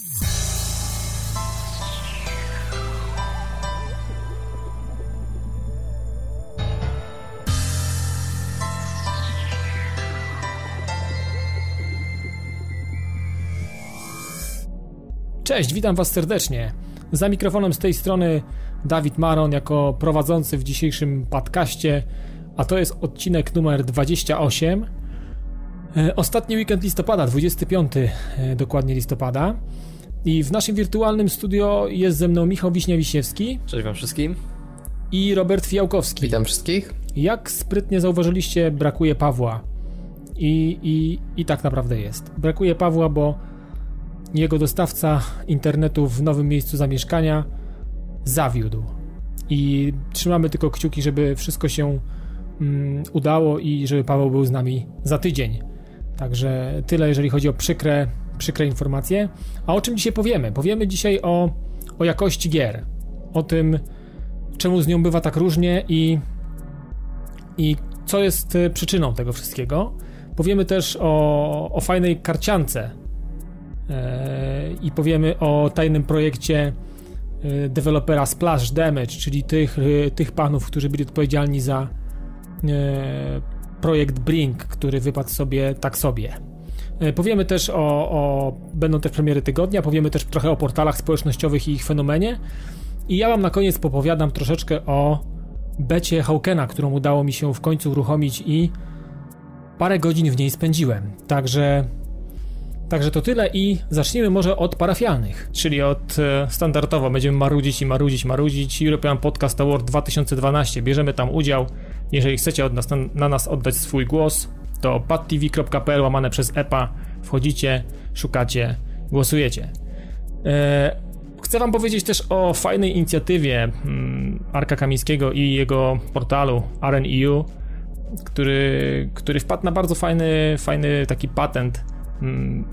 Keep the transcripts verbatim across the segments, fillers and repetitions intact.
Cześć, witam was serdecznie. Za mikrofonem z tej strony Dawid Maron jako prowadzący w dzisiejszym podcaście, a to jest odcinek numer dwadzieścia osiem. Ostatni weekend listopada, dwudziestego piątego dokładnie listopada. I w naszym wirtualnym studio jest ze mną Michał Wiśnia-Wiśniewski. Cześć wam wszystkim. I Robert Fijałkowski. Witam wszystkich. Jak sprytnie zauważyliście, brakuje Pawła. I, i, i tak naprawdę jest. Brakuje Pawła, bo jego dostawca internetu w nowym miejscu zamieszkania zawiódł. I trzymamy tylko kciuki, żeby wszystko się mm, udało i żeby Paweł był z nami za tydzień. Także tyle, jeżeli chodzi o przykre, przykre informacje. A o czym dzisiaj powiemy? Powiemy dzisiaj o, o jakości gier. O tym, czemu z nią bywa tak różnie i, i co jest przyczyną tego wszystkiego. Powiemy też o, o fajnej karciance i powiemy o tajnym projekcie dewelopera Splash Damage, czyli tych, tych panów, którzy byli odpowiedzialni za projekt Brink, który wypadł sobie tak sobie. Powiemy też o, o będą też premiery tygodnia, powiemy też trochę o portalach społecznościowych i ich fenomenie i ja wam na koniec popowiadam troszeczkę o becie Hawkena, którą udało mi się w końcu uruchomić i parę godzin w niej spędziłem, także Także to tyle i zacznijmy może od parafialnych, czyli od e, standardowo będziemy marudzić i marudzić, marudzić. European Podcast Award dwa tysiące dwanaście, bierzemy tam udział. Jeżeli chcecie od nas, na, na nas oddać swój głos, to padtv kropka p l łamane przez E P A, wchodzicie, szukacie, głosujecie. E, chcę wam powiedzieć też o fajnej inicjatywie hmm, Arka Kamińskiego i jego portalu R N E U, który, który wpadł na bardzo fajny, fajny taki patent. Hmm,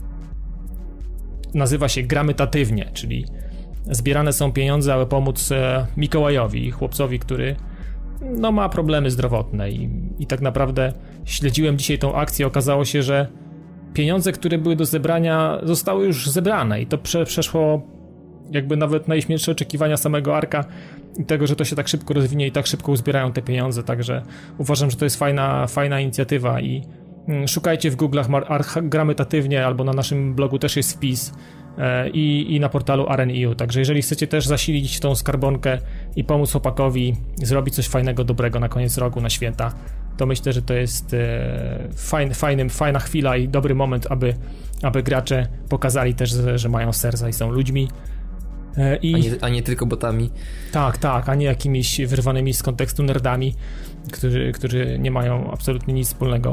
nazywa się Gramy Tatywnie, czyli zbierane są pieniądze, aby pomóc e, Mikołajowi, chłopcowi, który no, ma problemy zdrowotne i, i tak naprawdę śledziłem dzisiaj tą akcję, okazało się, że pieniądze, które były do zebrania, zostały już zebrane i to prze, przeszło jakby nawet najśmielsze oczekiwania samego Arka i tego, że to się tak szybko rozwinie i tak szybko uzbierają te pieniądze, także uważam, że to jest fajna, fajna inicjatywa i szukajcie w Google'ach Gramy Tatywnie, albo na naszym blogu też jest wpis e, i, i na portalu R N E U. Także jeżeli chcecie też zasilić tą skarbonkę i pomóc chłopakowi zrobić coś fajnego, dobrego na koniec roku, na święta, to myślę, że to jest e, fajny, fajny, fajna chwila i dobry moment, aby, aby gracze pokazali też, że, że mają serca i są ludźmi. E, i... a, nie, a nie tylko botami. Tak, tak, a nie jakimiś wyrwanymi z kontekstu nerdami, którzy, którzy nie mają absolutnie nic wspólnego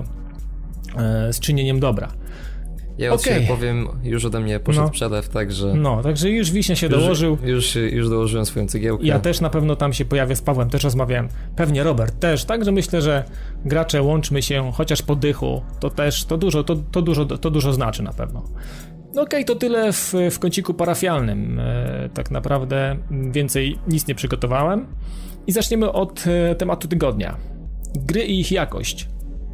z czynieniem dobra. Ja od okay. siebie powiem, już ode mnie poszedł no. przelew, także... No, także już Wiśnia się już, dołożył. Już, już dołożyłem swoją cegiełkę. Ja też na pewno tam się pojawię, z Pawłem też rozmawiałem. Pewnie Robert też, także myślę, że gracze łączmy się, chociaż po dychu, to też, to dużo, to, to dużo, to dużo znaczy na pewno. No okej, okay, to tyle w, w kąciku parafialnym. E, tak naprawdę więcej nic nie przygotowałem. I zaczniemy od e, tematu tygodnia. Gry i ich jakość.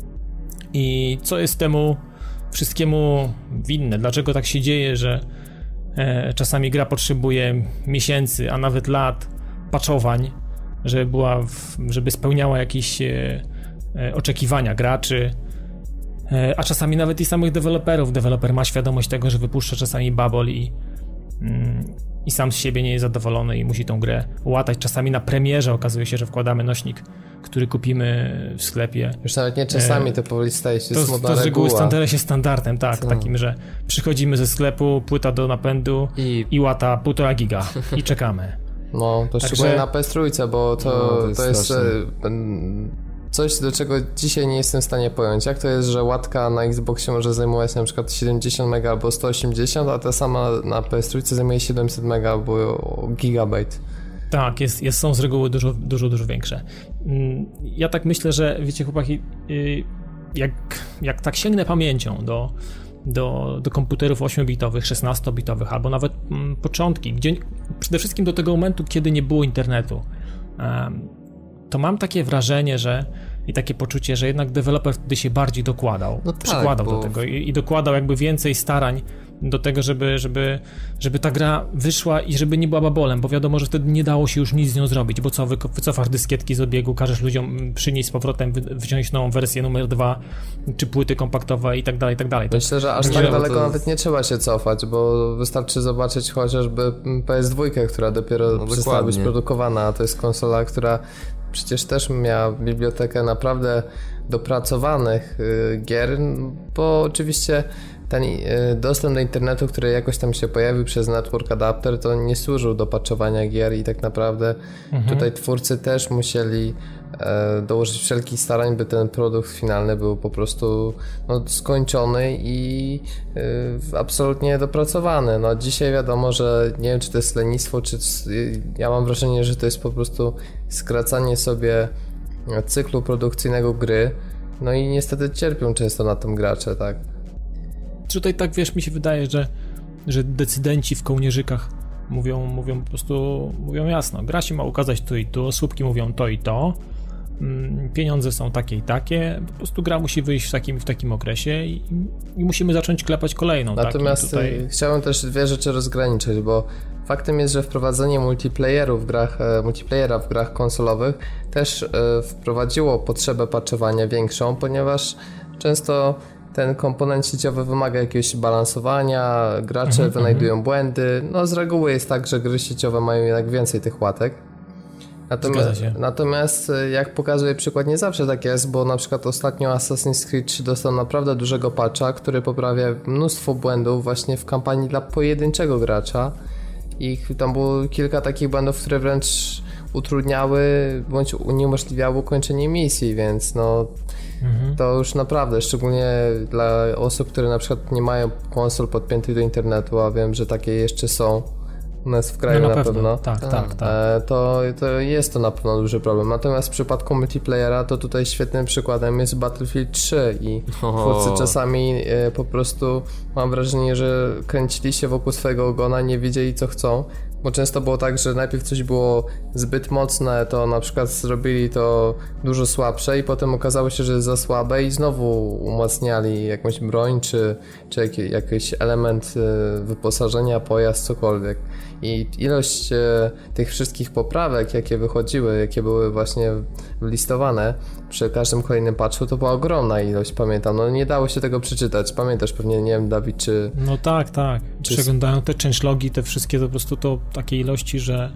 I co jest temu wszystkiemu winne? Dlaczego tak się dzieje, że e, czasami gra potrzebuje miesięcy, a nawet lat patchowań, żeby była, w, żeby spełniała jakieś e, e, oczekiwania graczy, e, a czasami nawet i samych deweloperów. Deweloper ma świadomość tego, że wypuszcza czasami babol i, mm, i sam z siebie nie jest zadowolony i musi tą grę łatać. Czasami na premierze okazuje się, że wkładamy nośnik, który kupimy w sklepie. Już nawet nie czasami, to powoli staje się to, smutna to z reguły reguła. stanie się standardem, tak, Co? Takim, że przychodzimy ze sklepu, płyta do napędu i, i łata półtora giga i czekamy. No, to Także... szczególnie na P S trzy, bo to, no, to jest, to jest coś, do czego dzisiaj nie jestem w stanie pojąć. Jak to jest, że łatka na Xboxie może zajmować na przykład siedemdziesiąt mega albo sto osiemdziesiąt, a ta sama na P S trzy zajmuje siedemset mega albo gigabajt. Tak, jest, jest, są z reguły dużo, dużo, dużo większe. Ja tak myślę, że wiecie chłopaki, jak, jak tak sięgnę pamięcią do, do, do komputerów ośmiobitowych, szesnastobitowych, albo nawet mm, początki, gdzie przede wszystkim do tego momentu, kiedy nie było internetu, um, to mam takie wrażenie, że i takie poczucie, że jednak deweloper wtedy się bardziej dokładał, no tak, przykładał do tego i, i dokładał jakby więcej starań do tego, żeby, żeby, żeby ta gra wyszła i żeby nie była babolem, bo wiadomo, że wtedy nie dało się już nic z nią zrobić, bo co, wycofasz dyskietki z obiegu, każesz ludziom przynieść z powrotem, wziąć nową wersję numer dwa, czy płyty kompaktowe i tak dalej, i tak dalej. Myślę, że aż tak daleko to... nawet nie trzeba się cofać, bo wystarczy zobaczyć chociażby P S dwa, która dopiero no, przestała być produkowana, a to jest konsola, która przecież też miała bibliotekę naprawdę dopracowanych y, gier, bo oczywiście ten y, dostęp do internetu, który jakoś tam się pojawił przez Network Adapter, to nie służył do patchowania gier i tak naprawdę mhm. tutaj twórcy też musieli e, dołożyć wszelkich starań, by ten produkt finalny był po prostu no, skończony i y, absolutnie dopracowany. No dzisiaj wiadomo, że nie wiem, czy to jest lenistwo, czy y, ja mam wrażenie, że to jest po prostu skracanie sobie cyklu produkcyjnego gry, no i niestety cierpią często na tym gracze, tak. Tutaj tak, wiesz, mi się wydaje, że, że decydenci w kołnierzykach mówią, mówią po prostu, mówią jasno, gra się ma ukazać tu i tu, słupki mówią to i to, pieniądze są takie i takie, po prostu gra musi wyjść w takim, w takim okresie i, i musimy zacząć klepać kolejną. Natomiast tak? tutaj... chciałem też dwie rzeczy rozgraniczyć, bo faktem jest, że wprowadzenie multiplayeru w grach, multiplayera w grach konsolowych też wprowadziło potrzebę patchowania większą, ponieważ często ten komponent sieciowy wymaga jakiegoś balansowania, gracze mm-hmm, wynajdują mm-hmm. błędy, no z reguły jest tak, że gry sieciowe mają jednak więcej tych łatek. Natomiast, natomiast jak pokazuje przykład, nie zawsze tak jest, bo na przykład ostatnio Assassin's Creed trzy dostał naprawdę dużego patcha, który poprawia mnóstwo błędów właśnie w kampanii dla pojedynczego gracza i tam było kilka takich błędów, które wręcz utrudniały bądź uniemożliwiały ukończenie misji, więc no mhm. to już naprawdę, szczególnie dla osób, które na przykład nie mają konsol podpiętych do internetu, a wiem, że takie jeszcze są u nas w kraju no na, na pewno, pewno. Tak, tak, tak. To, to jest to na pewno duży problem. Natomiast w przypadku multiplayera to tutaj świetnym przykładem jest Battlefield trzy i twórcy czasami e, po prostu mam wrażenie, że kręcili się wokół swojego ogona, nie wiedzieli co chcą, bo często było tak, że najpierw coś było zbyt mocne, to na przykład zrobili to dużo słabsze i potem okazało się, że jest za słabe i znowu umacniali jakąś broń czy, czy jak, jakiś element wyposażenia, pojazd, cokolwiek. I ilość tych wszystkich poprawek, jakie wychodziły, jakie były właśnie listowane przy każdym kolejnym patchu, to była ogromna ilość, pamiętam. No nie dało się tego przeczytać. Pamiętasz pewnie, nie wiem, Dawid, czy... No tak, tak. Czy... Przeglądają te changelogi, te wszystkie, to po prostu to takiej ilości, że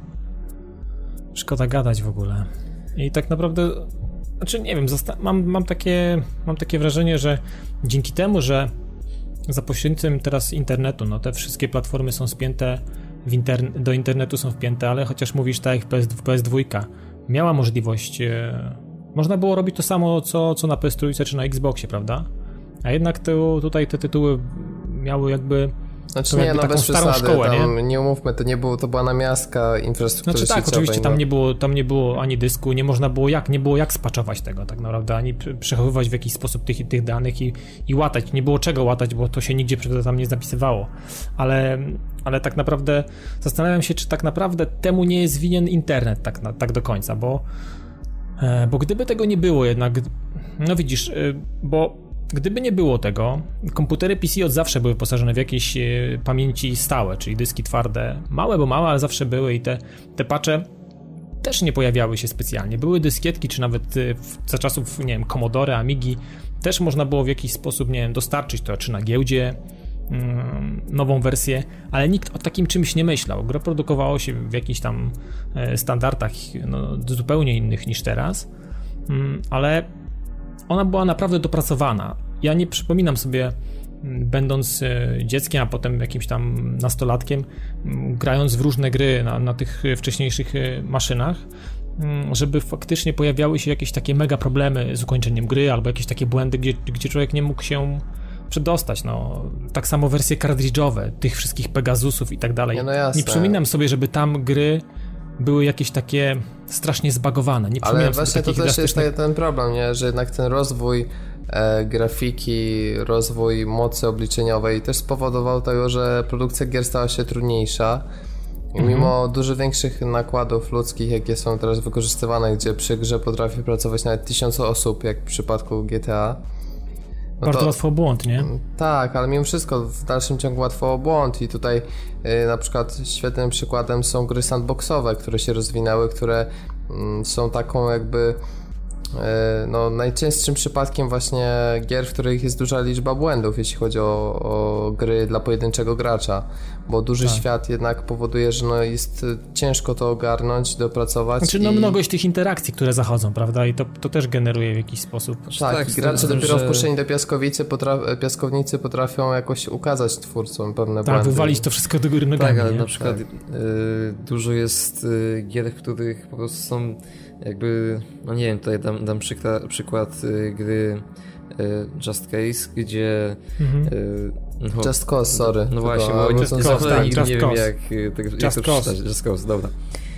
szkoda gadać w ogóle. I tak naprawdę, znaczy nie wiem, zosta- mam, mam, takie, mam takie wrażenie, że dzięki temu, że za pośrednictwem teraz internetu, no te wszystkie platformy są spięte w interne- do internetu są wpięte, ale chociaż mówisz tak jak w P S, w P S dwa miała możliwość, e, można było robić to samo co, co na P S trzy czy na Xboxie, prawda? A jednak to, tutaj te tytuły miały jakby Znaczy nie, no bez przesady, szkołę, tam, nie? nie umówmy, to nie było, to była namiastka infrastruktury Znaczy tak, sieciowej, oczywiście tam nie było, tam nie było ani dysku, nie można było jak, nie było jak spaczować tego tak naprawdę, ani przechowywać w jakiś sposób tych, tych danych i, i łatać, nie było czego łatać, bo to się nigdzie tam nie zapisywało, ale, ale tak naprawdę zastanawiam się, czy tak naprawdę temu nie jest winien internet tak, na, tak do końca, bo, bo gdyby tego nie było jednak, no widzisz, bo gdyby nie było tego, komputery P C od zawsze były wyposażone w jakieś e, pamięci stałe, czyli dyski twarde, małe, bo małe, ale zawsze były i te, te patche też nie pojawiały się specjalnie. Były dyskietki, czy nawet e, w, za czasów, nie wiem, Commodore, Amigi, też można było w jakiś sposób, nie wiem, dostarczyć to, czy na giełdzie, mm, nową wersję, ale nikt o takim czymś nie myślał. Gra produkowało się w jakichś tam e, standardach no, zupełnie innych niż teraz, mm, ale ona była naprawdę dopracowana. Ja nie przypominam sobie, będąc dzieckiem, a potem jakimś tam nastolatkiem, grając w różne gry na, na tych wcześniejszych maszynach, żeby faktycznie pojawiały się jakieś takie mega problemy z ukończeniem gry, albo jakieś takie błędy, gdzie, gdzie człowiek nie mógł się przedostać. No, tak samo wersje kartridżowe, tych wszystkich Pegasusów i tak dalej. Nie, no nie przypominam sobie, żeby tam gry były jakieś takie strasznie zbagowane. Nie Ale właśnie to też drastycznych... jest ten problem, nie? Że jednak ten rozwój e, grafiki, rozwój mocy obliczeniowej też spowodował tego, że produkcja gier stała się trudniejsza. I mhm. mimo dużo większych nakładów ludzkich, jakie są teraz wykorzystywane, gdzie przy grze potrafi pracować nawet tysiąc osób, jak w przypadku G T A, No Bardzo to, łatwo o błąd, nie? Tak, ale mimo wszystko w dalszym ciągu łatwo o błąd i tutaj y, na przykład świetnym przykładem są gry sandboxowe, które się rozwinęły, które y, są taką jakby no, najczęstszym przypadkiem właśnie gier, w których jest duża liczba błędów, jeśli chodzi o, o gry dla pojedynczego gracza, bo duży tak. świat jednak powoduje, że no jest ciężko to ogarnąć, dopracować. Znaczy no i... mnogość tych interakcji, które zachodzą, prawda, i to, to też generuje w jakiś sposób. Tak, tak gracze dopiero że... wpuszczeni do piaskowicy potraf... piaskownicy potrafią jakoś ukazać twórcom pewne tak, błędy. Tak, wywalić to wszystko do góry nogami. Tak, ale nie? na przykład tak. y, dużo jest y, gier, w których po prostu są jakby, no nie wiem, tutaj dam, dam przykład, przykład y, gry y, Just Cause, gdzie mhm. y, no, Just Cause, sorry. No właśnie, bo Just Cause, tak, nie, Just nie Cause. wiem jak, jak, jak Just to przeczytać. Just Cause, dobra.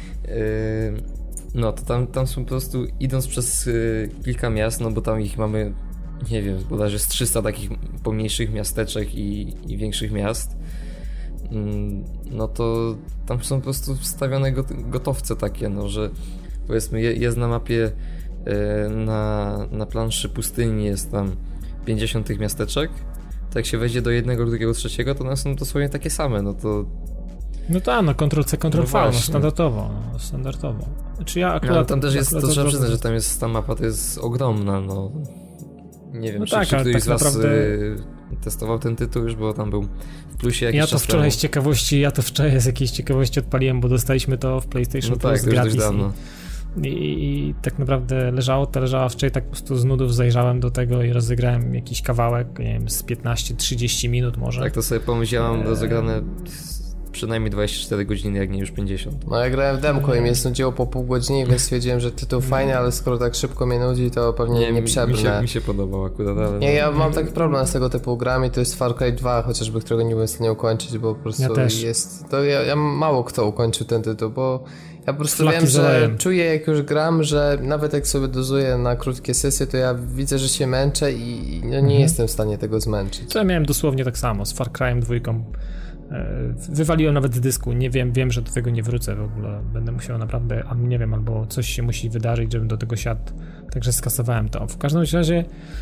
Y, no to tam, tam są po prostu, idąc przez y, kilka miast, no bo tam ich mamy, nie wiem, bodajże z trzysta takich pomniejszych miasteczek i, i większych miast, y, no to tam są po prostu wstawione gotowce takie, no że powiedzmy jest na mapie y, na, na planszy pustyni jest tam pięćdziesiąt tych miasteczek, to jak się wejdzie do jednego, drugiego, trzeciego, to one są dosłownie takie same, no to... No tak, no Ctrl-C, Ctrl-V, no, no standardowo, no, standardowo. Znaczy ja akurat... No, tam też jest, to trzeba to, przyznać, że tam jest, ta mapa to jest ogromna, no... Nie wiem, no czy, tak, czy któryś tak z was naprawdę... testował ten tytuł już, bo tam był w plusie jakiś ja to czas wczoraj temu. z ciekawości, ja to wczoraj z jakiejś ciekawości odpaliłem, bo dostaliśmy to w PlayStation no Plus tak, gratis. Już dość dawno. I, i, I tak naprawdę leżało to, leżała wczoraj, tak po prostu z nudów zajrzałem do tego i rozegrałem jakiś kawałek, nie wiem, z piętnaście trzydzieści minut może. Tak, to sobie pomyślałem, rozegrane przynajmniej dwadzieścia cztery godziny, jak nie już pięćdziesiąt. No ja grałem w demko i mnie nudziło po pół godziny, więc stwierdziłem, że tytuł fajny, ale skoro tak szybko mnie nudzi, to pewnie nie, nie przebrnę. Mi się, mi się podobał akurat, ale... Nie, ja mam taki problem z tego typu grami, to jest Far Cry dwa, chociażby, którego nie byłem w stanie ukończyć, bo po prostu ja też. jest... To ja, ja mało kto ukończył ten tytuł, bo ja po prostu Flaki wiem, że zalejem. czuję jak już gram, że nawet jak sobie dozuję na krótkie sesje, to ja widzę, że się męczę i no, nie mhm. jestem w stanie tego zmęczyć. To ja miałem dosłownie tak samo z Far Cry'em dwójką. Wywaliłem nawet z dysku, nie wiem, wiem, że do tego nie wrócę w ogóle, będę musiał naprawdę, a nie wiem, albo coś się musi wydarzyć, żebym do tego siadł, także skasowałem to. W każdym razie,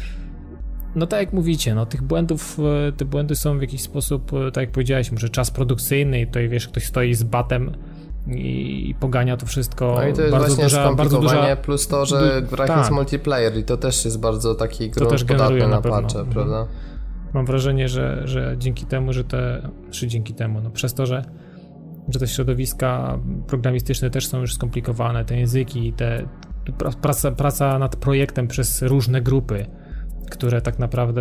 no tak jak mówicie, no tych błędów, te błędy są w jakiś sposób, tak jak powiedziałeś, może czas produkcyjny i tutaj wiesz, ktoś stoi z batem i pogania to wszystko. No i to jest bardzo właśnie duża, bardzo duża, plus to, że du- gra tak. jest multiplayer i to też jest bardzo taki To grunt też podatny generuje na na pewno. patche, prawda? Mam wrażenie, że, że dzięki temu, że te, czy dzięki temu, no przez to, że, że te środowiska programistyczne też są już skomplikowane, te języki, te praca, praca nad projektem przez różne grupy, które tak naprawdę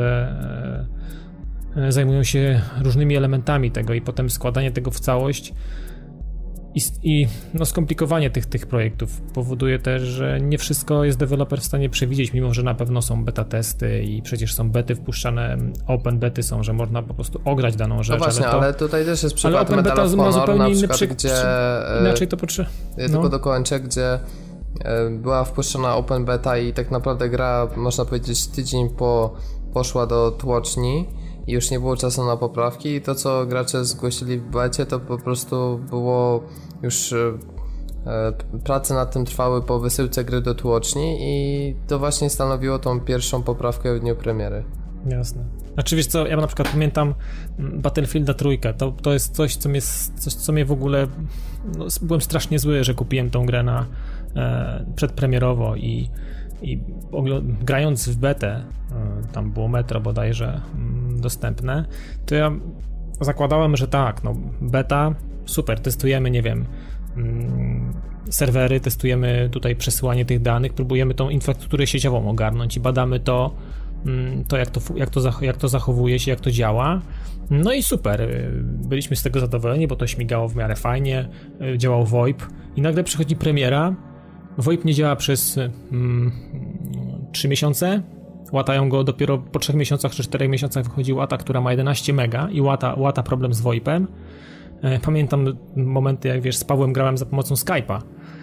e, zajmują się różnymi elementami tego i potem składanie tego w całość i, i no, skomplikowanie tych, tych projektów powoduje też, że nie wszystko jest deweloper w stanie przewidzieć, mimo że na pewno są beta testy i przecież są bety wpuszczane, open bety są, że można po prostu ograć daną rzecz. No właśnie, ale, to, ale tutaj też jest przykład ale open Medal of beta ma Honor, zupełnie na inny przykład, przy, gdzie... przy, inaczej to potrzeba. Ja no. tylko dokończę, gdzie była wpuszczona open beta i tak naprawdę gra, można powiedzieć, tydzień po poszła do tłoczni i już nie było czasu na poprawki i to, co gracze zgłosili w becie, to po prostu było już e, prace nad tym trwały po wysyłce gry do tłoczni i to właśnie stanowiło tą pierwszą poprawkę w dniu premiery. Jasne. Znaczy wiesz co, ja na przykład pamiętam Battlefielda trójkę, to, to jest coś, co mnie, coś, co mnie w ogóle, no, byłem strasznie zły, że kupiłem tą grę na e, przedpremierowo i, i ogl- grając w betę, e, tam było Metro bodajże m, dostępne, to ja zakładałem, że tak, no beta, super, testujemy, nie wiem, m, serwery, testujemy tutaj przesyłanie tych danych, próbujemy tą infrastrukturę sieciową ogarnąć i badamy to, to jak to, jak to jak to zachowuje się, jak to działa. No i super, byliśmy z tego zadowoleni, bo to śmigało w miarę fajnie, działał VoIP i nagle przychodzi premiera, VoIP nie działa przez mm, trzy miesiące, łatają go dopiero po trzech miesiącach czy czterech miesiącach wychodzi łata, która ma jedenaście mega i łata, łata problem z VoIPem. Pamiętam momenty, jak wiesz, z Pawłem grałem za pomocą Skype'a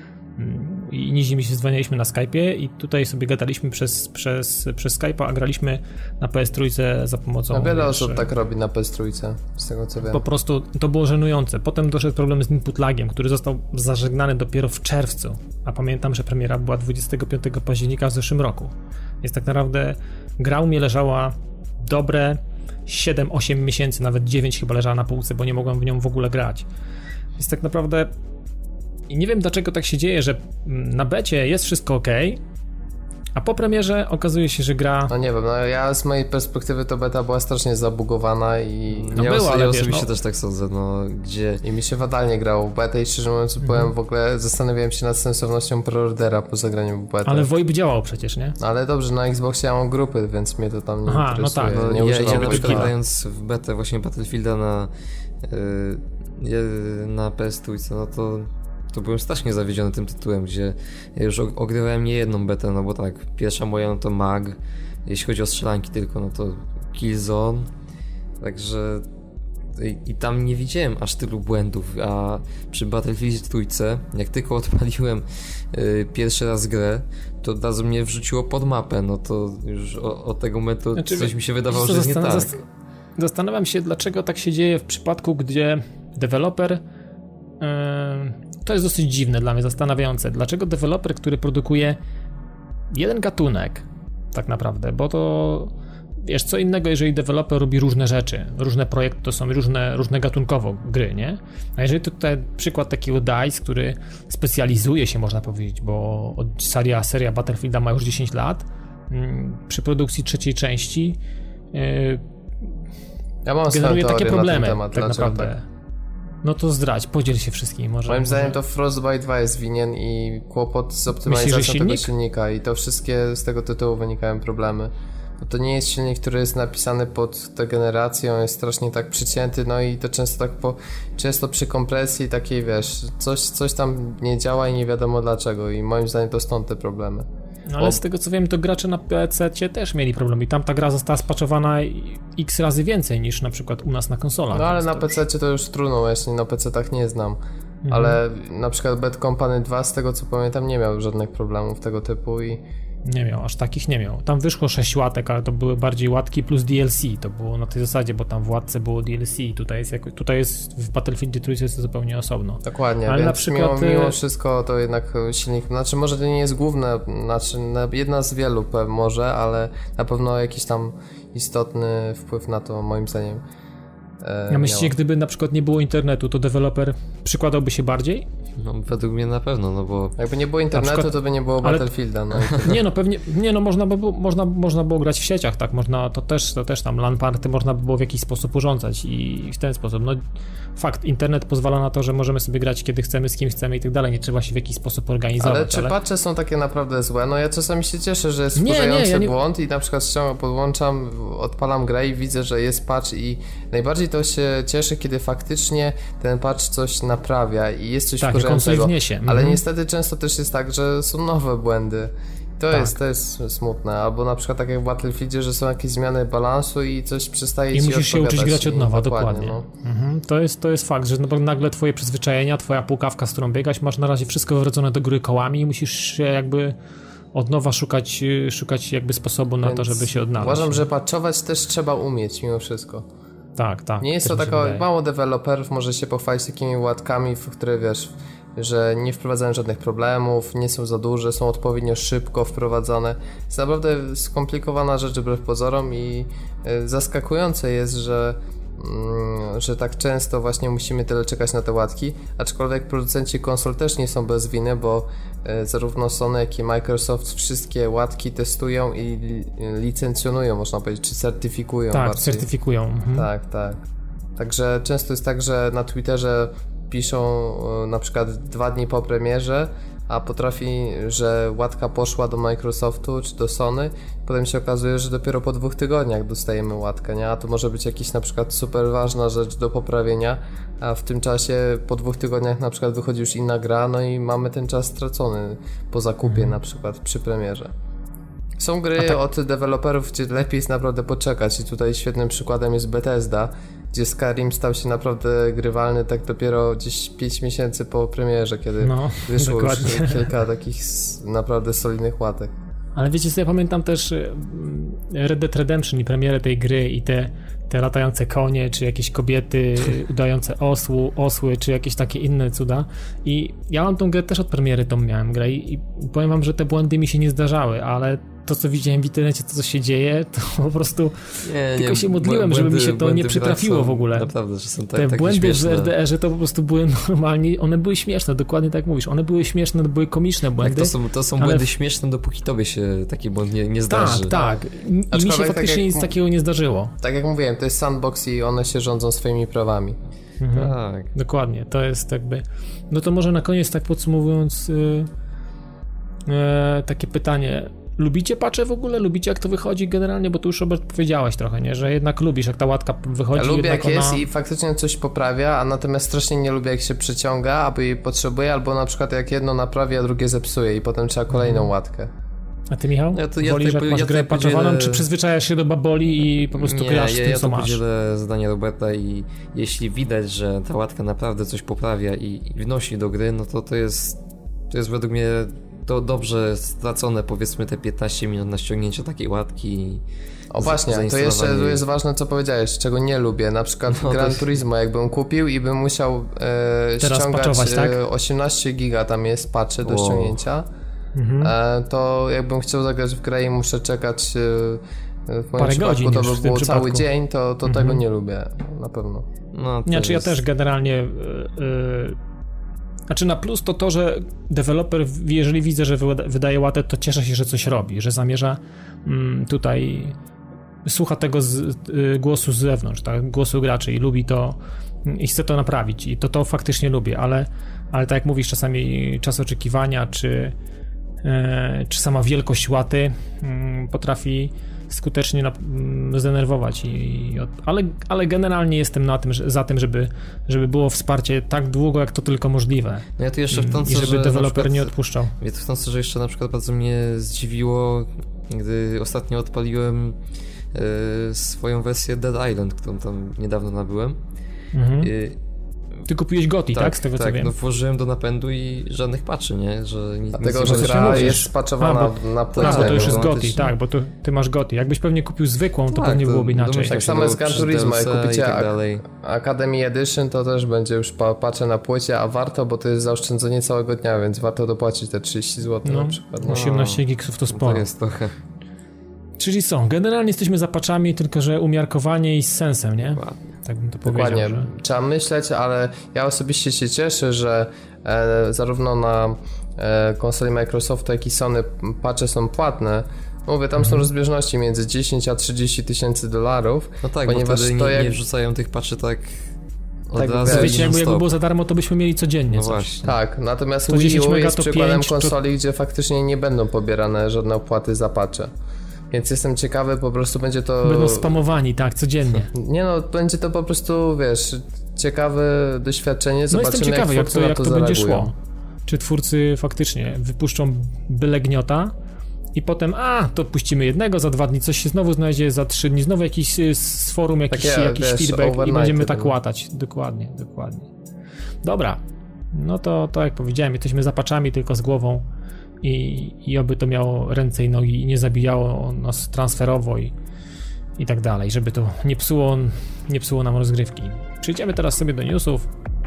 i nizi mi się dzwonialiśmy na Skype'ie i tutaj sobie gadaliśmy przez, przez, przez Skype'a, a graliśmy na P S trzy za pomocą... No wiele wiesz, osób tak robi na P S trzy, z tego co wiem. Po prostu to było żenujące. Potem doszedł problem z input lagiem, który został zażegnany dopiero w czerwcu, a pamiętam, że premiera była dwudziestego piątego października w zeszłym roku. Więc tak naprawdę gra u mnie leżała dobre siedem osiem miesięcy, nawet dziewięć chyba leżała na półce, bo nie mogłem w nią w ogóle grać. Jest tak naprawdę... I nie wiem, dlaczego tak się dzieje, że na becie jest wszystko ok, a po premierze okazuje się, że gra... No nie wiem, no ja z mojej perspektywy to beta była strasznie zabugowana i... No ja, była, os- ale ja wiesz, osobiście no... też tak sądzę, no gdzie... I mi się fatalnie grało w betę i szczerze mówiąc mhm. powiem w ogóle, zastanawiałem się nad sensownością preordera po zagraniu w betę. Ale V O I P działało przecież, nie? No ale dobrze, na Xboxie ja mam grupy, więc mnie to tam nie Aha, interesuje. no tak. Nie ja, używam ja na przykład betę. grając w betę właśnie Battlefielda na yy, na P S dwa, no to to byłem strasznie zawiedziony tym tytułem, gdzie ja już ogrywałem nie jedną betę, no bo tak, pierwsza moja no to Mag, jeśli chodzi o strzelanki tylko, no to Killzone, także i, i tam nie widziałem aż tylu błędów, a przy Battlefield trójce, jak tylko odpaliłem y, pierwszy raz grę, to od razu mnie wrzuciło pod mapę, no to już o- od tego momentu znaczy, coś mi się wydawało, że jest nie tak. Zastanawiam się, dlaczego tak się dzieje w przypadku, gdzie deweloper yy, to jest dosyć dziwne dla mnie, zastanawiające. Dlaczego deweloper, który produkuje jeden gatunek tak naprawdę, bo to wiesz, co innego, jeżeli deweloper robi różne rzeczy, różne projekty, to są różne, różne gatunkowo gry, nie? A jeżeli tutaj przykład takiego DICE, który specjalizuje się, można powiedzieć, bo seria, seria Battlefielda ma już dziesięć lat, przy produkcji trzeciej części yy, ja mam generuje takie problemy, na ten temat, tak naprawdę. Tak? No to zdradź, podziel się wszystkim. Może, Moim może... zdaniem to Frostbite dwa jest winien i kłopot z optymalizacją Myślisz, tego silnik? silnika i to wszystkie z tego tytułu wynikają problemy. Bo to nie jest silnik, który jest napisany pod tę generację, on jest strasznie tak przycięty, no i to często tak po, często przy kompresji takiej, wiesz, coś, coś tam nie działa i nie wiadomo dlaczego i moim zdaniem to stąd te problemy. No ale o... z tego co wiem, to gracze na P C też mieli problem i tam ta gra została spaczowana x razy więcej niż na przykład u nas na konsolach. No ale na to... P C to już trudno, właśnie na P C tak nie znam. Mhm. Ale na przykład Bad Company dwa, z tego co pamiętam, nie miał żadnych problemów tego typu i... Nie miał, aż takich nie miał. Tam wyszło sześć łatek, ale to były bardziej łatki plus D L C. To było na tej zasadzie, bo tam w łatce było D L C. Tutaj jest, jako, tutaj jest w Battlefield trójce jest to zupełnie osobno. Dokładnie, ale więc na przykład... mimo, mimo wszystko to jednak silnik, znaczy może to nie jest główne, znaczy jedna z wielu może, ale na pewno jakiś tam istotny wpływ na to moim zdaniem. Ja myślicie, gdyby na przykład nie było internetu, to deweloper przykładałby się bardziej? No według mnie na pewno, no bo... Jakby nie było internetu, przykład... to by nie było ale... Battlefielda. No nie no, pewnie, nie no, można, by było, można, można było grać w sieciach, tak, można, to też, to też tam LAN party można by było w jakiś sposób urządzać i w ten sposób, no fakt, internet pozwala na to, że możemy sobie grać kiedy chcemy, z kim chcemy i tak dalej, nie trzeba się w jakiś sposób organizować. Ale czy ale... patche są takie naprawdę złe? No ja czasami się cieszę, że jest wkurzający ja nie... błąd i na przykład ściągam, podłączam, odpalam grę i widzę, że jest patch i najbardziej to się cieszy, kiedy faktycznie ten patch coś naprawia i jest coś tak, wkurzającego. Wniesie. Ale mhm. niestety często też jest tak, że są nowe błędy. To, tak. jest, to jest smutne. Albo na przykład tak jak w Battlefieldzie, że są jakieś zmiany balansu i coś przestaje I ci musisz się uczyć grać od nowa, dokładnie. dokładnie. No. Mhm. To, jest, to jest fakt, że nagle twoje przyzwyczajenia, twoja pukawka, z którą biegać, masz na razie wszystko wywrócone do góry kołami i musisz się jakby od nowa szukać, szukać jakby sposobu na Więc to, żeby się odnaleźć. Uważam, że patchować też trzeba umieć mimo wszystko. Tak, tak. Nie jest to taka, mało deweloperów może się pochwalić takimi łatkami, w które wiesz, że nie wprowadzają żadnych problemów, nie są za duże, są odpowiednio szybko wprowadzane. Jest naprawdę skomplikowana rzecz wbrew pozorom i zaskakujące jest, że, że tak często właśnie musimy tyle czekać na te łatki, aczkolwiek producenci konsol też nie są bez winy, bo zarówno Sony, jak i Microsoft wszystkie łatki testują i licencjonują, można powiedzieć, czy certyfikują. Tak, bardziej. certyfikują. Mhm. Tak, tak. Także często jest tak, że na Twitterze piszą na przykład dwa dni po premierze, a potrafi, że łatka poszła do Microsoftu czy do Sony, potem się okazuje, że dopiero po dwóch tygodniach dostajemy łatkę, nie? A to może być jakiś na przykład super ważna rzecz do poprawienia, a w tym czasie po dwóch tygodniach na przykład wychodzi już inna gra, no i mamy ten czas stracony po zakupie mhm. na przykład przy premierze. Są gry tak. od deweloperów, gdzie lepiej jest naprawdę poczekać i tutaj świetnym przykładem jest Bethesda, gdzie Skyrim stał się naprawdę grywalny tak dopiero gdzieś pięć miesięcy po premierze, kiedy no, wyszło dokładnie. już kilka takich naprawdę solidnych łatek. Ale wiecie co, ja pamiętam też Red Dead Redemption i premierę tej gry i te, te latające konie, czy jakieś kobiety udające osłu, osły, czy jakieś takie inne cuda. I ja mam tą grę też od premiery, tą miałem grę i, i powiem wam, że te błędy mi się nie zdarzały, ale to, co widziałem w internecie, to, co się dzieje, to po prostu nie, tylko nie, się modliłem, błędy, żeby mi się to nie przytrafiło w ogóle. Naprawdę, że są tak, te takie błędy śmieszne. w R D R-ze to po prostu były normalnie, one były śmieszne, dokładnie tak mówisz. One były śmieszne, to były komiczne błędy. Tak, to są, to są ale... błędy śmieszne, dopóki tobie się taki błąd nie, nie zdarzy. Tak, tak. I Aczkolwiek mi się faktycznie tak jak, nic takiego nie zdarzyło. Tak jak mówiłem, to jest sandbox i one się rządzą swoimi prawami. Mhm. Tak. Dokładnie, to jest jakby... No to może na koniec, tak podsumowując, yy, yy, takie pytanie... Lubicie patche w ogóle? Lubicie jak to wychodzi generalnie? Bo tu już Robert powiedziałeś trochę, nie? Że jednak lubisz jak ta łatka wychodzi. Ja lubię jak ona... jest i faktycznie coś poprawia, a natomiast strasznie nie lubię jak się przeciąga, albo jej potrzebuje, albo na przykład jak jedno naprawi, a drugie zepsuje i potem trzeba kolejną hmm. łatkę. A ty, Michał? Ja to, ja Wolisz tutaj, jak masz ja grę patchowaną, podzielę... czy przyzwyczajasz się do baboli i po prostu grasz z tym, ja co masz? masz? Ja podzielę zdanie Roberta i jeśli widać, że ta łatka naprawdę coś poprawia i wnosi do gry, no to to jest, to jest według mnie to dobrze stracone, powiedzmy, te piętnaście minut na ściągnięcie takiej łatki. O właśnie, to jeszcze to jest ważne, co powiedziałeś, czego nie lubię. Na przykład no, Gran jest... Turismo, jakbym kupił i bym musiał e, ściągać tak? osiemnaście giga, tam jest patchy do wow. ściągnięcia, mhm. e, to jakbym chciał zagrać w grę i muszę czekać e, w moim parę przypadku, godzin to by było cały przypadku. dzień, to, to mhm. tego nie lubię, na pewno. No, znaczy jest... ja też generalnie... Yy, yy... Znaczy na plus to to, że deweloper, jeżeli widzę, że wydaje łatę, to cieszę się, że coś robi, że zamierza mm, tutaj, słucha tego z, y, głosu z zewnątrz, tak, głosu graczy i lubi to i chce to naprawić i to to faktycznie lubię, ale, ale tak jak mówisz, czasami czas oczekiwania, czy, y, czy sama wielkość łaty y, potrafi skutecznie na, m, zdenerwować, i, i od, ale, ale generalnie jestem na tym, że, za tym, żeby, żeby było wsparcie tak długo, jak to tylko możliwe. No ja tu jeszcze wtrącę, i żeby że deweloper przykład, nie odpuszczał. Ja tu wtrącę, że jeszcze na przykład bardzo mnie zdziwiło, gdy ostatnio odpaliłem e, swoją wersję Dead Island, którą tam niedawno nabyłem. Mhm. E, Ty kupiłeś Goti, tak? tak? Z tego tak, co wiem. no włożyłem do napędu i żadnych patchy, nie? Że nic, Dlatego, nic że nie gra jest spatchowana a, bo, na płycie. A, bo to już jest Goti, tak, bo to, ty masz Goti. Jakbyś pewnie kupił zwykłą, to tak, pewnie to byłoby inaczej. Tak samo jest Gran Turismo, jak kupicie tak Academy Edition, to też będzie już patche na płycie, a warto, bo to jest zaoszczędzenie całego dnia, więc warto dopłacić te trzydzieści złotych no, na przykład. No. osiemnaście gigsów to sporo. To jest trochę. Czyli są, generalnie jesteśmy za patchami, tylko że umiarkowanie i z sensem, nie? Tak bym to powiedział. Dokładnie, że... trzeba myśleć, ale ja osobiście się cieszę, że e, zarówno na e, konsoli Microsoftu, jak i Sony patche są płatne. Mówię, tam mhm. są rozbieżności między dziesięć a trzydzieści tysięcy dolarów. No tak, ponieważ bo wtedy to nie, jak... nie wrzucają tych patchy tak od tak, razu. Wiecie, jakby, jakby było za darmo, to byśmy mieli codziennie no coś. Właśnie. Tak, natomiast Wii U jest przykładem pięć, konsoli, to... gdzie faktycznie nie będą pobierane żadne opłaty za patche. Więc jestem ciekawy, po prostu będzie to... Będą spamowani, tak, codziennie. Nie no, będzie to po prostu, wiesz, ciekawe doświadczenie. Zobaczymy, no jestem ciekawy, jak, jak to, jak to, to będzie szło. Czy twórcy faktycznie wypuszczą byle gniota i potem, a, to puścimy jednego, za dwa dni coś się znowu znajdzie, za trzy dni znowu jakiś z forum, jakiś, Takie, jakiś wiesz, feedback i będziemy tak łatać. Dokładnie, dokładnie. Dobra, no to, to jak powiedziałem, jesteśmy zapaczami tylko z głową. I, i oby to miało ręce i nogi i nie zabijało nas transferowo i, i tak dalej, żeby to nie psuło, nie psuło nam rozgrywki. Przejdziemy teraz sobie do newsów.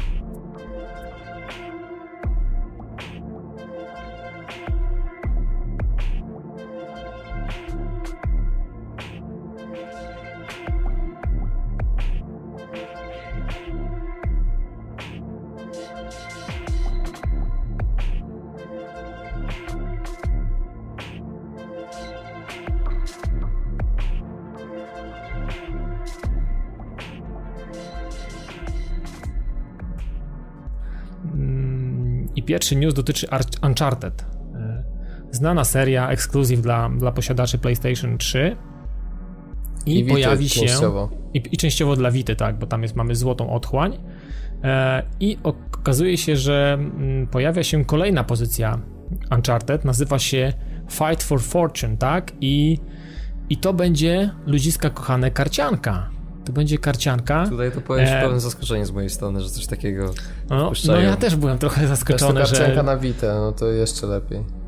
I pierwszy news dotyczy Uncharted. Znana seria, ekskluzyw dla, dla posiadaczy PlayStation trzy. I, I pojawi Vity, się... Częściowo. I, I częściowo dla Vity, tak, bo tam jest, mamy złotą otchłań. E, I okazuje się, że m, pojawia się kolejna pozycja Uncharted. Nazywa się Fight for Fortune, tak? I, i to będzie, ludziska kochane, karcianka. To będzie karcianka. Tutaj to powiem e... pełne zaskoczenie z mojej strony, że coś takiego no, no ja też byłem trochę zaskoczony, że... To jest to karcianka że... na Vita, no to jeszcze lepiej.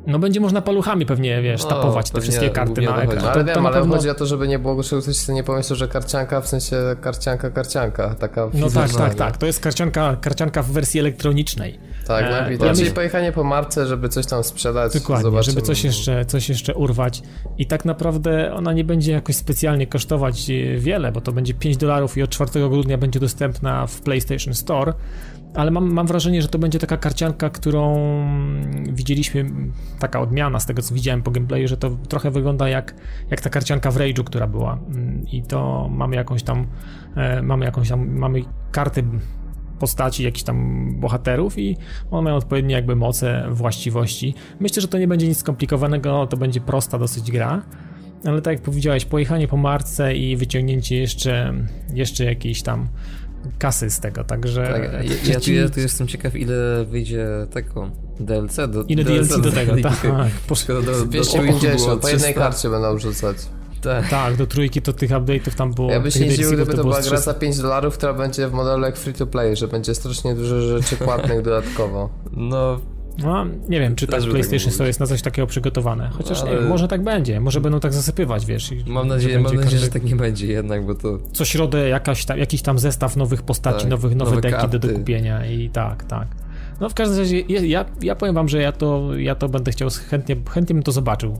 No będzie można paluchami pewnie, wiesz, no, tapować te wszystkie karty na ekran. Ale wiem, ale pewno... chodzi o to, żeby nie było, że ktoś sobie nie pomyślał, że karcianka, w sensie karcianka, karcianka, taka no tak, tak, tak, to jest karcianka, karcianka w wersji elektronicznej. Tak, najlepiej. E, ja czyli my... pojechanie po marce, żeby coś tam sprzedać. Dokładnie, zobaczymy. żeby coś jeszcze, coś jeszcze urwać i tak naprawdę ona nie będzie jakoś specjalnie kosztować wiele, bo to będzie pięć dolarów i od czwartego grudnia będzie dostępna w PlayStation Store. Ale mam, mam wrażenie, że to będzie taka karcianka, którą widzieliśmy, taka odmiana z tego, co widziałem po gameplayu, że to trochę wygląda jak, jak ta karcianka w Rage'u, która była. I to mamy jakąś tam, e, mamy jakąś tam, mamy karty postaci, jakichś tam bohaterów i one mają odpowiednie jakby moce, właściwości. Myślę, że to nie będzie nic skomplikowanego, to będzie prosta dosyć gra. Ale tak jak powiedziałeś, pojechanie po marce i wyciągnięcie jeszcze, jeszcze jakiejś tam kasy z tego, także... Tak, ja, ja, tu, ja tu jestem ciekaw, ile wyjdzie tego D L C do Ile D L C do, do tego, tak. Do, do, dwieście pięćdziesiąt, po jednej karcie będą wrzucać. Tak. tak, do trójki to tych update'ów tam było... Ja byś nie zdziwił, gdyby to, to była gra za pięć dolarów, która będzie w modelu jak free to play, że będzie strasznie dużo rzeczy płatnych dodatkowo. No... No, nie wiem, czy tak PlayStation Store jest na coś takiego przygotowane. Chociaż ale... nie wiem, może tak będzie. Może będą tak zasypywać, wiesz. I mam nadzieję, mam nadzieję że tak nie będzie jednak, bo to... Co środę jakaś tam, jakiś tam zestaw nowych postaci, tak, nowych, nowe, nowe deki karty do dokupienia i tak, tak. No w każdym razie, ja, ja powiem wam, że ja to, ja to będę chciał, chętnie, chętnie bym to zobaczył.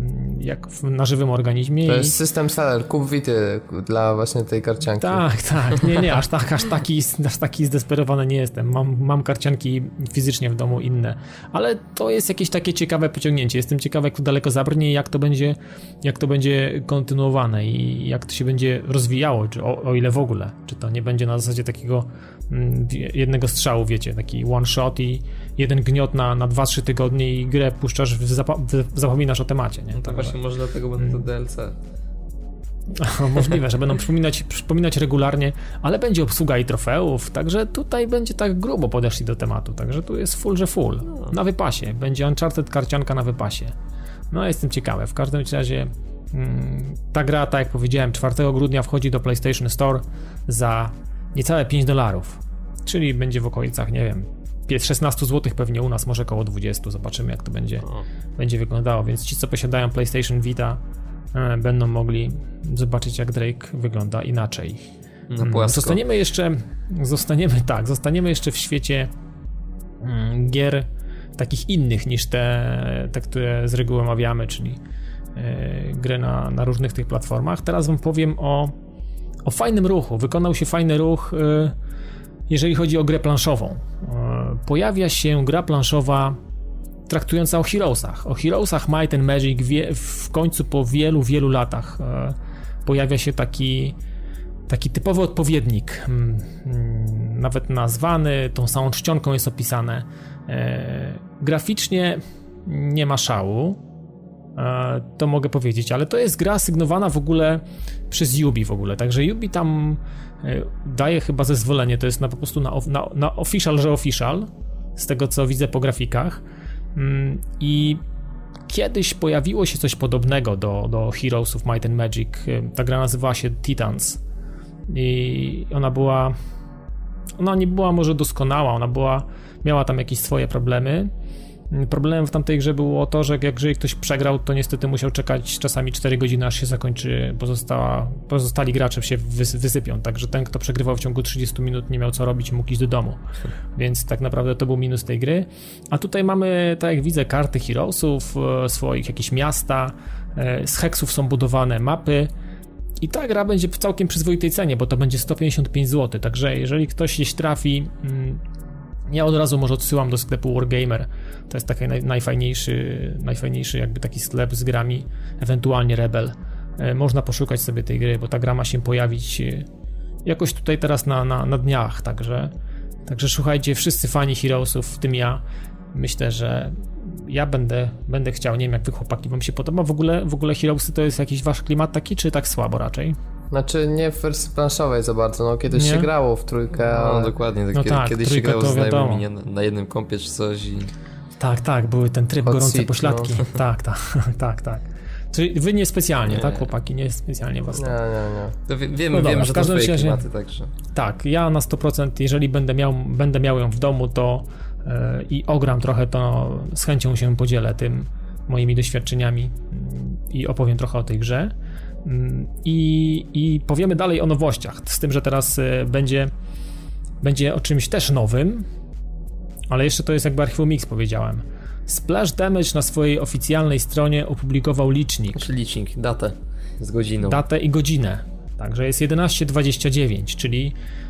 Jak w, na żywym organizmie. To i... jest system seller, kup Vity dla właśnie tej karcianki. Tak, tak, nie, nie, aż, tak, aż, taki, aż taki zdesperowany nie jestem. Mam, mam karcianki fizycznie w domu inne, ale to jest jakieś takie ciekawe pociągnięcie. Jestem ciekawy, jak to daleko zabrnie i jak to będzie, jak to będzie kontynuowane i jak to się będzie rozwijało, czy o, o ile w ogóle. Czy to nie będzie na zasadzie takiego mm, jednego strzału, wiecie, taki one shot i jeden gniot na, na dwa trzy tygodnie i grę puszczasz, zapa- zapominasz o temacie, nie? No to właśnie może dlatego będą to D L C. Możliwe, że będą przypominać, przypominać regularnie, ale będzie obsługa i trofeów, także tutaj będzie tak grubo podeszli do tematu, także tu jest full, że full, na wypasie, będzie Uncharted karcianka na wypasie. No jestem ciekawy, w każdym razie hmm, ta gra, tak jak powiedziałem, czwartego grudnia wchodzi do PlayStation Store za niecałe pięć dolarów, czyli będzie w okolicach, nie wiem, szesnaście złotych pewnie u nas, może około dwadzieścia, zobaczymy jak to będzie, będzie wyglądało, więc ci co posiadają PlayStation Vita e, będą mogli zobaczyć jak Drake wygląda inaczej. Na płasko. Zostaniemy jeszcze, zostaniemy tak, zostaniemy jeszcze w świecie mm, gier takich innych niż te, te, które z reguły omawiamy, czyli e, gry na, na różnych tych platformach. Teraz wam powiem o, o fajnym ruchu. Wykonał się fajny ruch e, jeżeli chodzi o grę planszową. Pojawia się gra planszowa traktująca o Heroesach. O Heroesach Might and Magic wie, w końcu po wielu, wielu latach pojawia się taki, taki typowy odpowiednik. Nawet nazwany, tą samą czcionką jest opisane. Graficznie nie ma szału, to mogę powiedzieć, ale to jest gra sygnowana w ogóle przez Ubi w ogóle, także Ubi tam daje chyba zezwolenie, to jest na, po prostu na, na, na official, że official, z tego co widzę po grafikach i kiedyś pojawiło się coś podobnego do, do Heroes of Might and Magic, ta gra nazywała się Titans i ona była ona nie była może doskonała, ona była, miała tam jakieś swoje problemy. Problemem w tamtej grze było to, że jak jeżeli ktoś przegrał, to niestety musiał czekać czasami cztery godziny, aż się zakończy, pozostała, pozostali gracze się wys- wysypią, także ten, kto przegrywał w ciągu trzydzieści minut, nie miał co robić i mógł iść do domu, więc tak naprawdę to był minus tej gry. A tutaj mamy, tak jak widzę, karty Heroesów, swoich jakieś miasta, z heksów są budowane mapy i ta gra będzie w całkiem przyzwoitej cenie, bo to będzie sto pięćdziesiąt pięć złotych, także jeżeli ktoś gdzieś trafi... Ja od razu może odsyłam do sklepu Wargamer, to jest taki naj, najfajniejszy, najfajniejszy jakby taki sklep z grami, ewentualnie Rebel. E, można poszukać sobie tej gry, bo ta gra ma się pojawić e, jakoś tutaj teraz na, na, na dniach, także, także słuchajcie, wszyscy fani Heroesów, w tym ja, myślę, że ja będę, będę chciał, nie wiem jak wy chłopaki wam się podoba, w ogóle, w ogóle Heroesy to jest jakiś wasz klimat taki, czy tak słabo raczej? Znaczy nie w wersji planszowej za bardzo, no kiedyś nie? się grało w trójkę, no, ale... No dokładnie, no kiedy, tak, kiedyś się grało z znajomymi nie, na jednym kompie czy coś i... Tak, tak, były ten tryb Hot gorące seat, pośladki, no. tak, tak, tak, tak. Czyli wy nie specjalnie, nie. tak chłopaki, nie specjalnie was Nie, nie, nie. To wie, wiem, no dobra, wiem, że to twoje razie, klimaty, także... Tak, ja na sto procent, jeżeli będę miał, będę miał ją w domu, to i ogram trochę, to z chęcią się podzielę tym moimi doświadczeniami i opowiem trochę o tej grze. I, i powiemy dalej o nowościach, z tym, że teraz będzie, będzie o czymś też nowym, ale jeszcze to jest jakby Archiwum Mix, powiedziałem. Splash Damage na swojej oficjalnej stronie opublikował licznik. Znaczy licznik, datę z godziną. Datę i godzinę. Także jest jedenaście dwadzieścia dziewięć, czyli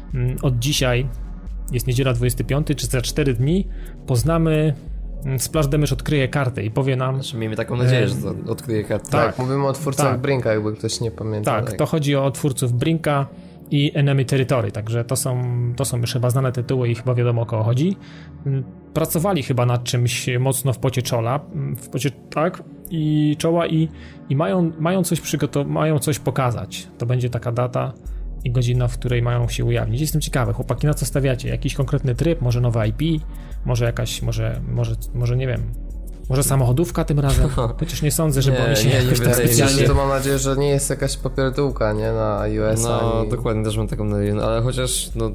od dzisiaj jest niedziela dwudziestego piątego, czy za cztery dni poznamy, Splash Damage odkryje kartę i powie nam... Znaczy, miejmy taką nadzieję, e... że to odkryje kartę. Tak, tak, mówimy o twórcach tak. Brinka, jakby ktoś nie pamiętał. Tak, tak, to chodzi o twórców Brinka i Enemy Territory, także to są, to są już chyba znane tytuły i chyba wiadomo, o kogo chodzi. Pracowali chyba nad czymś mocno w pocie czoła, w pocie, tak, i czoła i, i mają, mają coś przygotować, mają coś pokazać. To będzie taka data i godzina, w której mają się ujawnić. Jestem ciekawy, chłopaki, na co stawiacie? Jakiś konkretny tryb, może nowe I P, może jakaś, może, może, może nie wiem, może samochodówka tym razem? Chociaż nie sądzę, żeby nie, oni się nie, jakoś nie tak specjalnie... To mam nadzieję, że nie jest jakaś popierdółka, nie, na iOS. No, ani... dokładnie, też mam taką nadzieję, ale chociaż, no,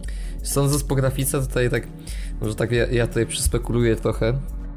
sądząc po grafice, tutaj tak, może tak ja, ja tutaj przyspekuluję trochę,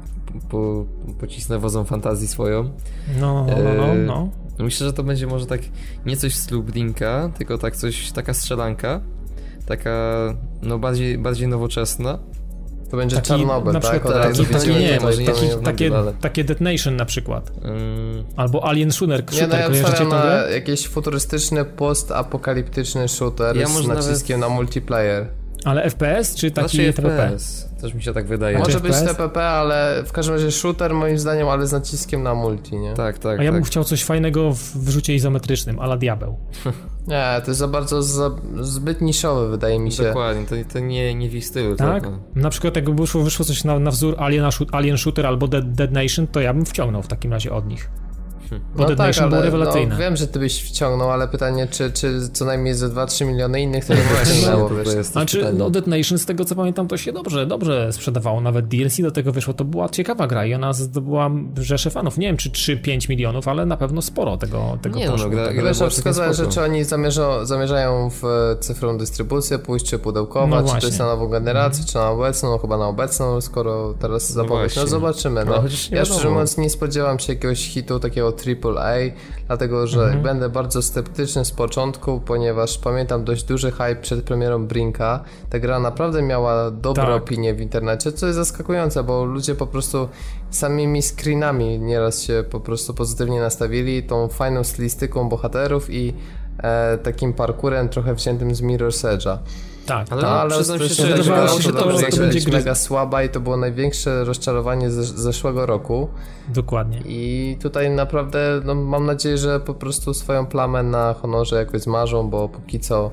po, pocisnę wozą fantazji swoją. No, no, no, no. E, myślę, że to będzie może tak nie coś w stylu Blinka, tylko tak coś, taka strzelanka, taka, no, bardziej, bardziej nowoczesna. To będzie taki, Czarnobyl, na tak? przykład, Od taki, nie, nie, może jakiś, takie, takie Detonation na przykład. Um, Albo Alien Shooter, nie, no ja kojarzycie na jakiś futurystyczny, post-apokaliptyczny shooter ja z naciskiem nawet... na multiplayer. Ale F P S czy taki znaczy T P P? F P S. Też mi się tak wydaje. Może być T P P, ale w każdym razie shooter moim zdaniem, ale z naciskiem na multi, nie? Tak, tak. A ja bym tak. chciał coś fajnego w wrzucie izometrycznym, a la diabeł. Nie, to jest za bardzo za, zbyt niszowy, wydaje mi się. Dokładnie, to, to nie, nie w ich stylu. Tak? To, to... Na przykład jakby wyszło, wyszło coś na, na wzór Alien, Alien Shooter albo Dead, Dead Nation, to ja bym wciągnął w takim razie od nich. Bo no Dead tak, Nation było rewelacyjne. No, wiem, że ty byś wciągnął, ale pytanie, czy, czy co najmniej ze dwa trzy miliony innych to nie wciągnęło. Znaczy, no Dead Nation, z tego co pamiętam, to się dobrze, dobrze sprzedawało. Nawet D L C do tego wyszło, to była ciekawa gra i ona zdobyła rzeszę fanów. Nie wiem, czy trzy pięć milionów, ale na pewno sporo tego, tego nie, poszło. No, gra, gra Wiesz, wskazałem, że czy oni zamierzą, zamierzają w cyfrową dystrybucję pójść, czy pudełkowa, no czy właśnie. to jest na nową generację, mm. czy na obecną, no chyba na obecną, skoro teraz no zapowiedź. No zobaczymy. No. No, ja szczerze mówiąc nie spodziewam się jakiegoś hitu takiego triple A, dlatego że mhm. będę bardzo sceptyczny z początku, ponieważ pamiętam dość duży hype przed premierą Brinka. Ta gra naprawdę miała dobre tak. opinie w internecie, co jest zaskakujące, bo ludzie po prostu samymi screenami nieraz się po prostu pozytywnie nastawili, tą fajną stylistyką bohaterów i e, takim parkurem trochę wziętym z Mirror's Edge'a. Tak, ale, no, ale przyznam się, że wydawało się, się, to, to, to będzie mega słaba i to było największe rozczarowanie z zeszłego roku. Dokładnie. I tutaj naprawdę no, mam nadzieję, że po prostu swoją plamę na honorze jakoś zmarzą, bo póki co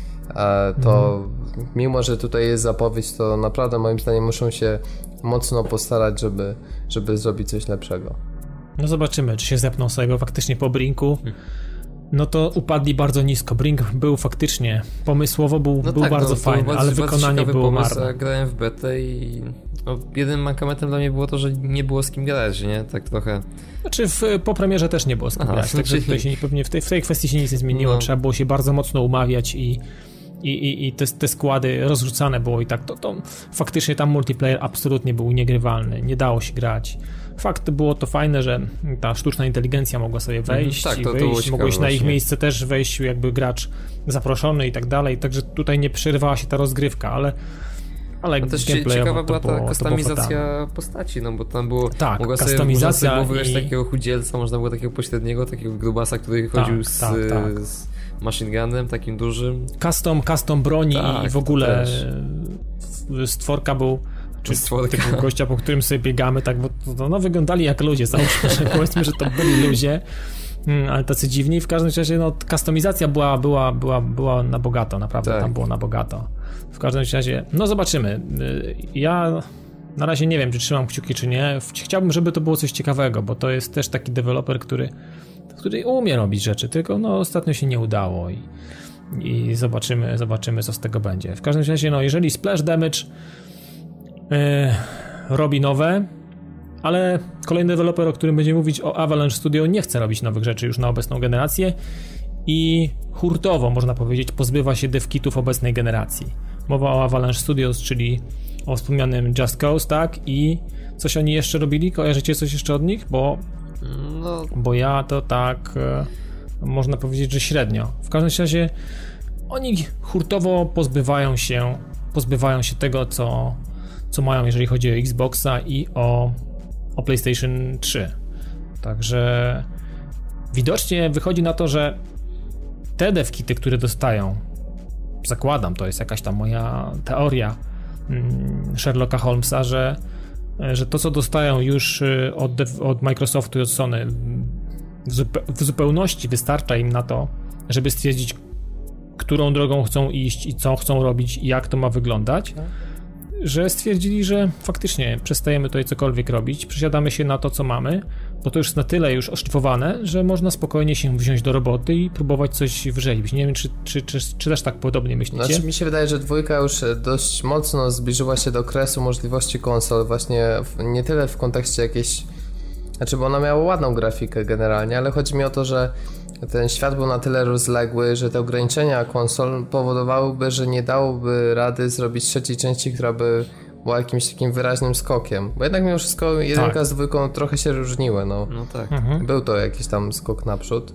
e, to mm. mimo, że tutaj jest zapowiedź, to naprawdę moim zdaniem muszą się mocno postarać, żeby, żeby zrobić coś lepszego. No zobaczymy, czy się zepną sobie faktycznie po Brinku. Hmm. No to upadli bardzo nisko. Brink był faktycznie, pomysłowo był, no był tak, bardzo no, fajny, ale wykonanie było pomysł, marne. Grałem w betę i no, jedynym mankamentem dla mnie było to, że nie było z kim grać, nie? Tak trochę. Znaczy w, po premierze też nie było z kim Aha, grać, także tutaj się, pewnie w tej, w tej kwestii się nic nie zmieniło. No. Trzeba było się bardzo mocno umawiać i I, i, i te, te składy rozrzucane było i tak, to, to faktycznie tam multiplayer absolutnie był niegrywalny, nie dało się grać. Fakt było to fajne, że ta sztuczna inteligencja mogła sobie wejść mm, tak, to, i wyjść, mogłeś na ich miejsce też wejść jakby gracz zaproszony i tak dalej, także tutaj nie przerywała się ta rozgrywka, ale ale no też ciekawa była ta było, kustomizacja postaci, no bo tam było tak, mogła kustomizacja sobie, można sobie i... takiego chudzielca, można było takiego pośredniego, takiego grubasa, który chodził tak, z, tak, tak. z machine gunem takim dużym. Custom, custom broni tak, i w ogóle stworka był czy stworka. Tego gościa, po którym sobie biegamy, tak, bo to, no, wyglądali jak ludzie, załóżmy, że powiedzmy, że to byli ludzie, ale tacy dziwni. W każdym razie no, kustomizacja była, była, była, była na bogato, naprawdę tak. Tam było na bogato. W każdym razie, no zobaczymy. Ja na razie nie wiem, czy trzymam kciuki, czy nie. Chciałbym, żeby to było coś ciekawego, bo to jest też taki deweloper, który, który umie robić rzeczy, tylko no ostatnio się nie udało i, i zobaczymy, zobaczymy, co z tego będzie. W każdym razie, no jeżeli Splash Damage yy, robi nowe, ale kolejny deweloper, o którym będziemy mówić, o Avalanche Studio, nie chce robić nowych rzeczy już na obecną generację i hurtowo, można powiedzieć, pozbywa się devkitów obecnej generacji. Mowa o Avalanche Studios, czyli o wspomnianym Just Cause, tak? I coś oni jeszcze robili? Kojarzycie coś jeszcze od nich? Bo, no. bo ja to tak e, można powiedzieć, że średnio. W każdym razie oni hurtowo pozbywają się pozbywają się tego, co, co mają, jeżeli chodzi o Xboxa i o, o PlayStation trzy. Także widocznie wychodzi na to, że te devkity, które dostają, zakładam, to jest jakaś tam moja teoria mm, Sherlocka Holmesa, że, że to, co dostają już od, od Microsoftu i od Sony, w, zupe, w zupełności wystarcza im na to, żeby stwierdzić, którą drogą chcą iść i co chcą robić i jak to ma wyglądać, że stwierdzili, że faktycznie przestajemy tutaj cokolwiek robić, przesiadamy się na to, co mamy, bo to już jest na tyle już oszlifowane, że można spokojnie się wziąć do roboty i próbować coś wrzeźbić. Nie wiem, czy, czy, czy, czy też tak podobnie myślicie? Znaczy mi się wydaje, że dwójka już dość mocno zbliżyła się do kresu możliwości konsol, właśnie w, nie tyle w kontekście jakiejś, znaczy bo ona miała ładną grafikę generalnie, ale chodzi mi o to, że ten świat był na tyle rozległy, że te ograniczenia konsol powodowałyby, że nie dałoby rady zrobić trzeciej części, która by była jakimś takim wyraźnym skokiem. Bo jednak mimo wszystko jedynka tak. z dwójką trochę się różniły. No, no tak. Mhm. Był to jakiś tam skok naprzód.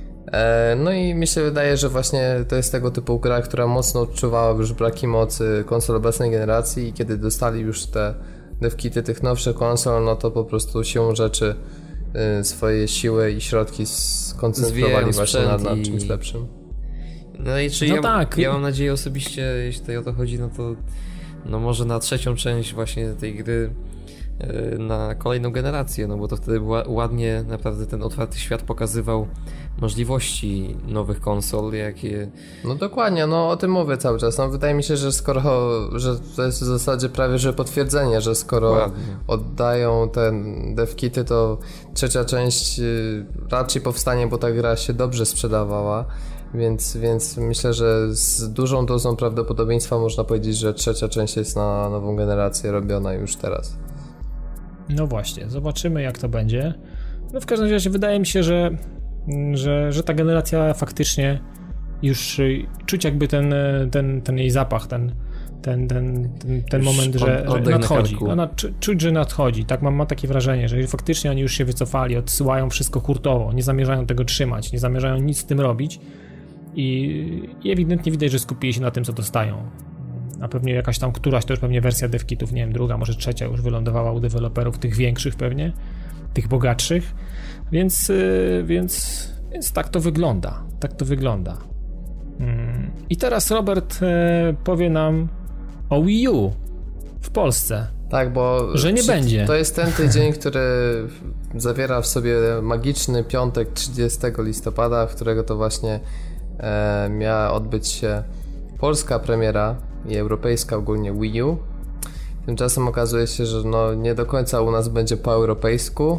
E, no i mi się wydaje, że właśnie to jest tego typu gra, która mocno odczuwała już braki mocy konsol obecnej generacji i kiedy dostali już te devkity tych nowszych konsol, no to po prostu siłą rzeczy swoje siły i środki skoncentrowali właśnie na, na czymś i... lepszym. No i czy no ja, tak. ja mam nadzieję osobiście, jeśli tutaj o to chodzi, no to no może na trzecią część właśnie tej gry na kolejną generację, no bo to wtedy ładnie naprawdę ten otwarty świat pokazywał możliwości nowych konsol, jakie... No dokładnie, no o tym mówię cały czas. No wydaje mi się, że skoro, że to jest w zasadzie prawie, że potwierdzenie, że skoro ładnie. oddają te devkity, to trzecia część raczej powstanie, bo ta gra się dobrze sprzedawała, więc, więc myślę, że z dużą dozą prawdopodobieństwa można powiedzieć, że trzecia część jest na nową generację robiona już teraz. No właśnie, zobaczymy jak to będzie. No w każdym razie wydaje mi się, że, że, że ta generacja faktycznie już czuć jakby ten, ten, ten jej zapach, ten, ten, ten, ten, ten moment, że, że nadchodzi. Ona czuć, że nadchodzi. Tak mam, mam takie wrażenie, że faktycznie oni już się wycofali, odsyłają wszystko hurtowo, nie zamierzają tego trzymać, nie zamierzają nic z tym robić i, i ewidentnie widać, że skupili się na tym, co dostają. A pewnie jakaś tam któraś, to już pewnie wersja devkitów, nie wiem, druga, może trzecia już wylądowała u deweloperów, tych większych pewnie, tych bogatszych, więc, yy, więc, więc tak to wygląda, tak to wygląda. Yy. I teraz Robert yy, powie nam o Wii U w Polsce. Tak, bo że nie będzie. To jest ten tydzień, który zawiera w sobie magiczny piątek trzydziestego listopada, w którego to właśnie e, miała odbyć się polska premiera i europejska ogólnie Wii U. Tymczasem okazuje się, że no nie do końca u nas będzie po europejsku.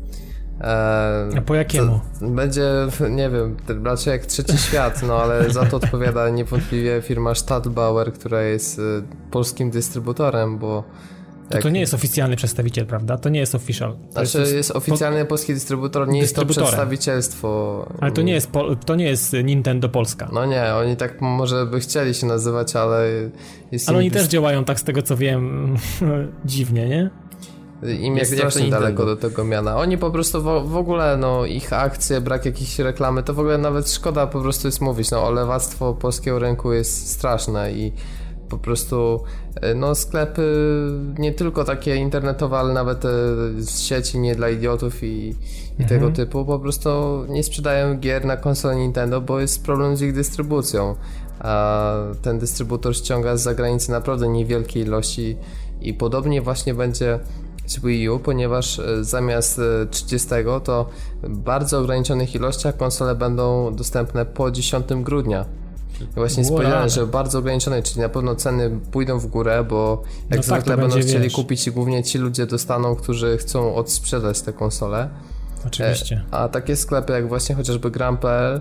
Eee, A po jakiemu? Będzie, nie wiem, raczej jak trzeci świat, no ale za to odpowiada niewątpliwie firma Stadtbauer, która jest y, polskim dystrybutorem, bo To, to nie jest oficjalny przedstawiciel, prawda? To nie jest official. To znaczy jest, jest oficjalny po... polski dystrybutor, nie jest to przedstawicielstwo. Ale to nie jest, po... to nie jest Nintendo Polska. No nie, oni tak może by chcieli się nazywać, ale... Jest ale oni też działają tak z tego co wiem dziwnie, nie? Im jest jak, strasznie jak daleko do tego miana. Oni po prostu w, w ogóle, no ich akcje, brak jakiejś reklamy, to w ogóle nawet szkoda po prostu jest mówić. No lewactwo polskiego rynku jest straszne i po prostu no sklepy nie tylko takie internetowe, ale nawet z sieci nie dla idiotów i, i mhm. tego typu po prostu nie sprzedają gier na konsolę Nintendo, bo jest problem z ich dystrybucją, a ten dystrybutor ściąga z zagranicy naprawdę niewielkie ilości i podobnie właśnie będzie z Wii U, ponieważ zamiast trzydziestego to w bardzo ograniczonych ilościach konsole będą dostępne po dziesiątego grudnia. Właśnie spodziewałem, że bardzo ograniczone, czyli na pewno ceny pójdą w górę, bo jak no zwykle tak, będą będzie, chcieli wiesz. kupić i głównie ci ludzie dostaną, którzy chcą odsprzedać te konsole. Oczywiście. E, a takie sklepy jak właśnie chociażby gram kropka p l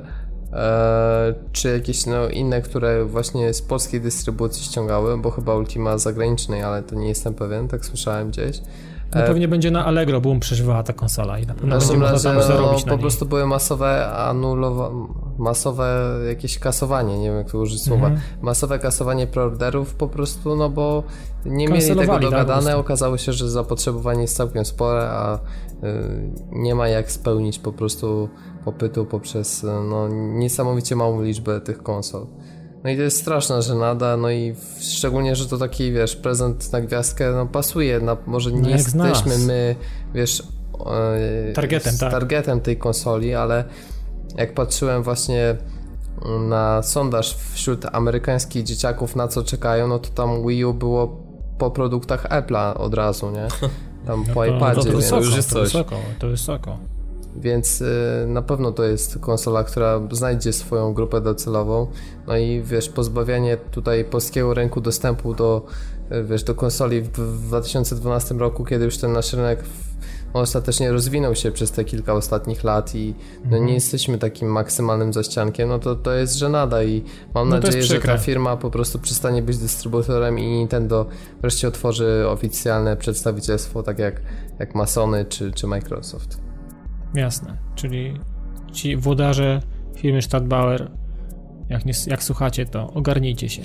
e, czy jakieś no, inne, które właśnie z polskiej dystrybucji ściągały, bo chyba Ultima zagranicznej, ale to nie jestem pewien, tak słyszałem gdzieś. No pewnie będzie na Allegro Boom przeżywała ta konsola i na pewno będzie można tam no, zarobić no, na po prostu były masowe anulowane. masowe jakieś kasowanie, nie wiem jak to użyć słowa, mhm. masowe kasowanie preorderów po prostu, no bo nie mieli tego dogadane, tak, okazało się, że zapotrzebowanie jest całkiem spore, a y, nie ma jak spełnić po prostu popytu poprzez no, niesamowicie małą liczbę tych konsol. No i to jest straszna żenada, no i w, szczególnie, że to taki, wiesz, prezent na gwiazdkę, no pasuje, na, może nie no jesteśmy my, wiesz, e, targetem, z tak. targetem tej konsoli, ale jak patrzyłem właśnie na sondaż wśród amerykańskich dzieciaków, na co czekają, no to tam Wii U było po produktach Apple'a od razu, nie? Tam no po to, iPadzie, to, to, więc... wysoko, już jest to wysoko, to wysoko. Więc y, na pewno to jest konsola, która znajdzie swoją grupę docelową. No i wiesz, pozbawianie tutaj polskiego rynku dostępu do, wiesz, do konsoli w dwa tysiące dwunastym roku, kiedy już ten nasz rynek w, ostatecznie rozwinął się przez te kilka ostatnich lat i no, nie jesteśmy takim maksymalnym zaściankiem, no to to jest żenada i mam no nadzieję, że ta firma po prostu przestanie być dystrybutorem i Nintendo wreszcie otworzy oficjalne przedstawicielstwo, tak jak, jak ma Sony czy, czy Microsoft. Jasne, czyli ci włodarze firmy Stadtbauer, jak, nie, jak słuchacie, to ogarnijcie się.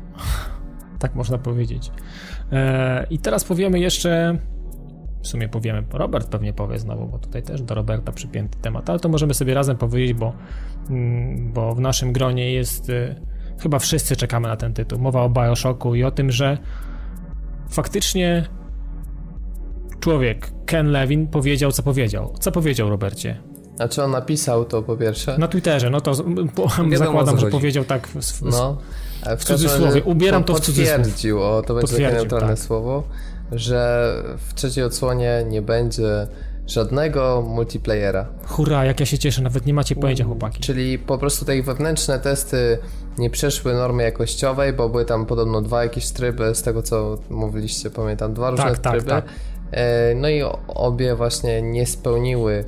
Tak można powiedzieć. E, I teraz powiemy jeszcze, w sumie powiemy, Robert pewnie powie znowu, bo tutaj też do Roberta przypięty temat, ale to możemy sobie razem powiedzieć, bo, bo w naszym gronie jest, chyba wszyscy czekamy na ten tytuł. Mowa o BioShocku i o tym, że faktycznie człowiek, Ken Levin, powiedział, co powiedział. Co powiedział, Robercie? A czy on napisał to po pierwsze? Na Twitterze, no to po, zakładam, że powiedział tak w, w, no, w, w cudzysłowie. Ubieram to w cudzysłowie. Potwierdził, o, to będzie takie neutralne tak. słowo, że w trzeciej odsłonie nie będzie żadnego multiplayera. Hurra, jak ja się cieszę, nawet nie macie pojęcia, chłopaki. Czyli po prostu te wewnętrzne testy nie przeszły normy jakościowej, bo były tam podobno dwa jakieś tryby, z tego co mówiliście, pamiętam, dwa różne tak, tryby. Tak, tak. No i obie właśnie nie spełniły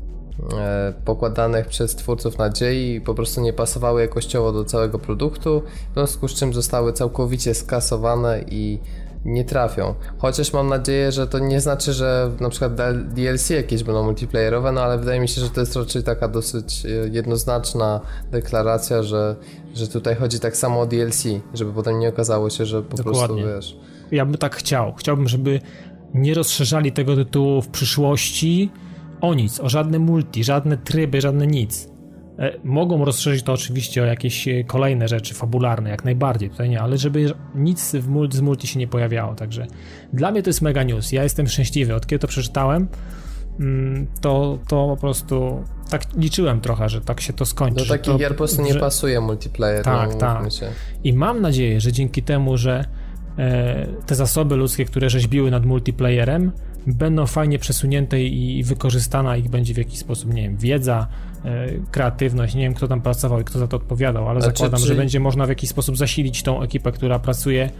pokładanych przez twórców nadziei i po prostu nie pasowały jakościowo do całego produktu, w związku z czym zostały całkowicie skasowane i nie trafią. Chociaż mam nadzieję, że to nie znaczy, że na przykład D L C jakieś będą multiplayerowe, no ale wydaje mi się, że to jest raczej taka dosyć jednoznaczna deklaracja, że, że tutaj chodzi tak samo o D L C, żeby potem nie okazało się, że po Dokładnie. prostu wiesz... Ja bym tak chciał. Chciałbym, żeby nie rozszerzali tego tytułu w przyszłości o nic, o żadne multi, żadne tryby, żadne nic. E, mogą rozszerzyć to oczywiście o jakieś kolejne rzeczy fabularne, jak najbardziej, tutaj nie, ale żeby nic w multi, z multi się nie pojawiało, także dla mnie to jest mega news, ja jestem szczęśliwy, od kiedy to przeczytałem, to, to po prostu tak liczyłem trochę, że tak się to skończy. Do takich gier po prostu nie że... pasuje multiplayer. Tak, no, tak. I mam nadzieję, że dzięki temu, że e, te zasoby ludzkie, które rzeźbiły nad multiplayerem, będą fajnie przesunięte i wykorzystana ich będzie w jakiś sposób, nie wiem, wiedza, e, kreatywność, nie wiem kto tam pracował i kto za to odpowiadał, ale A zakładam, czy, czy... że będzie można w jakiś sposób zasilić tą ekipę, która pracuje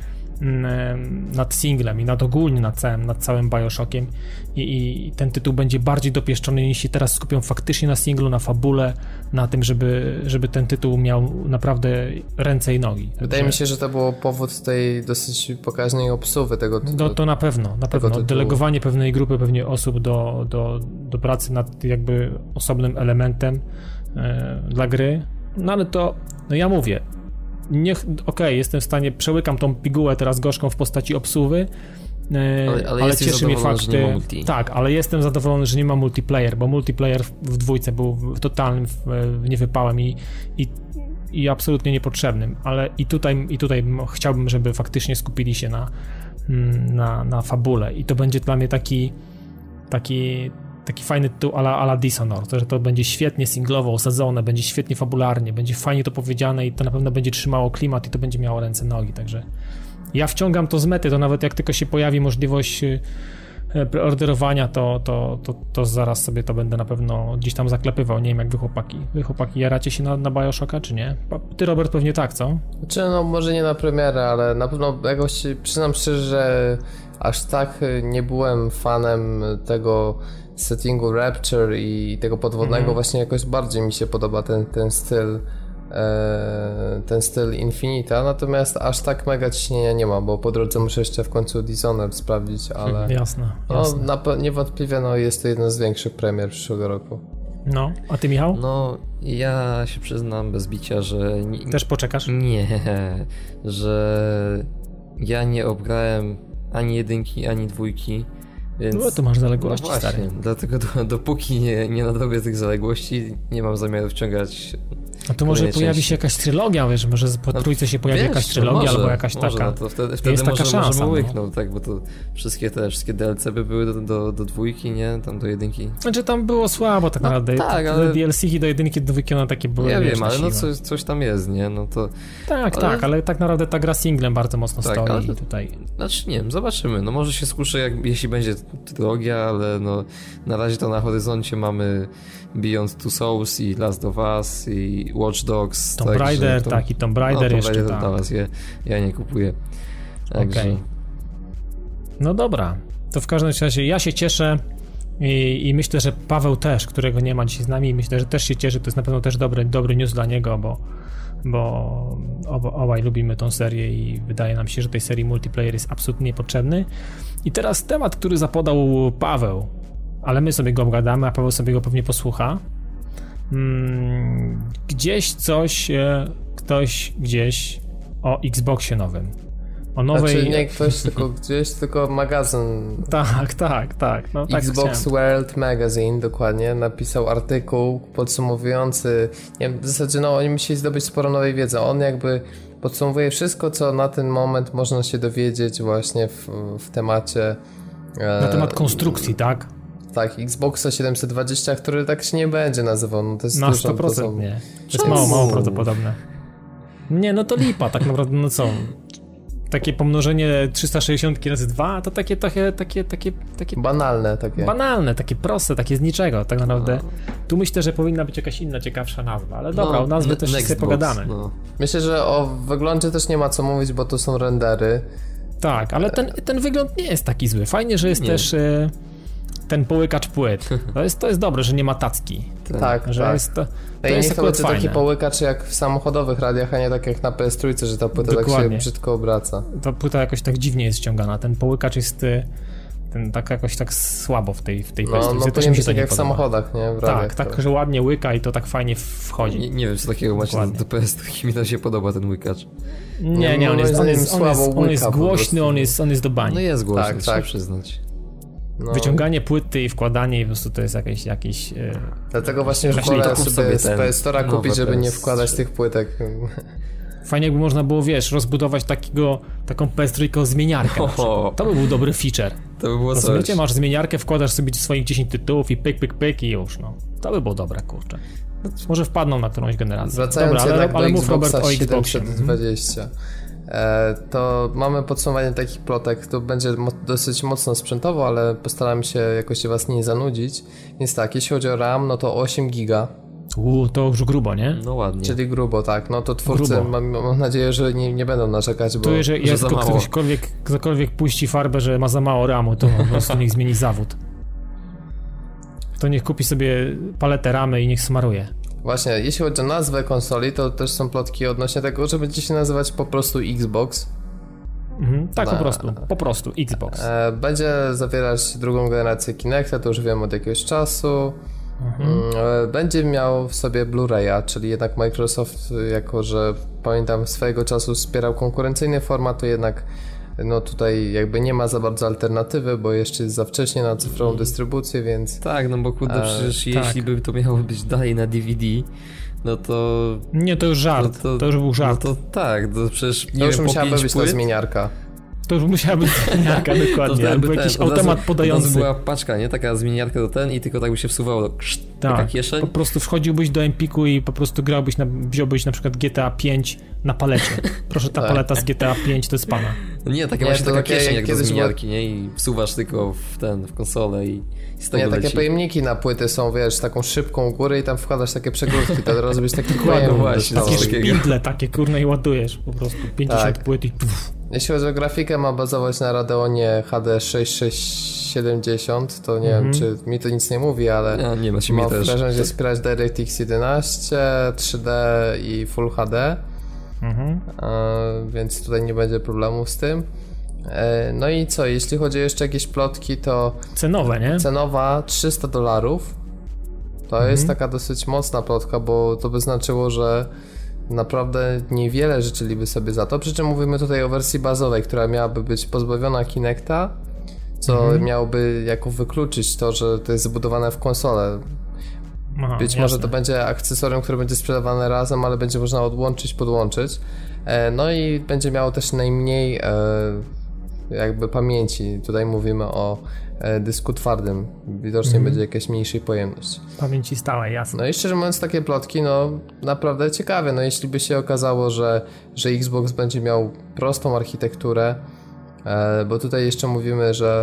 nad singlem i nad ogólnie nad całym, nad całym BioShockiem i, i ten tytuł będzie bardziej dopieszczony, niż się teraz skupią faktycznie na singlu, na fabule, na tym, żeby, żeby ten tytuł miał naprawdę ręce i nogi. Wydaje mi się, że to było powód tej dosyć pokaźnej obsuwy tego tytułu. No to na pewno, na pewno. Delegowanie pewnej grupy pewnie osób do, do, do pracy nad jakby osobnym elementem e, dla gry, no ale to, no ja mówię, Niech, okej, okay, jestem w stanie, przełykam tą pigułę teraz gorzką w postaci obsuwy, e, ale, ale, ale cieszy mnie fakt, że nie ma multi. Tak, ale jestem zadowolony, że nie ma multiplayer, bo multiplayer w, w dwójce był w totalnym w, w niewypałem i, i, i absolutnie niepotrzebnym, ale i tutaj, i tutaj chciałbym, żeby faktycznie skupili się na, na, na fabule i to będzie dla mnie taki taki taki fajny tytuł a la, a la Dishonored, to, że to będzie świetnie singlowo osadzone, będzie świetnie fabularnie, będzie fajnie to powiedziane i to na pewno będzie trzymało klimat i to będzie miało ręce, nogi, także ja wciągam to z mety, to nawet jak tylko się pojawi możliwość preorderowania, to, to, to, to zaraz sobie to będę na pewno gdzieś tam zaklepywał, nie wiem jak wy chłopaki. Wy chłopaki jaracie się na, na BioShocka, czy nie? Ty, Robert, pewnie tak, co? Znaczy, no może nie na premierę, ale na pewno jakoś przyznam szczerze, że aż tak nie byłem fanem tego settingu Rapture i tego podwodnego, mm-hmm. właśnie jakoś bardziej mi się podoba ten, ten styl e, ten styl Infinita, natomiast aż tak mega ciśnienia nie ma, bo po drodze muszę jeszcze w końcu Dishonored sprawdzić, ale jasne, no, jasne. Na, niewątpliwie no, jest to jedna z większych premier przyszłego roku. No, a ty, Michał? No, ja się przyznam bez bicia, że... Nie, Też poczekasz? Nie, że ja nie obgrałem ani jedynki, ani dwójki, więc... No to masz zaległości, no właśnie, stary. Dlatego do, dopóki nie, nie nadrobię tych zaległości, nie mam zamiaru wciągać... A to może pojawi części. się jakaś trylogia, wiesz, może po no, trójce się pojawi wiesz, jakaś trylogia, może, albo jakaś może, taka. No to wtedy, wtedy jest może, taka szansa, możemy no. łyknął, tak, bo to wszystkie te wszystkie D L C by były do, do, do dwójki, nie? Tam do jedynki. Znaczy tam było słabo tak no, naprawdę. Tak, te ale... D L C-ki do jedynki, do dwójki, one takie były. Ja wiesz, wiem, ale na no siłę. coś, coś tam jest, nie? No to... Tak, ale... tak, ale tak naprawdę ta gra singlem bardzo mocno tak, stoi ale... tutaj. Znaczy nie wiem, zobaczymy. No może się skuszę, jak, jeśli będzie trylogia, ale no na razie to na horyzoncie mamy Beyond Two Souls i Last of Us i Watch Dogs. Tomb Raider, to... tak, i Tomb Raider no, jeszcze. Tomb Tak. Raider was ja, ja nie kupuję. Także... Okay. No dobra, to w każdym razie ja się cieszę i, i myślę, że Paweł też, którego nie ma dzisiaj z nami, myślę, że też się cieszy, to jest na pewno też dobry, dobry news dla niego, bo, bo obo, obaj lubimy tą serię i wydaje nam się, że tej serii multiplayer jest absolutnie niepotrzebny. I teraz temat, który zapodał Paweł, ale my sobie go obgadamy, a Paweł sobie go pewnie posłucha. Hmm, gdzieś coś, ktoś gdzieś o Xboxie nowym. O nowej... Znaczy nie ktoś, tylko gdzieś, tylko magazyn. Tak, tak, tak. No, tak Xbox chciałem. World Magazine dokładnie napisał artykuł podsumowujący, nie wiem, w zasadzie no oni musieli zdobyć sporo nowej wiedzy. On jakby podsumowuje wszystko, co na ten moment można się dowiedzieć właśnie w, w temacie... Na temat konstrukcji, tak? Tak, Xboxa siedemset dwadzieścia, który tak się nie będzie nazywał. No to jest Na dużo, sto procent to są... nie. To jest mało, mało prawdopodobne. Nie, no to lipa, tak naprawdę, no co? Takie pomnożenie trzysta sześćdziesiąt razy dwa to takie takie, takie, takie, takie banalne takie. Banalne, takie proste, takie z niczego tak naprawdę. No. Tu myślę, że powinna być jakaś inna, ciekawsza nazwa, ale dobra, no, o nazwy też sobie box, pogadamy. No. Myślę, że o wyglądzie też nie ma co mówić, bo to są rendery. Tak, ale ten, ten wygląd nie jest taki zły. Fajnie, że jest nie. też y, ten połykacz płyt. To jest, to jest dobre, że nie ma tacki. Tak, że tak. jest to, to no jest niech to będzie taki połykacz jak w samochodowych radiach, a nie tak jak na P S trzy, że ta płyta Dokładnie. tak się brzydko obraca. Ta płyta jakoś tak dziwnie jest ściągana. Ten połykacz jest ten tak jakoś tak słabo w tej w tej no, P S trzy. No, też mi się tak jak w samochodach, nie? W tak, tak, to... że ładnie łyka i to tak fajnie wchodzi. Nie, nie wiem, co takiego macie do, do P S trzy, mi to się podoba ten łykacz. Nie, nie, nie on, jest, on, jest, on, jest, on jest głośny, on jest, on jest do bani. No jest głośny, tak, trzeba tak. przyznać. No. Wyciąganie płyty i wkładanie i po prostu to jest jakieś... jakieś yy... Dlatego właśnie już wolę sobie, sobie z P S cztery kupić, żeby P S... nie wkładać tych płytek. Fajnie jakby można było, wiesz, rozbudować takiego, taką P S trzy zmieniarkę. To by był dobry feature. To by było Rozumiecie? coś. Masz zmieniarkę, wkładasz sobie swoich dziesięć tytułów i pyk, pyk, pyk i już, no. To by było dobre, kurczę. Może wpadną na którąś generację. Wracając Dobra, ale, ale ale do mów, Robert, o Xboxie siedemset dwadzieścia. E, to mamy podsumowanie takich plotek, to będzie mo- dosyć mocno sprzętowo, ale postaram się jakoś was nie zanudzić. Więc tak, jeśli chodzi o RAM, no to osiem giga. Uuu, to już grubo, nie? No ładnie. Czyli grubo, tak. No to twórcy, mam, mam nadzieję, że nie, nie będą narzekać, bo... To jeżeli że jak ktokolwiek, ktokolwiek puści farbę, że ma za mało ramu, to po prostu niech zmieni zawód. To niech kupi sobie paletę ramy i niech smaruje. Właśnie, jeśli chodzi o nazwę konsoli, to też są plotki odnośnie tego, że będzie się nazywać po prostu Xbox. Mhm, tak, Na, po prostu, po prostu Xbox. E, będzie zawierać drugą generację Kinecta, to już wiem od jakiegoś czasu. Mhm. E, będzie miał w sobie Blu-raya, czyli jednak Microsoft, jako że pamiętam swojego czasu wspierał konkurencyjny format, to jednak no tutaj jakby nie ma za bardzo alternatywy, bo jeszcze jest za wcześnie na cyfrową dystrybucję, więc... Tak, no bo kurde, przecież e, jeśli tak. by to miało być dalej na D V D, no to... Nie, to już żart, no to, to już był żart. No to tak, to przecież nie to już wiem, musiałaby być płyt, ta zmieniarka. To już musiała być zmieniarka, dokładnie, to albo ten, jakiś automat razu, podający. To była paczka, nie? Taka zmieniarka do ten i tylko tak by się wsuwało, krzt, tak, taka kieszeń. Po prostu wchodziłbyś do Empiku i po prostu grałbyś, na, wziąłbyś na przykład G T A pięć na palecie. Proszę, ta paleta z G T A pięć to jest pana. No nie, takie nie, właśnie taka takie, kieszeń jak do zmieniarki, było... nie? I wsuwasz tylko w ten, w konsolę i z tego Nie, leci. takie pojemniki na płyty są, wiesz, z taką szybką górę i tam wkładasz takie przegródki, to teraz robisz taki pojemnik. Właśnie, takie szpindle takie, kurne, i ładujesz po prostu pięćdziesiąt tak. płyt i puf. Jeśli chodzi o grafikę, ma bazować na Radeonie H D sześć tysiące sześćset siedemdziesiąt, to nie mm-hmm. wiem, czy mi to nic nie mówi, ale ja, nie ma, ma też. wrażenie wspierać DirectX jedenaście, trzy D i Full H D, mm-hmm. e, więc tutaj nie będzie problemów z tym. E, no i co, jeśli chodzi o jeszcze jakieś plotki, to... Cenowe, nie? Cenowa trzysta dolarów. To mhm. jest taka dosyć mocna plotka, bo to by znaczyło, że naprawdę niewiele życzyliby sobie za to, przy czym mówimy tutaj o wersji bazowej, która miałaby być pozbawiona Kinecta, co mhm. miałoby jako wykluczyć to, że to jest zbudowane w konsolę. Aha, być jasne. Może to będzie akcesorium, które będzie sprzedawane razem, ale będzie można odłączyć, podłączyć. No i będzie miało też najmniej jakby pamięci. Tutaj mówimy o dysku twardym. Widocznie mhm. będzie jakaś mniejszej pojemność. Pamięci stałej, jasne. No i szczerze mówiąc, takie plotki, no naprawdę ciekawe. No jeśli by się okazało, że, że Xbox będzie miał prostą architekturę, bo tutaj jeszcze mówimy, że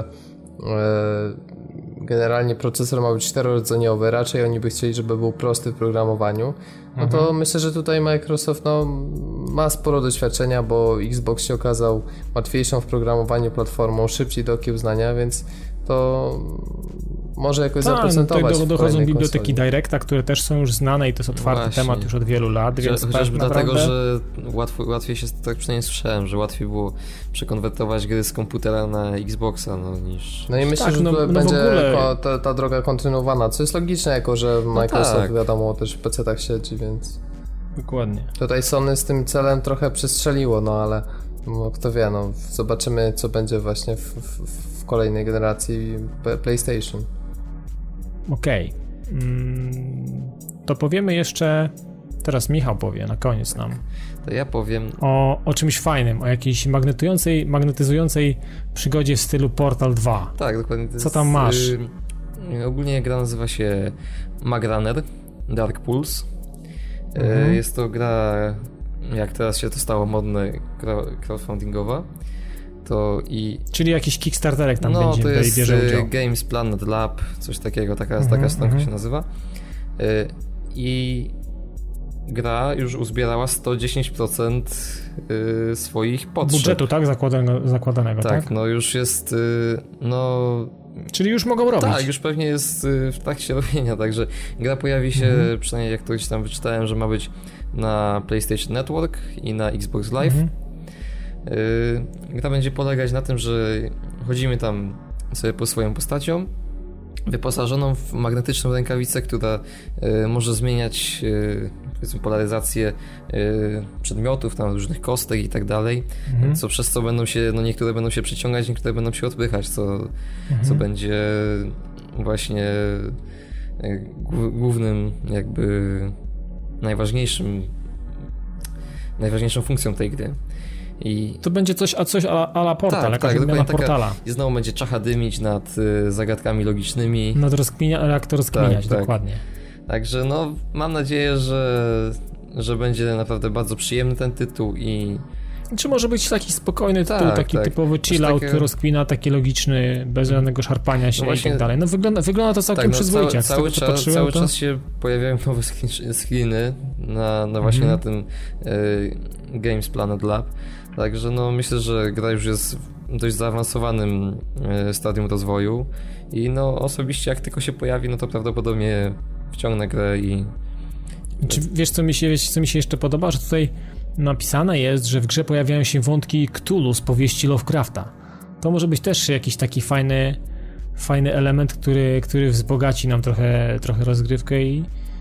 generalnie procesor ma być czterorodzeniowy, raczej oni by chcieli, żeby był prosty w programowaniu, no mhm. to myślę, że tutaj Microsoft no, ma sporo doświadczenia, bo Xbox się okazał łatwiejszą w programowaniu platformą, szybciej do okiełznania, więc to może jakoś Ta, zaprocentować. Tutaj dochodzą biblioteki konsoli. Directa, które też są już znane i to jest otwarty Właśnie. temat już od wielu lat, więc chociażby naprawdę... dlatego, że łatwo, łatwiej się, tak przynajmniej słyszałem, że łatwiej było przekonwertować gry z komputera na Xboxa, no niż... No i myślę, tak, że no, no będzie ogóle... ta, ta droga kontynuowana, co jest logiczne, jako że Microsoft no tak. wiadomo też w pecetach siedzi, więc... Dokładnie. Tutaj Sony z tym celem trochę przestrzeliło, no ale no, kto wie, no zobaczymy, co będzie właśnie w, w, w kolejnej generacji PlayStation. Okej. Okay. Mm, to powiemy jeszcze, teraz Michał powie na koniec nam. To ja powiem o, o czymś fajnym, o jakiejś magnetującej, magnetyzującej przygodzie w stylu Portal dwa. Tak, dokładnie. Co tam masz? Yy, ogólnie gra nazywa się Magrunner Dark Pulse. Mhm. Yy, jest to gra, jak teraz się to stało modne, crowdfundingowa. To i... Czyli jakiś Kickstarterek tam no, będzie to jest bierze udział. Games Planet Lab, coś takiego, taka, mm-hmm, taka stronka mm-hmm. się nazywa. Yy, I gra już uzbierała sto dziesięć procent yy, swoich potrzeb. Budżetu, tak? Zakładanego, zakładanego tak, tak? no już jest, yy, no... Czyli już mogą robić. Tak, już pewnie jest yy, w trakcie robienia, także gra pojawi się, mm-hmm. przynajmniej jak to gdzieś tam wyczytałem, że ma być na PlayStation Network i na Xbox Live. Mm-hmm. Yy, gra będzie polegać na tym, że chodzimy tam sobie po swoją postacią, wyposażoną w magnetyczną rękawicę, która yy, może zmieniać yy, powiedzmy polaryzację yy, przedmiotów, tam różnych kostek i tak dalej, mhm. co przez co będą się, no niektóre będą się przyciągać, niektóre będą się odpychać, co, mhm. co będzie właśnie yy, głównym jakby najważniejszym najważniejszą funkcją tej gry. I... To będzie coś, a coś a, a la Portal, tak, jakaś tak, odmiana Portala. I znowu będzie czacha dymić nad y, zagadkami logicznymi. Nad rozkminia, jak to rozkminiać, tak, dokładnie. Tak. Także no, mam nadzieję, że, że będzie naprawdę bardzo przyjemny ten tytuł i... Czy może być taki spokojny tytuł, tak, taki tak. typowy chill-out, takie... rozkmina, taki logiczny, bez żadnego szarpania się no właśnie... i tak dalej. No wygląda, wygląda to całkiem tak, no, przyzwoicie. Cały, cały, czas, cały to... czas się pojawiają nowe screeny na, na właśnie mm. na tym y, Games Planet Lab. Także no myślę, że gra już jest w dość zaawansowanym y, stadium rozwoju i no osobiście jak tylko się pojawi, no to prawdopodobnie wciągnę grę i... Czy wiesz co mi się, wiesz, co mi się jeszcze podoba? Że tutaj napisane jest, że w grze pojawiają się wątki Cthulhu z powieści Lovecrafta. To może być też jakiś taki fajny fajny element, który, który wzbogaci nam trochę, trochę rozgrywkę i,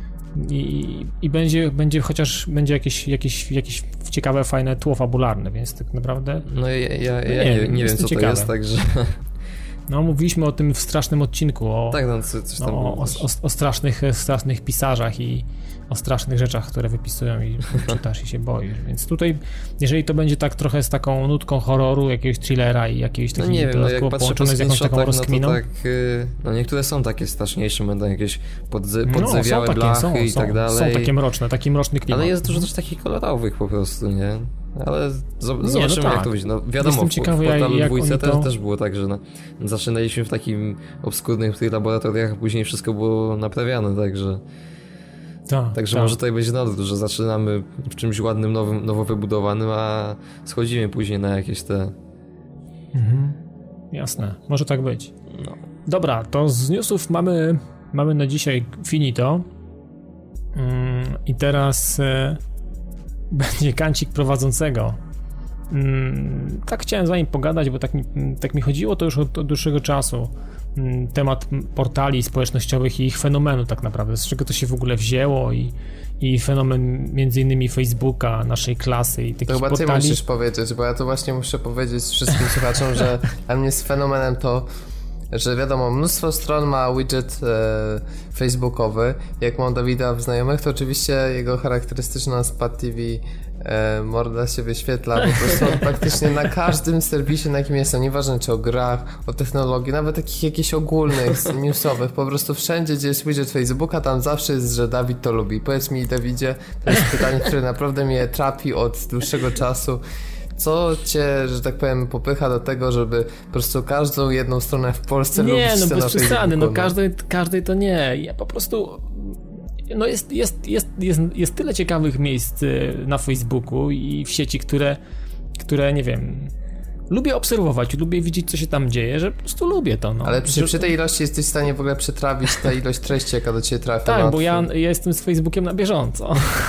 i, i będzie, będzie chociaż będzie jakieś, jakieś, jakieś ciekawe, fajne tło fabularne, więc tak naprawdę... No ja, ja, ja nie, nie, nie wiem, co ciekawe. To jest, także... No, mówiliśmy o tym w strasznym odcinku, o, tak, no, coś, coś tam no, o, o, o strasznych, strasznych pisarzach i o strasznych rzeczach, które wypisują i czytasz i się boisz, więc tutaj, jeżeli to będzie tak trochę z taką nutką horroru, jakiegoś thrillera i jakiegoś takiego no nie wiem, no jak połączone z jakąś taką rozkminą. No, to tak, no niektóre są takie straszniejsze, będą jakieś podzy, podzewiałe no, takie, blachy są, i tak są, dalej. Są takie mroczne, taki mroczny klimat. Ale jest dużo też takich kolorowych po prostu, nie? Ale zobaczymy, nie, no tak. jak to będzie. No wiadomo, w, ciekawy, w Portalu jak dwójce to... też było tak, że no, zaczynaliśmy w takim obskurnym w tych laboratoriach, a później wszystko było naprawiane, także... Ta, Także ta. może tutaj będzie na odwrót, że zaczynamy w czymś ładnym, nowym, nowo wybudowanym, a schodzimy później na jakieś te... Mhm. Jasne, może tak być. No. Dobra, to z newsów mamy, mamy na dzisiaj finito. Mm, I teraz e, będzie kancik prowadzącego. Mm, tak chciałem z wami pogadać, bo tak mi, tak mi chodziło to już od, od dłuższego czasu. temat portali społecznościowych i ich fenomenu tak naprawdę, z czego to się w ogóle wzięło i, i fenomen między innymi Facebooka, naszej klasy i takich to chyba portali. Ty musisz powiedzieć, bo ja to właśnie muszę powiedzieć wszystkim słuchaczom, że dla mnie z fenomenem to, że wiadomo, mnóstwo stron ma widget e, facebookowy. Jak mam Dawida w znajomych, to oczywiście jego charakterystyczna Spad T V e, morda się wyświetla, po prostu on praktycznie na każdym serwisie, na jakim jestem, nieważne czy o grach, o technologii, nawet takich jakichś ogólnych, newsowych, po prostu wszędzie, gdzie jest widget Facebooka, tam zawsze jest, że Dawid to lubi. Powiedz mi, Dawidzie, to jest pytanie, które naprawdę mnie trapi od dłuższego czasu. Co cię, że tak powiem, popycha do tego, żeby po prostu każdą jedną stronę w Polsce lubić? Nie, no bez przesady, no, no. Każdej, każdej to nie. Ja po prostu... No jest, jest, jest, jest, jest tyle ciekawych miejsc na Facebooku i w sieci, które, które nie wiem... Lubię obserwować, lubię widzieć, co się tam dzieje, że po prostu lubię to. No. Ale przy, że... przy tej ilości jesteś w stanie w ogóle przetrawić tę ilość treści, jaka do ciebie trafia. Tak, bo ja, ja jestem z Facebookiem na bieżąco.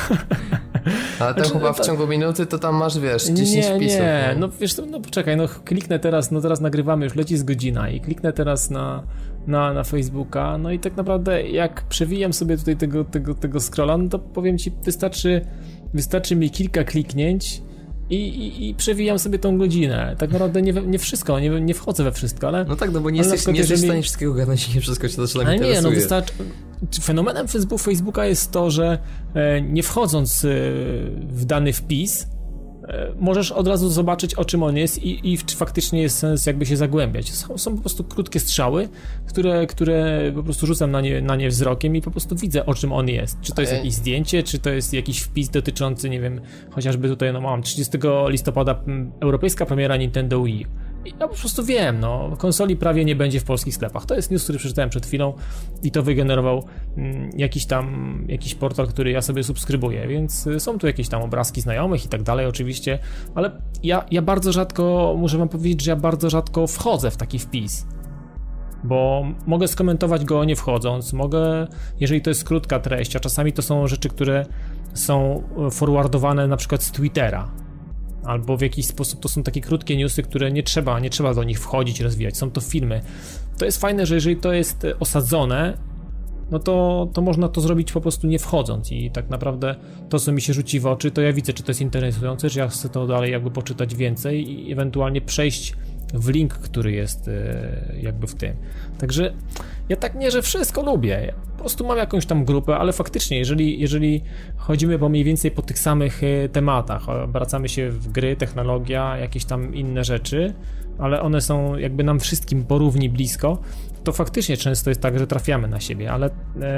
Ale tam znaczy, chyba w ciągu minuty to tam masz, wiesz, dziesięć nie, wpisów. Nie, no wiesz, no poczekaj, no kliknę teraz, no teraz nagrywamy, już leci z godzina i kliknę teraz na, na, na Facebooka, no i tak naprawdę jak przewijam sobie tutaj tego, tego, tego scrolla, no to powiem ci, wystarczy, wystarczy mi kilka kliknięć i, i, i przewijam sobie tą godzinę. Tak naprawdę nie, nie wszystko, nie, nie wchodzę we wszystko, ale... No tak, no bo nie jesteś, nie jesteś w stanie wszystkiego gadać i nie wszystko cię zaczyna ale interesuje. nie, no wystarczy... Fenomenem Facebook, Facebooka jest to, że nie wchodząc w dany wpis, możesz od razu zobaczyć, o czym on jest i, i czy faktycznie jest sens jakby się zagłębiać. Są, są po prostu krótkie strzały, które, które po prostu rzucam na nie, na nie wzrokiem i po prostu widzę, o czym on jest. Czy to jest jakieś zdjęcie, czy to jest jakiś wpis dotyczący, nie wiem, chociażby tutaj, no mam trzydziestego listopada europejska premiera Nintendo Wii. I ja po prostu wiem, no, konsoli prawie nie będzie w polskich sklepach. To jest news, który przeczytałem przed chwilą i to wygenerował mm, jakiś tam, jakiś portal, który ja sobie subskrybuję, więc y, są tu jakieś tam obrazki znajomych i tak dalej oczywiście, ale ja, ja bardzo rzadko, muszę wam powiedzieć, że ja bardzo rzadko wchodzę w taki wpis, bo mogę skomentować go nie wchodząc, mogę, jeżeli to jest krótka treść, a czasami to są rzeczy, które są forwardowane na przykład z Twittera, albo w jakiś sposób to są takie krótkie newsy, które nie trzeba, nie trzeba do nich wchodzić, rozwijać, są to filmy. To jest fajne, że jeżeli to jest osadzone, no to, to można to zrobić po prostu nie wchodząc i tak naprawdę to, co mi się rzuci w oczy, to ja widzę, czy to jest interesujące, czy ja chcę to dalej jakby poczytać więcej i ewentualnie przejść w link, który jest jakby w tym. Także ja tak nie, że wszystko lubię, ja po prostu mam jakąś tam grupę, ale faktycznie, jeżeli, jeżeli chodzimy po mniej więcej po tych samych tematach, obracamy się w gry, technologia, jakieś tam inne rzeczy, ale one są jakby nam wszystkim porówni blisko, to faktycznie często jest tak, że trafiamy na siebie, ale,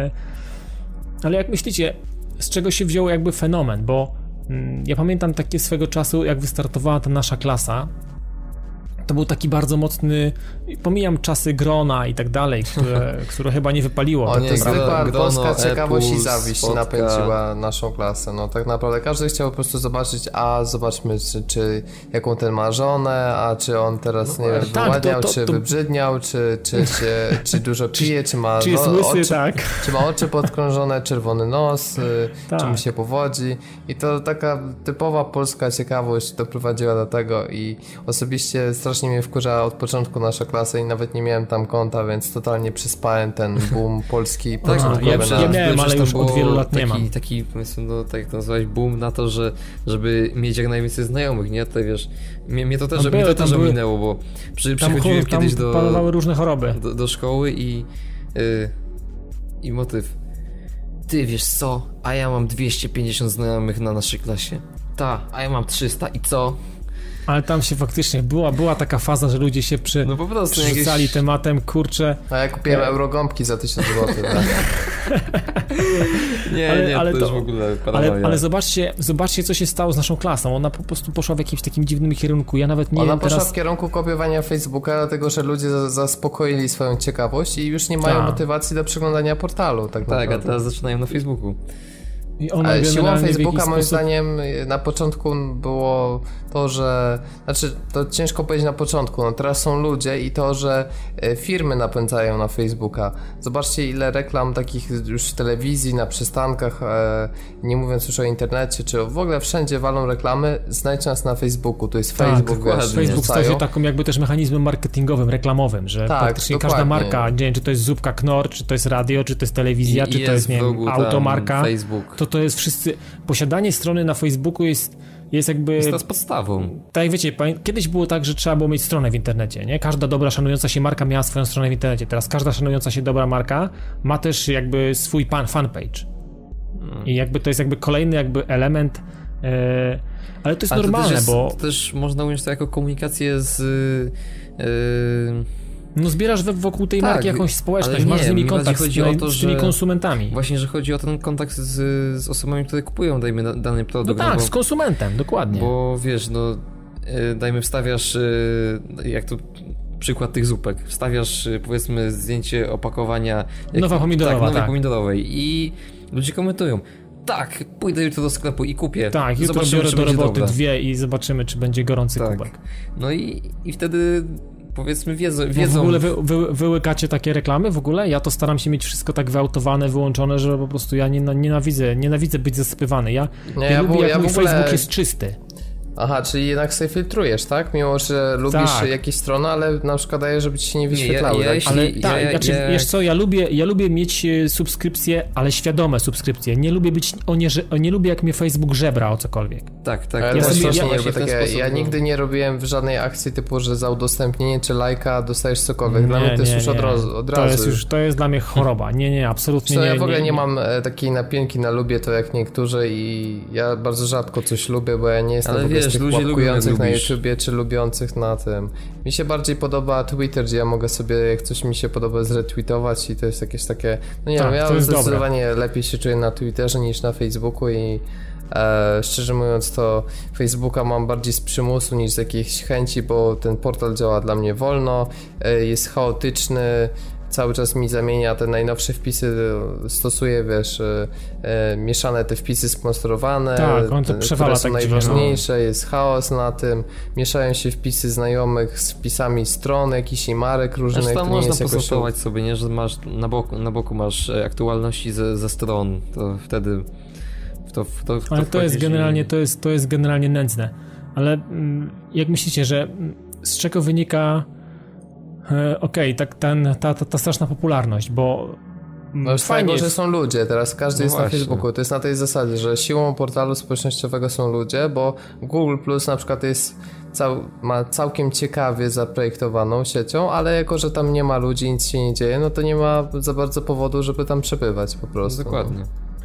ale jak myślicie, z czego się wziął jakby fenomen, bo ja pamiętam takie swego czasu, jak wystartowała ta nasza klasa, to był taki bardzo mocny, pomijam czasy grona i tak dalej, które, które chyba nie wypaliło. O tak nie, zwykła polska Apple, ciekawość i zawiść spotka. napędziła naszą klasę. No tak naprawdę każdy chciał po prostu zobaczyć, a zobaczmy, czy, czy jaką ten ma żonę, a czy on teraz, no, nie wiem, tak, wyładniał, to, to, czy to... wybrzydniał, czy, czy, czy, czy dużo pije, czy ma czy jest no, łysy, oczy, tak. czy ma oczy podkrążone, czerwony nos, tak. Czy mu się powodzi. I to taka typowa polska ciekawość doprowadziła do tego i osobiście strasznie mnie wkurza od początku nasza klasa i nawet nie miałem tam konta, więc totalnie przyspałem ten boom polski. Tak, no, ja, ja, ja miałem, ale już od wielu lat taki, nie mam. Taki, powiedzmy, no, tak to nazwać, boom na to, że, żeby mieć jak najwięcej znajomych, nie? Tutaj wiesz, mnie, mnie to też, no, mnie to też były, minęło, bo przy, przychodziłem tam kiedyś do, panowały różne choroby. Do, do szkoły i yy, i motyw. Ty, wiesz co? A ja mam dwieście pięćdziesiąt znajomych na naszej klasie. Ta, a ja mam trzysta i co? Ale tam się faktycznie była, była taka faza, że ludzie się przy, no po prostu przerzucali jakieś... tematem, kurczę. A ja kupiłem eurogąbki za tysiąc złotych. Tak? nie, ale, nie, ale to, to już w ogóle ale, ale zobaczcie, zobaczcie, co się stało z naszą klasą. Ona po prostu poszła w jakimś takim dziwnym kierunku. Ja nawet nie Ona wiem poszła teraz... w kierunku kopiowania Facebooka, dlatego że ludzie zaspokoili swoją ciekawość i już nie mają Ta. motywacji do przeglądania portalu. Tak, tak a teraz zaczynają na Facebooku. I ona Ale siłą Facebooka sposób... moim zdaniem na początku było to, że... Znaczy, to ciężko powiedzieć na początku, no teraz są ludzie i to, że firmy napędzają na Facebooka. Zobaczcie, ile reklam takich już w telewizji, na przystankach, nie mówiąc już o internecie, czy w ogóle wszędzie walą reklamy, znajdź nas na Facebooku, to jest tak, Facebook. Wiesz, Facebook stał się taką jakby też mechanizmem marketingowym, reklamowym, że tak, praktycznie dokładnie. Każda marka, nie wiem, czy to jest zupka Knorr, czy to jest radio, czy to jest telewizja, I, czy to jest, jest nie wiem, automarka, Facebook. to to jest wszyscy, posiadanie strony na Facebooku jest jest jakby... Jest to z podstawą. Tak jak wiecie, kiedyś było tak, że trzeba było mieć stronę w internecie, nie? Każda dobra, szanująca się marka miała swoją stronę w internecie. Teraz każda szanująca się dobra marka ma też jakby swój pan, fanpage. Hmm. I jakby to jest jakby kolejny jakby element, yy, ale to jest ale normalne, to jest, bo... To też można ująć to jako komunikację z... Yy... No zbierasz wokół tej tak, marki jakąś społeczność, nie, masz z nimi kontakt z, o to, z tymi konsumentami. Właśnie, że chodzi o ten kontakt z, z osobami, które kupują, dajmy, dany produkt. No tak, no bo, z konsumentem, dokładnie. Bo wiesz, no dajmy, wstawiasz, jak to przykład tych zupek, wstawiasz powiedzmy zdjęcie opakowania jak, nowa pomidorowa, tak, nowej tak. pomidorowej i ludzie komentują. Tak, pójdę jutro do sklepu i kupię. Tak, jutro biorę do roboty dobra. dwie i zobaczymy, czy będzie gorący tak. kubek. No i, i wtedy... Powiedzmy wiedzą, wiedzą... No w ogóle wy, wy, wyłykacie takie reklamy w ogóle? Ja to staram się mieć wszystko tak wyautowane, wyłączone, że po prostu ja nie, nienawidzę, nienawidzę być zasypywany. Ja, nie, ja, ja lubię, jak ja mój ogóle... Facebook jest czysty. Aha, czyli jednak sobie filtrujesz, tak? Mimo, że lubisz tak. jakieś strony, ale na przykład daje, żeby ci się nie wyświetlały. Nie, ja, ja, tak? Ale jeśli, tak, ja, znaczy, ja, wiesz co, ja lubię, ja lubię mieć subskrypcje, ale świadome subskrypcje. Nie lubię być, o nie, nie lubię jak mnie Facebook żebra o cokolwiek. Tak, tak. Ja, ja, sobie, ja, ja, ja, takie, sposób, ja nigdy nie robiłem w żadnej akcji typu, że za udostępnienie czy lajka dostajesz cokolwiek. Dla nie, mnie to jest nie, już nie. Od, razu, od razu. To jest już, to jest dla mnie choroba. Nie, nie, absolutnie co, nie. Ja w ogóle nie, nie, nie mam takiej napięki na lubię to jak niektórzy i ja bardzo rzadko coś lubię, bo ja nie jestem ale w ogóle wiesz, z tych ludzie łapkujących na YouTubie czy lubiących na tym. Mi się bardziej podoba Twitter, gdzie ja mogę sobie, jak coś mi się podoba, zretweetować i to jest jakieś takie... No nie tak, wiem, ja zdecydowanie dobre. Lepiej się czuję na Twitterze niż na Facebooku i e, szczerze mówiąc to Facebooka mam bardziej z przymusu niż z jakiejś chęci, bo ten portal działa dla mnie wolno, e, jest chaotyczny, cały czas mi zamienia te najnowsze wpisy, stosuje, wiesz, e, e, mieszane te wpisy sponsorowane, tak, on to te, przewala które są tak najważniejsze, dziwnie. Jest chaos na tym, mieszają się wpisy znajomych z wpisami stron, jakichś i marek różnych. Zresztą to można jest posortować jakoś... sobie, nie, że masz na boku, na boku masz aktualności ze, ze stron, to wtedy to, to, to ale to jest generalnie, i... to jest, to jest generalnie nędzne, ale jak myślicie, że z czego wynika Okej, okay, tak, ten, ta, ta, ta straszna popularność, bo no już fajnie tego, że są ludzie, teraz każdy no jest właśnie. na Facebooku, to jest na tej zasadzie, że siłą portalu społecznościowego są ludzie, bo Google Plus na przykład jest cał, ma całkiem ciekawie zaprojektowaną siecią, ale jako, że tam nie ma ludzi, nic się nie dzieje, no to nie ma za bardzo powodu, żeby tam przebywać po prostu. Dokładnie.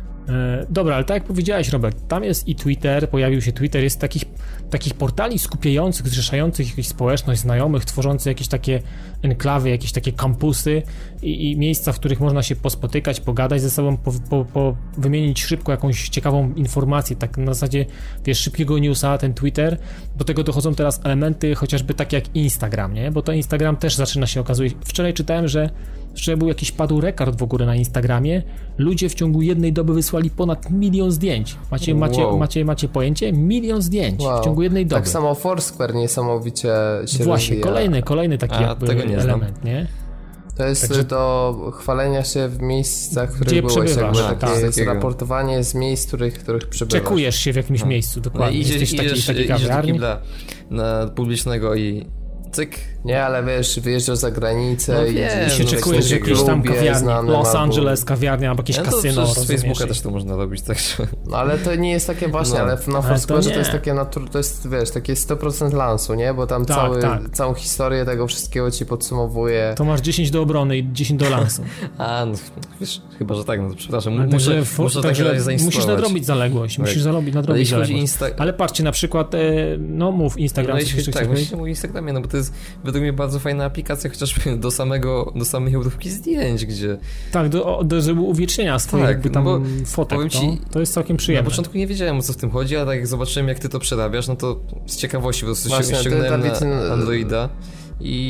E, dobra, ale tak jak powiedziałeś, Robert, tam jest i Twitter, pojawił się Twitter, jest takich, takich portali skupiających, zrzeszających jakąś społeczność znajomych, tworzących jakieś takie enklawy, jakieś takie kampusy i, i miejsca, w których można się pospotykać, pogadać ze sobą, po, po, po wymienić szybko jakąś ciekawą informację, tak na zasadzie, wiesz, szybkiego newsa, ten Twitter. Do tego dochodzą teraz elementy chociażby takie jak Instagram, nie? Bo to Instagram też zaczyna się okazuje. Wczoraj czytałem, że że był jakiś padł rekord w ogóle na Instagramie. Ludzie w ciągu jednej doby wysłali ponad milion zdjęć. Macie, macie, wow. macie, macie pojęcie? Milion zdjęć wow. w ciągu jednej doby. Tak samo Foursquare niesamowicie się Właśnie, rozwija. kolejny, kolejny taki A, jakby tego nie element, znam. nie? To jest Także... do chwalenia się w miejscach, w których gdzie byłeś. Przebywasz, jakby, tak, takie jest raportowanie z miejsc, w których, których przebywasz. Czekujesz się w jakimś no. miejscu, dokładnie. No, idziesz, Jesteś taki, idziesz, taki idziesz do kibla na publicznego i cyk. Nie, ale wiesz, wyjeżdżasz za granicę no i wiem, się no, czekujesz jakieś tam kawiarni, Los albo... Angeles kawiarnia, albo jakieś ja kasyno. Z Facebooka też to można robić, także... No ale to nie jest takie właśnie, no. ale na Foursquare to, to jest takie, natur... to jest, wiesz, takie sto procent lansu, nie? Bo tam tak, cały, tak. całą historię tego wszystkiego ci podsumowuje. To masz dziesięć do obrony i dziesięć do lansu. A, no wiesz, chyba, że tak, no to przepraszam, ale muszę, także, muszę także tak zainstalować. Musisz nadrobić zaległość, musisz zarobić, nadrobić ale zaległość. Insta... Ale patrzcie, na przykład, no mów, Instagram. No jeśli, tak, myślę o Instagramie, no bo to jest według mnie bardzo fajna aplikacja, chociażby do samego, do samej Europki zdjęć, gdzie... Tak, do, do żeby uwiecznienia swoich tak, jakby tam no fotek, ci, to, to jest całkiem przyjemne. Na początku nie wiedziałem, o co w tym chodzi, a tak jak zobaczyłem, jak ty to przerabiasz, no to z ciekawości po prostu Właśnie, ściągnąłem na Androida i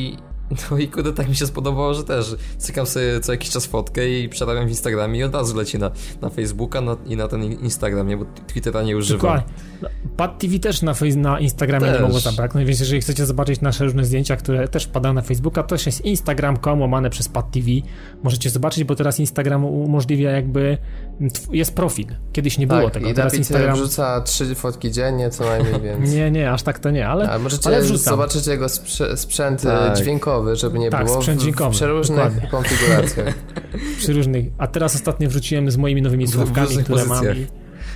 No i kurde, tak mi się spodobało, że też cykam sobie co jakiś czas fotkę i przerabiam w Instagramie i od razu leci na, na Facebooka na, i na ten Instagram, nie? Bo Twittera nie używam. Dokładnie. Pad T V też na, na Instagramie też nie mogło zabraknąć, więc jeżeli chcecie zobaczyć nasze różne zdjęcia, które też wpadają na Facebooka, to też jest instagram kropka com łamane przez Pad T V. Możecie zobaczyć, bo teraz Instagram umożliwia jakby, jest profil. Kiedyś nie tak, było tego. I teraz Instagram wrzuca trzy fotki dziennie co najmniej, więc... nie, nie, aż tak to nie, ale, ale możecie ale zobaczyć jego sprze- sprzęt tak. dźwiękowy, żeby nie tak, było sprzęt w, dźwiękowy, w przeróżnych dokładnie. konfiguracjach. Przy różnych, a teraz ostatnio wrzuciłem z moimi nowymi słuchawkami, które mam i,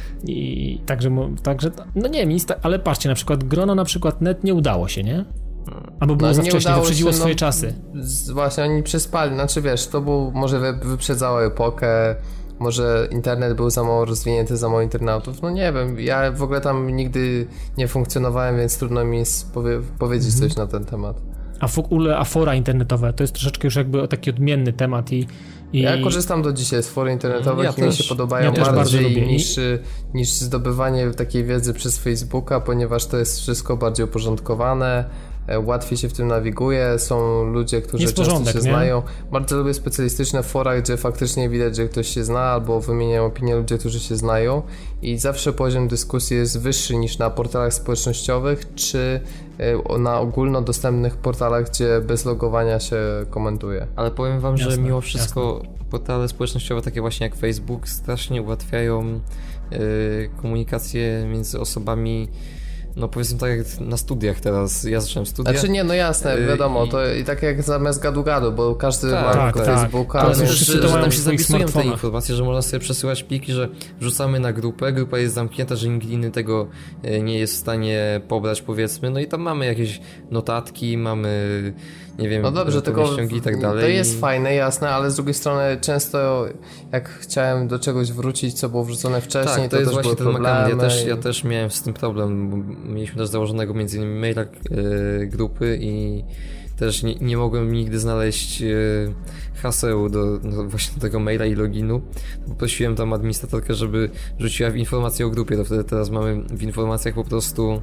i także, także, no nie wiem, Insta, ale patrzcie, na przykład grono na przykład net nie udało się, nie? Albo było no, za wcześnie, wyprzedziło się, swoje no, czasy. Z, właśnie, oni przespali, znaczy wiesz, to był, może wy, wyprzedzało epokę, może internet był za mało rozwinięty, za mało internautów, no nie wiem, ja w ogóle tam nigdy nie funkcjonowałem, więc trudno mi powie, powiedzieć mhm. coś na ten temat. A w ogóle, a fora internetowe, to jest troszeczkę już jakby taki odmienny temat i... i... Ja korzystam do dzisiaj z for internetowych ja i mi też, się podobają ja bardziej niż, niż zdobywanie takiej wiedzy przez Facebooka, ponieważ to jest wszystko bardziej uporządkowane, łatwiej się w tym nawiguje, są ludzie, którzy jest często porządek, się nie? znają. Bardzo lubię specjalistyczne fora, gdzie faktycznie widać, że ktoś się zna, albo wymieniają opinie ludzie, którzy się znają i zawsze poziom dyskusji jest wyższy niż na portalach społecznościowych, czy na ogólnodostępnych portalach, gdzie bez logowania się komentuje. Ale powiem wam, jasne, że mimo wszystko jasne. portale społecznościowe, takie właśnie jak Facebook, strasznie ułatwiają yy, komunikację między osobami. No powiedzmy tak jak na studiach teraz, ja zacząłem studia. Znaczy nie, no jasne, wiadomo, to i tak jak zamiast gadu-gadu, bo każdy tak, ma tak, tak, Facebooka. Ale tak. też, Wszyscy że, to że mają tam w się swoich zapisują te smartfonach. informacje, że można sobie przesyłać pliki, że wrzucamy na grupę, grupa jest zamknięta, że nikt inny tego nie jest w stanie pobrać powiedzmy, no i tam mamy jakieś notatki, mamy, nie wiem, no dobrze, tylko ściągi i tak dalej. To jest fajne, jasne, ale z drugiej strony często jak chciałem do czegoś wrócić, co było wrzucone wcześniej, tak, to, to jest też właśnie były ten problemy. Macan. Ja też, ja też miałem z tym problem, bo mieliśmy też założonego między innymi maila yy, grupy i też nie, nie mogłem nigdy znaleźć yy, haseł do, do właśnie do tego maila i loginu. Poprosiłem tam administratorkę, żeby rzuciła w informację o grupie, to wtedy teraz mamy w informacjach po prostu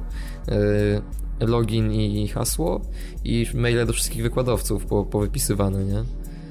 yy, login i hasło i maile do wszystkich wykładowców po, powypisywane, nie?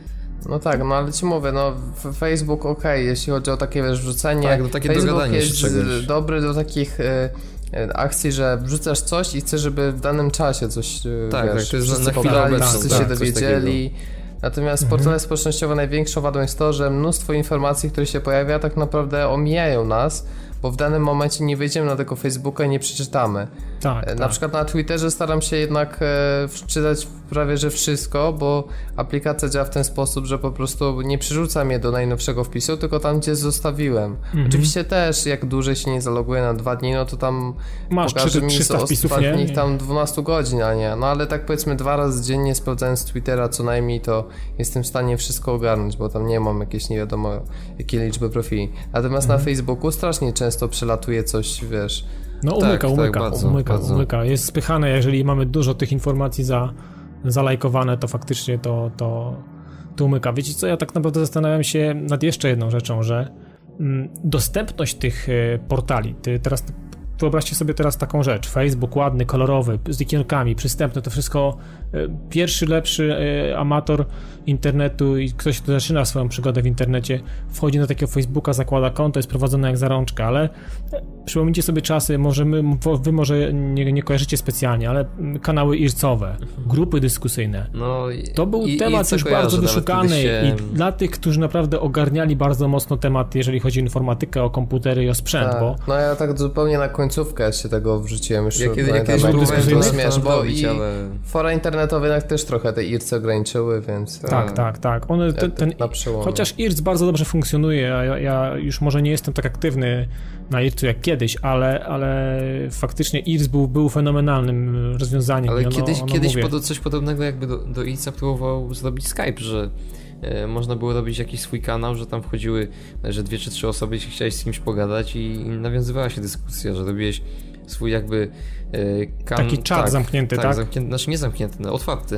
No tak, no ale ci mówię, no Facebook okej, okay, jeśli chodzi o takie wiesz, wrzucenie, tak, do takie Facebook jest się czegoś. dobry do takich y, akcji, że wrzucasz coś i chcesz, żeby w danym czasie coś, tak, wiesz, tak, to jest wszyscy na chwilę pobrali, obecną, wszyscy tak, się dowiedzieli. Natomiast mhm. portale społecznościowe największą wadą jest to, że mnóstwo informacji, które się pojawia, tak naprawdę omijają nas, bo w danym momencie nie wejdziemy na tego Facebooka i nie przeczytamy. Tak, na tak. przykład na Twitterze staram się jednak e, wczytać prawie że wszystko, bo aplikacja działa w ten sposób, że po prostu nie przerzuca mnie do najnowszego wpisu, tylko tam gdzie zostawiłem. Mhm. Oczywiście też jak dłużej się nie zaloguję na dwa dni, no to tam masz pokaże mi z ostatnich nie? tam dwanaście godzin, a nie. No ale tak powiedzmy dwa razy dziennie sprawdzając Twittera co najmniej, to jestem w stanie wszystko ogarnąć, bo tam nie mam jakieś nie wiadomo jakiej liczby profili. Natomiast mhm. na Facebooku strasznie często przelatuje coś, wiesz. No umyka, tak, umyka, tak, bardzo, umyka, bardzo. umyka. Jest spychane, jeżeli mamy dużo tych informacji za, zalajkowane, to faktycznie to, to, to umyka. Wiecie co, ja tak naprawdę zastanawiam się nad jeszcze jedną rzeczą, że mm, dostępność tych y, portali, ty teraz wyobraźcie sobie teraz taką rzecz, Facebook ładny, kolorowy, z ikionkami, przystępny, to wszystko y, pierwszy, lepszy y, amator internetu i ktoś, kto zaczyna swoją przygodę w internecie, wchodzi na takiego Facebooka, zakłada konto, jest prowadzone jak za rączkę, ale przypomnijcie sobie czasy, może my, wy może nie, nie kojarzycie specjalnie, ale kanały ircowe, grupy dyskusyjne. No i, to był i, temat i już kojarzę, bardzo wyszukany się... i dla tych, którzy naprawdę ogarniali bardzo mocno temat, jeżeli chodzi o informatykę, o komputery i o sprzęt, tak. bo... No ja tak zupełnie na końcówkę się tego wrzuciłem już. Ja kiedy, ja kiedyś próbowałem to zmierz, bo robić, i ale... fora internetowe jednak też trochę te irce ograniczyły, więc... Tak, tak, tak. One, ten, ten, chociaż I R C bardzo dobrze funkcjonuje, ja, ja już może nie jestem tak aktywny na I R C-u jak kiedyś, ale, ale faktycznie I R C był, był fenomenalnym rozwiązaniem. Ale ono, kiedyś, ono kiedyś mówię. pod, coś podobnego jakby do, do I R C-a próbował zrobić Skype, że e, można było robić jakiś swój kanał, że tam wchodziły, że dwie czy trzy osoby, jeśli chciałeś z kimś pogadać i, i nawiązywała się dyskusja, że robiłeś swój jakby e, kan... Taki czat tak, zamknięty, tak? tak? Zamknięty, znaczy nie zamknięty, no, otwarty.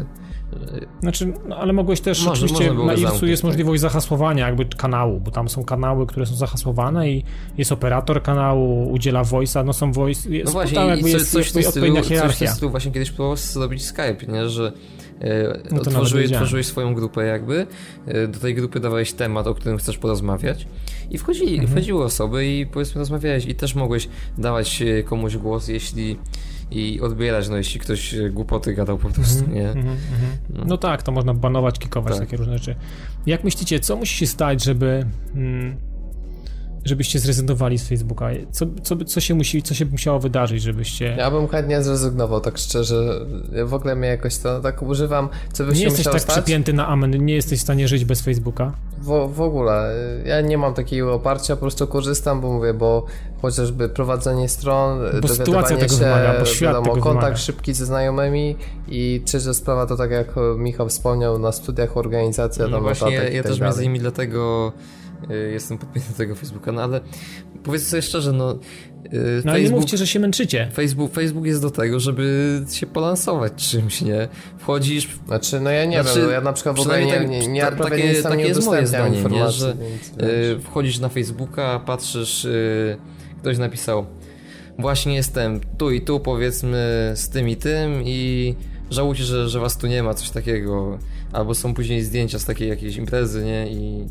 Znaczy, no, ale mogłeś też, Może, oczywiście na Ircu zamknąć, jest tak. możliwość zahasłowania jakby kanału, bo tam są kanały, które są zahasłowane i jest operator kanału, udziela voice'a, no są voice, jest, no właśnie, tam jakby i jest, coś, jest coś, odpowiednia stylu, hierarchia. coś w stylu właśnie kiedyś próbował zrobić Skype, nie, że e, No to otworzyłeś, otworzyłeś swoją grupę jakby, e, do tej grupy dawałeś temat, o którym chcesz porozmawiać i wchodzili, mhm. wchodziły osoby i powiedzmy rozmawiałeś i też mogłeś dawać komuś głos, jeśli i odbierać, no jeśli ktoś głupoty gadał po prostu, mm-hmm, nie? Mm-hmm. No. no tak, to można banować, kikować, tak. Takie różne rzeczy. Jak myślicie, co musi się stać, żeby mm, żebyście zrezygnowali z Facebooka? Co, co, co się musi, co się musiało wydarzyć, żebyście... Ja bym chętnie zrezygnował, tak szczerze. W ogóle mnie jakoś to tak używam, co by nie się jesteś musiało tak stać? przypięty na amen, nie jesteś w stanie żyć bez Facebooka? W, w ogóle. Ja nie mam takiego oparcia, po prostu korzystam, bo mówię, bo chociażby prowadzenie stron, bo sytuacja tego się, wymaga, bo świat wiadomo, tego kontakt wymaga. szybki ze znajomymi i trzecia sprawa to tak jak Michał wspomniał, na studiach organizacja, no tam właśnie, ja, ja tak też dalej. między innymi dlatego y, jestem podpięty do tego Facebooka, no ale powiedzmy sobie szczerze, no y, No Facebook, ale nie mówcie, że się męczycie. Facebook, Facebook jest do tego, żeby się polansować czymś, nie? Wchodzisz... Znaczy, no ja nie znaczy, wiem, ja na przykład w ogóle nie, tak, nie, nie, ta, prawie takie, nic tam takie nie jest moje udostępniam zdanie, nie? informacji, Że więc, y, wchodzisz na Facebooka, patrzysz, y, ktoś napisał właśnie jestem tu i tu, powiedzmy, z tym i tym i żałujcie, że, że was tu nie ma, coś takiego. Albo są później zdjęcia z takiej jakiejś imprezy, nie? I...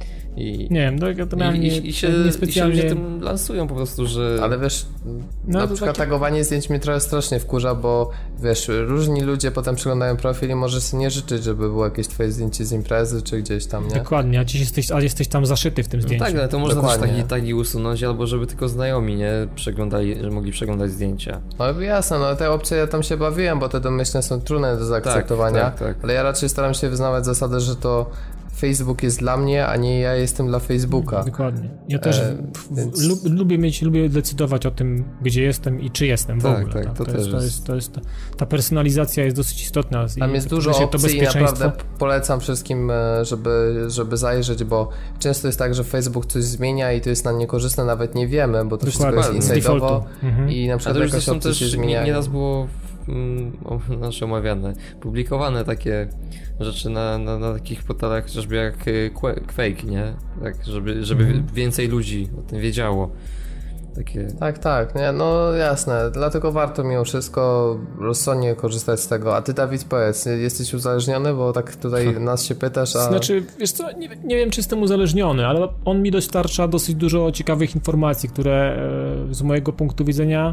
I, nie wiem, to, to i, nie, i, i, się, niespecjalnie... i się ludzie tym lansują po prostu, że... Ale wiesz, no, na przykład takie... tagowanie zdjęć mnie trochę strasznie wkurza, bo wiesz, różni ludzie potem przeglądają profil i możesz sobie nie życzyć, żeby było jakieś twoje zdjęcie z imprezy, czy gdzieś tam, nie? Dokładnie, a ci jesteś, a jesteś tam zaszyty w tym zdjęciu. No tak, ale to można Dokładnie. też taki tagi usunąć, albo żeby tylko znajomi, nie? Przeglądali, że mogli przeglądać zdjęcia. No jasne, no te opcje ja tam się bawiłem, bo te domyślne są trudne do zaakceptowania, tak, tak, tak. ale ja raczej staram się wyznawać zasadę, że to Facebook jest dla mnie, a nie ja jestem dla Facebooka. Dokładnie. Ja też e, w, więc... lub, lubię mieć, lubię decydować o tym, gdzie jestem i czy jestem w tak, ogóle. Tak, tak. To, to, też jest, to, jest, to jest, ta personalizacja jest dosyć istotna. Tam i jest dużo to opcji i bezpieczeństwo. naprawdę polecam wszystkim, żeby, żeby zajrzeć, bo często jest tak, że Facebook coś zmienia i to jest nam niekorzystne, nawet nie wiemy, bo to Dokładnie. wszystko jest inside'owo mhm. i na przykład ale jakaś opcja się zmienia. Nieraz było mm, nasze omawiane, publikowane takie rzeczy na, na, na takich portalach, chociażby jak Quake, nie? Tak, żeby, żeby mhm. więcej ludzi o tym wiedziało. Takie... Tak, tak, nie, no jasne, dlatego warto mimo wszystko rozsądnie korzystać z tego. A ty, Dawid, powiedz, jesteś uzależniony, bo tak tutaj nas się pytasz, a... Znaczy, wiesz co, nie, nie wiem, czy jestem uzależniony, ale on mi dostarcza dosyć dużo ciekawych informacji, które e, z mojego punktu widzenia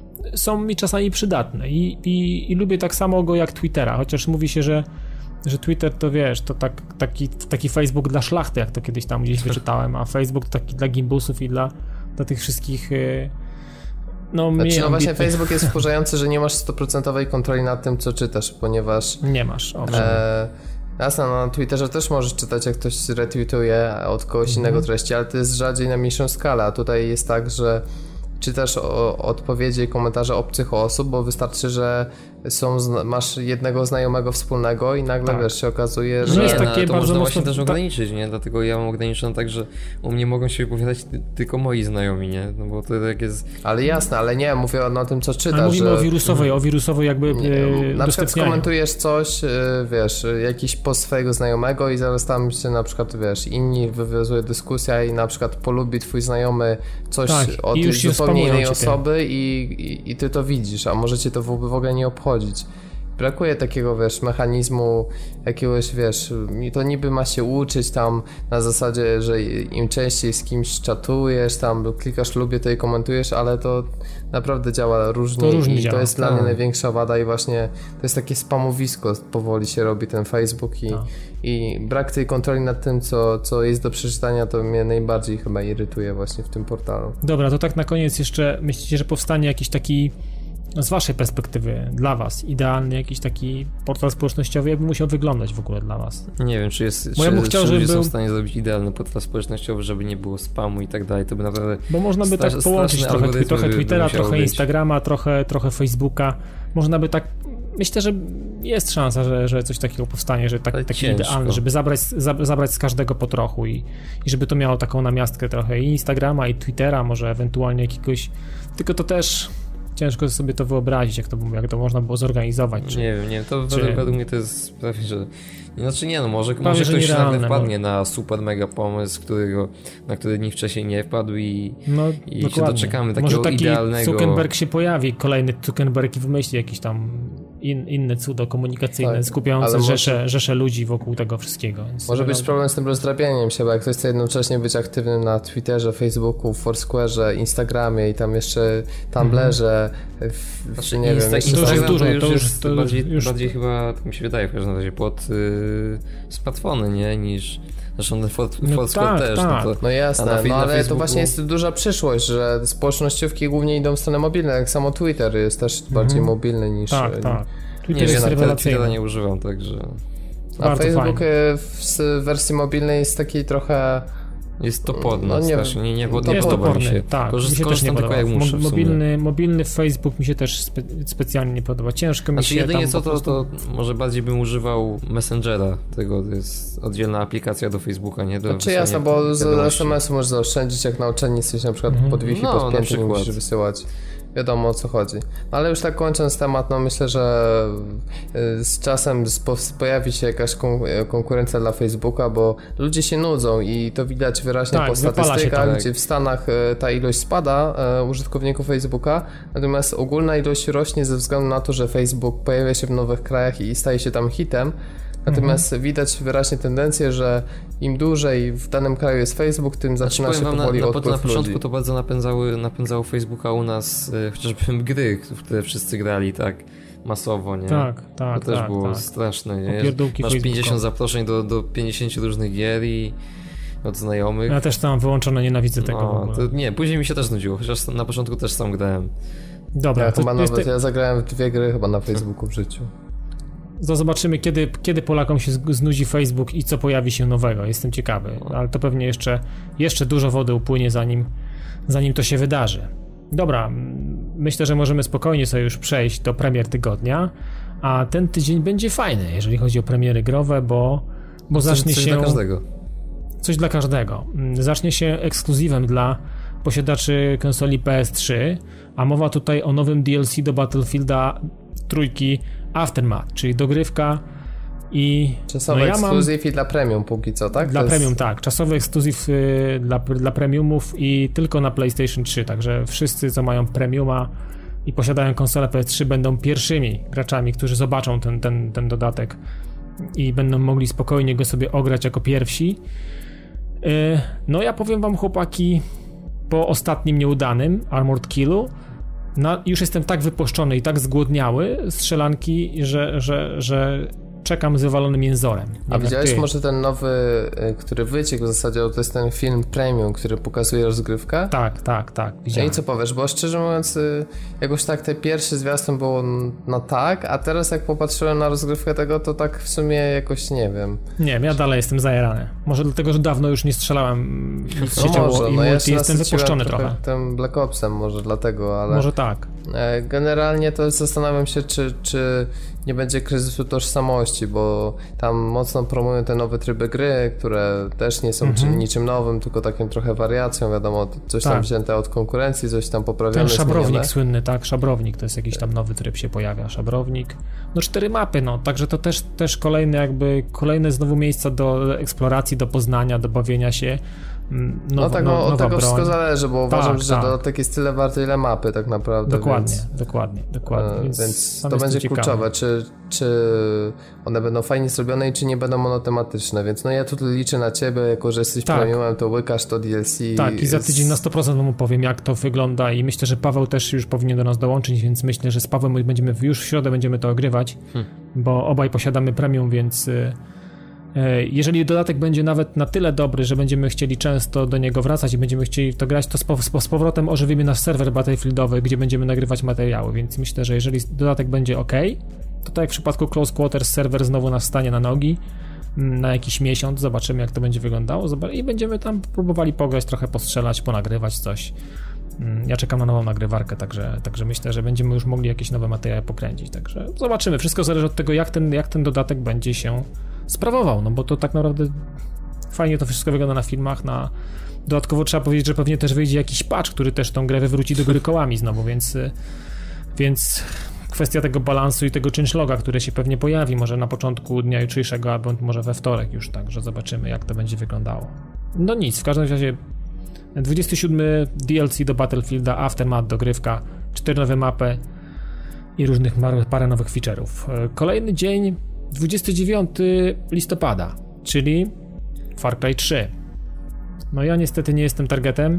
są mi czasami przydatne i, i, i lubię tak samo go jak Twittera, chociaż mówi się, że że Twitter to wiesz, to tak, taki, taki Facebook dla szlachty, jak to kiedyś tam gdzieś wyczytałem, a Facebook to taki dla gimbusów i dla, dla tych wszystkich no mniej znaczy, no właśnie ambitnych. Facebook jest wkurzający, że nie masz stuprocentowej kontroli nad tym, co czytasz, ponieważ... Nie masz, owszem. E, jasne, no na Twitterze też możesz czytać, jak ktoś retweetuje od kogoś mhm. innego treści, ale to jest rzadziej na mniejszą skalę, a tutaj jest tak, że czytasz o, odpowiedzi i komentarze obcych osób, bo wystarczy, że są, masz jednego znajomego wspólnego i nagle tak. wiesz, się okazuje, że... Nie, jest no, takie to bardzo można mocno... właśnie też ograniczyć, nie? Dlatego ja mam ograniczone tak, że u mnie mogą się wypowiadać ty, tylko moi znajomi, nie? No bo to tak jest... Ale jasne, ale nie, mówię o tym, co czytasz. Ale mówimy że... o wirusowej, o wirusowej jakby nie, na przykład skomentujesz coś, wiesz, jakiś post swojego znajomego i zaraz tam się na przykład, wiesz, inni wywiązuje dyskusja i na przykład polubi twój znajomy coś tak, o tej zupełnie innej osoby i, i, i ty to widzisz, a może cię to w, w ogóle nie obchodzić. Brakuje takiego, wiesz, mechanizmu jakiegoś, wiesz, to niby ma się uczyć tam na zasadzie, że im częściej z kimś czatujesz, tam klikasz lubię to i komentujesz, ale to naprawdę działa różnie to i działa. to jest dla mnie największa wada i właśnie to jest takie spamowisko, powoli się robi ten Facebook i, i brak tej kontroli nad tym, co, co jest do przeczytania, to mnie najbardziej chyba irytuje właśnie w tym portalu. Dobra, to tak na koniec jeszcze myślicie, że powstanie jakiś taki z waszej perspektywy, dla was, idealny jakiś taki portal społecznościowy, jakby musiał wyglądać w ogóle dla was? Nie wiem, czy jest, Bo ja bym chciał, czy żeby ludzie był... są w stanie zrobić idealny portal społecznościowy, żeby nie było spamu i tak dalej, to by naprawdę... Bo można by tak połączyć trochę, trochę Twittera, trochę być. Instagrama, trochę, trochę Facebooka, można by tak... Myślę, że jest szansa, że, że coś takiego powstanie, że tak, taki idealny, żeby zabrać, za, zabrać z każdego po trochu i, i żeby to miało taką namiastkę trochę i Instagrama, i Twittera, może ewentualnie jakiegoś... Tylko to też... ciężko sobie to wyobrazić, jak to, jak to można było zorganizować. Czy, nie wiem, nie wiem, to czy... według, według mnie to jest prawie, że... Znaczy nie no, może, może ktoś nagle wpadnie no. na super mega pomysł, którego, na który nikt wcześniej nie wpadł i, no, i się doczekamy takiego może taki idealnego... Zuckerberg się pojawi, kolejny Zuckerberg i wymyśli jakiś tam in, inne cudo komunikacyjne, tak, skupiające rzesze, może... rzesze ludzi wokół tego wszystkiego. Więc może być no... problem z tym rozdrabianiem się, bo jak ktoś chce jednocześnie być aktywny na Twitterze, Facebooku, Foursquare'ze, Instagramie i tam jeszcze Tumblerze, mm-hmm. w, znaczy, nie Insta, wiem... Instagram to już dużo, to już to już, jest to bardziej, już... bardziej chyba, tak mi się wydaje w każdym razie, pod yy, smartfony, nie? Niż... Zresztą ten Foursquare no tak, też. Tak. No, to, no jasne, no ale Facebooku... to właśnie jest duża przyszłość, że społecznościówki głównie idą w stronę mobilną, jak samo Twitter jest też mm-hmm. bardziej mobilny niż... Tak, tak. Twitter nie jest wiem, Twittera nie używam, także... A bardzo Facebook fajnie. W wersji mobilnej jest taki trochę... Jest toporny, no nie, nie, nie, nie, to nie podoba mi się. Tak, Korzyst, mi się też nie tylko podoba. Jak muszę mobilny, mobilny Facebook mi się też spe, specjalnie nie podoba. Ciężko mi znaczy, się jedynie tam co to, prostu... to może bardziej bym używał Messengera, tego to jest oddzielna aplikacja do Facebooka, nie do znaczy jasne, bo z es em esu możesz zaoszczędzić, jak na uczelni jesteś na przykład mm-hmm. pod Wi-Fi no, podpięty, nie musisz wysyłać. Wiadomo o co chodzi. No ale już tak kończąc temat, no myślę, że z czasem pojawi się jakaś konkurencja dla Facebooka, bo ludzie się nudzą i to widać wyraźnie tak, po statystykach, to, gdzie w Stanach ta ilość spada użytkowników Facebooka, natomiast ogólna ilość rośnie ze względu na to, że Facebook pojawia się w nowych krajach i staje się tam hitem. Natomiast mhm. widać wyraźnie tendencję, że im dłużej w danym kraju jest Facebook, tym znaczy, zaczyna się powoli na, na, odpływ na początku ludzi. to bardzo napędzały, napędzało Facebooka u nas e, chociażby gry, w które wszyscy grali tak masowo, nie? Tak, tak, To też tak, było tak. straszne, nie? Masz Facebooka. pięćdziesiąt zaproszeń do, do pięćdziesięciu różnych gier i od znajomych. Ja też tam wyłączone, nienawidzę tego no, w ogóle. To nie, później mi się też nudziło, chociaż na początku też sam grałem. Dobra, ja, to, chyba to nawet, jest... ja zagrałem w dwie gry chyba na Facebooku w życiu. To zobaczymy, kiedy, kiedy Polakom się znudzi Facebook i co pojawi się nowego. Jestem ciekawy, ale to pewnie jeszcze, jeszcze dużo wody upłynie, zanim, zanim to się wydarzy. Dobra, myślę, że możemy spokojnie sobie już przejść do premier tygodnia, a ten tydzień będzie fajny, jeżeli chodzi o premiery growe, bo, bo coś, zacznie coś się... Coś dla każdego. Coś dla każdego. Zacznie się ekskluzywem dla posiadaczy konsoli P S trzy, a mowa tutaj o nowym D L C do Battlefielda trójki Aftermath, czyli dogrywka i... Czasowy no ja ekskluzyw mam... i dla premium póki co, tak? Dla to premium, jest... tak. Czasowy ekskluzyw y, dla, dla premiumów i tylko na PlayStation trzy, także wszyscy, co mają premiuma i posiadają konsolę P S trzy, będą pierwszymi graczami, którzy zobaczą ten, ten, ten dodatek i będą mogli spokojnie go sobie ograć jako pierwsi. Y, no ja powiem wam, chłopaki, po ostatnim nieudanym Armored Killu Na, już jestem tak wypuszczony i tak zgłodniały strzelanki, że, że, że czekam z wywalonym jęzorem. Nie A widziałeś ty. może ten nowy, który wyciekł w zasadzie, to jest ten film premium, który pokazuje rozgrywkę? Tak, tak, tak. Widziałem. No i co powiesz, bo szczerze mówiąc jakoś tak te pierwsze zwiastun było na tak, a teraz jak popatrzyłem na rozgrywkę tego, to tak w sumie jakoś nie wiem. Nie, ja dalej jestem zajarany. Może dlatego, że dawno już nie strzelałem nic no się działo może, i no multi, ja jestem wypuszczony trochę. trochę. Tym Black Opsem może dlatego, ale... Może tak. Generalnie to zastanawiam się, czy, czy nie będzie kryzysu tożsamości, bo tam mocno promują te nowe tryby gry, które też nie są mm-hmm. niczym nowym, tylko takim trochę wariacją, wiadomo, coś tak. tam wzięte od konkurencji, coś tam poprawione. Ten szabrownik zmienione. słynny, tak, szabrownik, to jest jakiś tam nowy tryb się pojawia, szabrownik. No cztery mapy, no, także to też, też kolejne jakby, kolejne znowu miejsca do eksploracji, do poznania, do bawienia się. Nowo, no tak, no, od tego broń. Wszystko zależy, bo tak, uważam, że tak. dodatek jest tyle warty, ile mapy tak naprawdę. Dokładnie, więc, dokładnie, dokładnie. Więc, więc to będzie kluczowe, czy, czy one będą fajnie zrobione i czy nie będą monotematyczne, więc no ja tutaj liczę na ciebie, jako że jesteś tak. premiumem, to łykasz to D L C. Tak, i za tydzień na sto procent mu powiem, jak to wygląda i myślę, że Paweł też już powinien do nas dołączyć, więc myślę, że z Pawłem będziemy już w środę będziemy to ogrywać, hmm. bo obaj posiadamy premium, więc... Jeżeli dodatek będzie nawet na tyle dobry, że będziemy chcieli często do niego wracać i będziemy chcieli w to grać, to z, po, z powrotem ożywimy nasz serwer battlefieldowy, gdzie będziemy nagrywać materiały, więc myślę, że jeżeli dodatek będzie ok, to tak jak w przypadku Close Quarters serwer znowu nas stanie na nogi na jakiś miesiąc, zobaczymy jak to będzie wyglądało i będziemy tam próbowali pograć, trochę postrzelać, ponagrywać coś. Ja czekam na nową nagrywarkę, także, także myślę, że będziemy już mogli jakieś nowe materiały pokręcić, także zobaczymy, wszystko zależy od tego, jak ten, jak ten dodatek będzie się sprawował, no bo to tak naprawdę fajnie to wszystko wygląda na filmach, na... dodatkowo trzeba powiedzieć, że pewnie też wyjdzie jakiś patch, który też tą grę wywróci do góry kołami znowu, więc Więc kwestia tego balansu i tego changeloga, który się pewnie pojawi może na początku dnia jutrzejszego, albo może we wtorek już, tak, że zobaczymy, jak to będzie wyglądało. No nic, w każdym razie dwudziesty siódmy D L C do Battlefielda, Aftermath, dogrywka, cztery nowe mapy i różnych parę nowych feature'ów. Kolejny dzień, dwudziestego dziewiątego listopada, czyli Far Cry trzy. No ja niestety nie jestem targetem.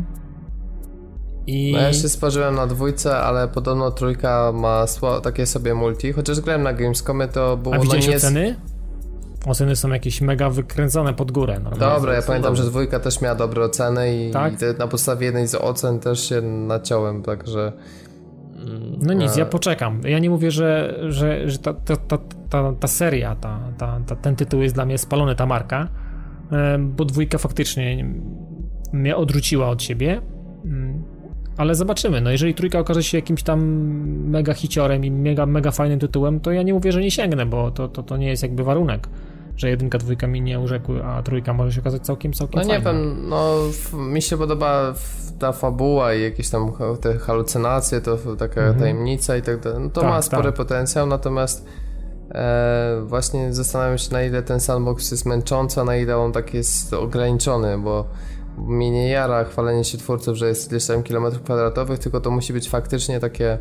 I... No ja się spożyłem na dwójce, ale podobno trójka ma sła- takie sobie multi, chociaż grałem na Gamescomie, to było... A widziałeś no nie... oceny? Oceny są jakieś mega wykręcone pod górę. Normalnie. Dobra, ja pamiętam, że dwójka też miała dobre oceny i, tak? i te, na podstawie jednej z ocen też się naciąłem, także... No nic, ja poczekam. Ja nie mówię, że, że, że ta, ta, ta, ta, ta seria, ta, ta, ta, ten tytuł jest dla mnie spalony, ta marka, bo dwójka faktycznie mnie odrzuciła od siebie, ale zobaczymy. No jeżeli trójka okaże się jakimś tam mega hiciorem i mega, mega fajnym tytułem, to ja nie mówię, że nie sięgnę, bo to, to, to nie jest jakby warunek, że jedynka, dwójka mi nie urzekły, a trójka może się okazać całkiem, całkiem no nie fajna. wiem, no mi się podoba ta fabuła i jakieś tam te halucynacje, to taka mhm. tajemnica i tak dalej. No to tak, ma spory tak. potencjał, natomiast e, właśnie zastanawiam się, na ile ten sandbox jest męczący, a na ile on tak jest ograniczony, bo mnie nie jara chwalenie się twórców, że jest ileś tam kilometrów kwadratowych, tylko to musi być faktycznie takie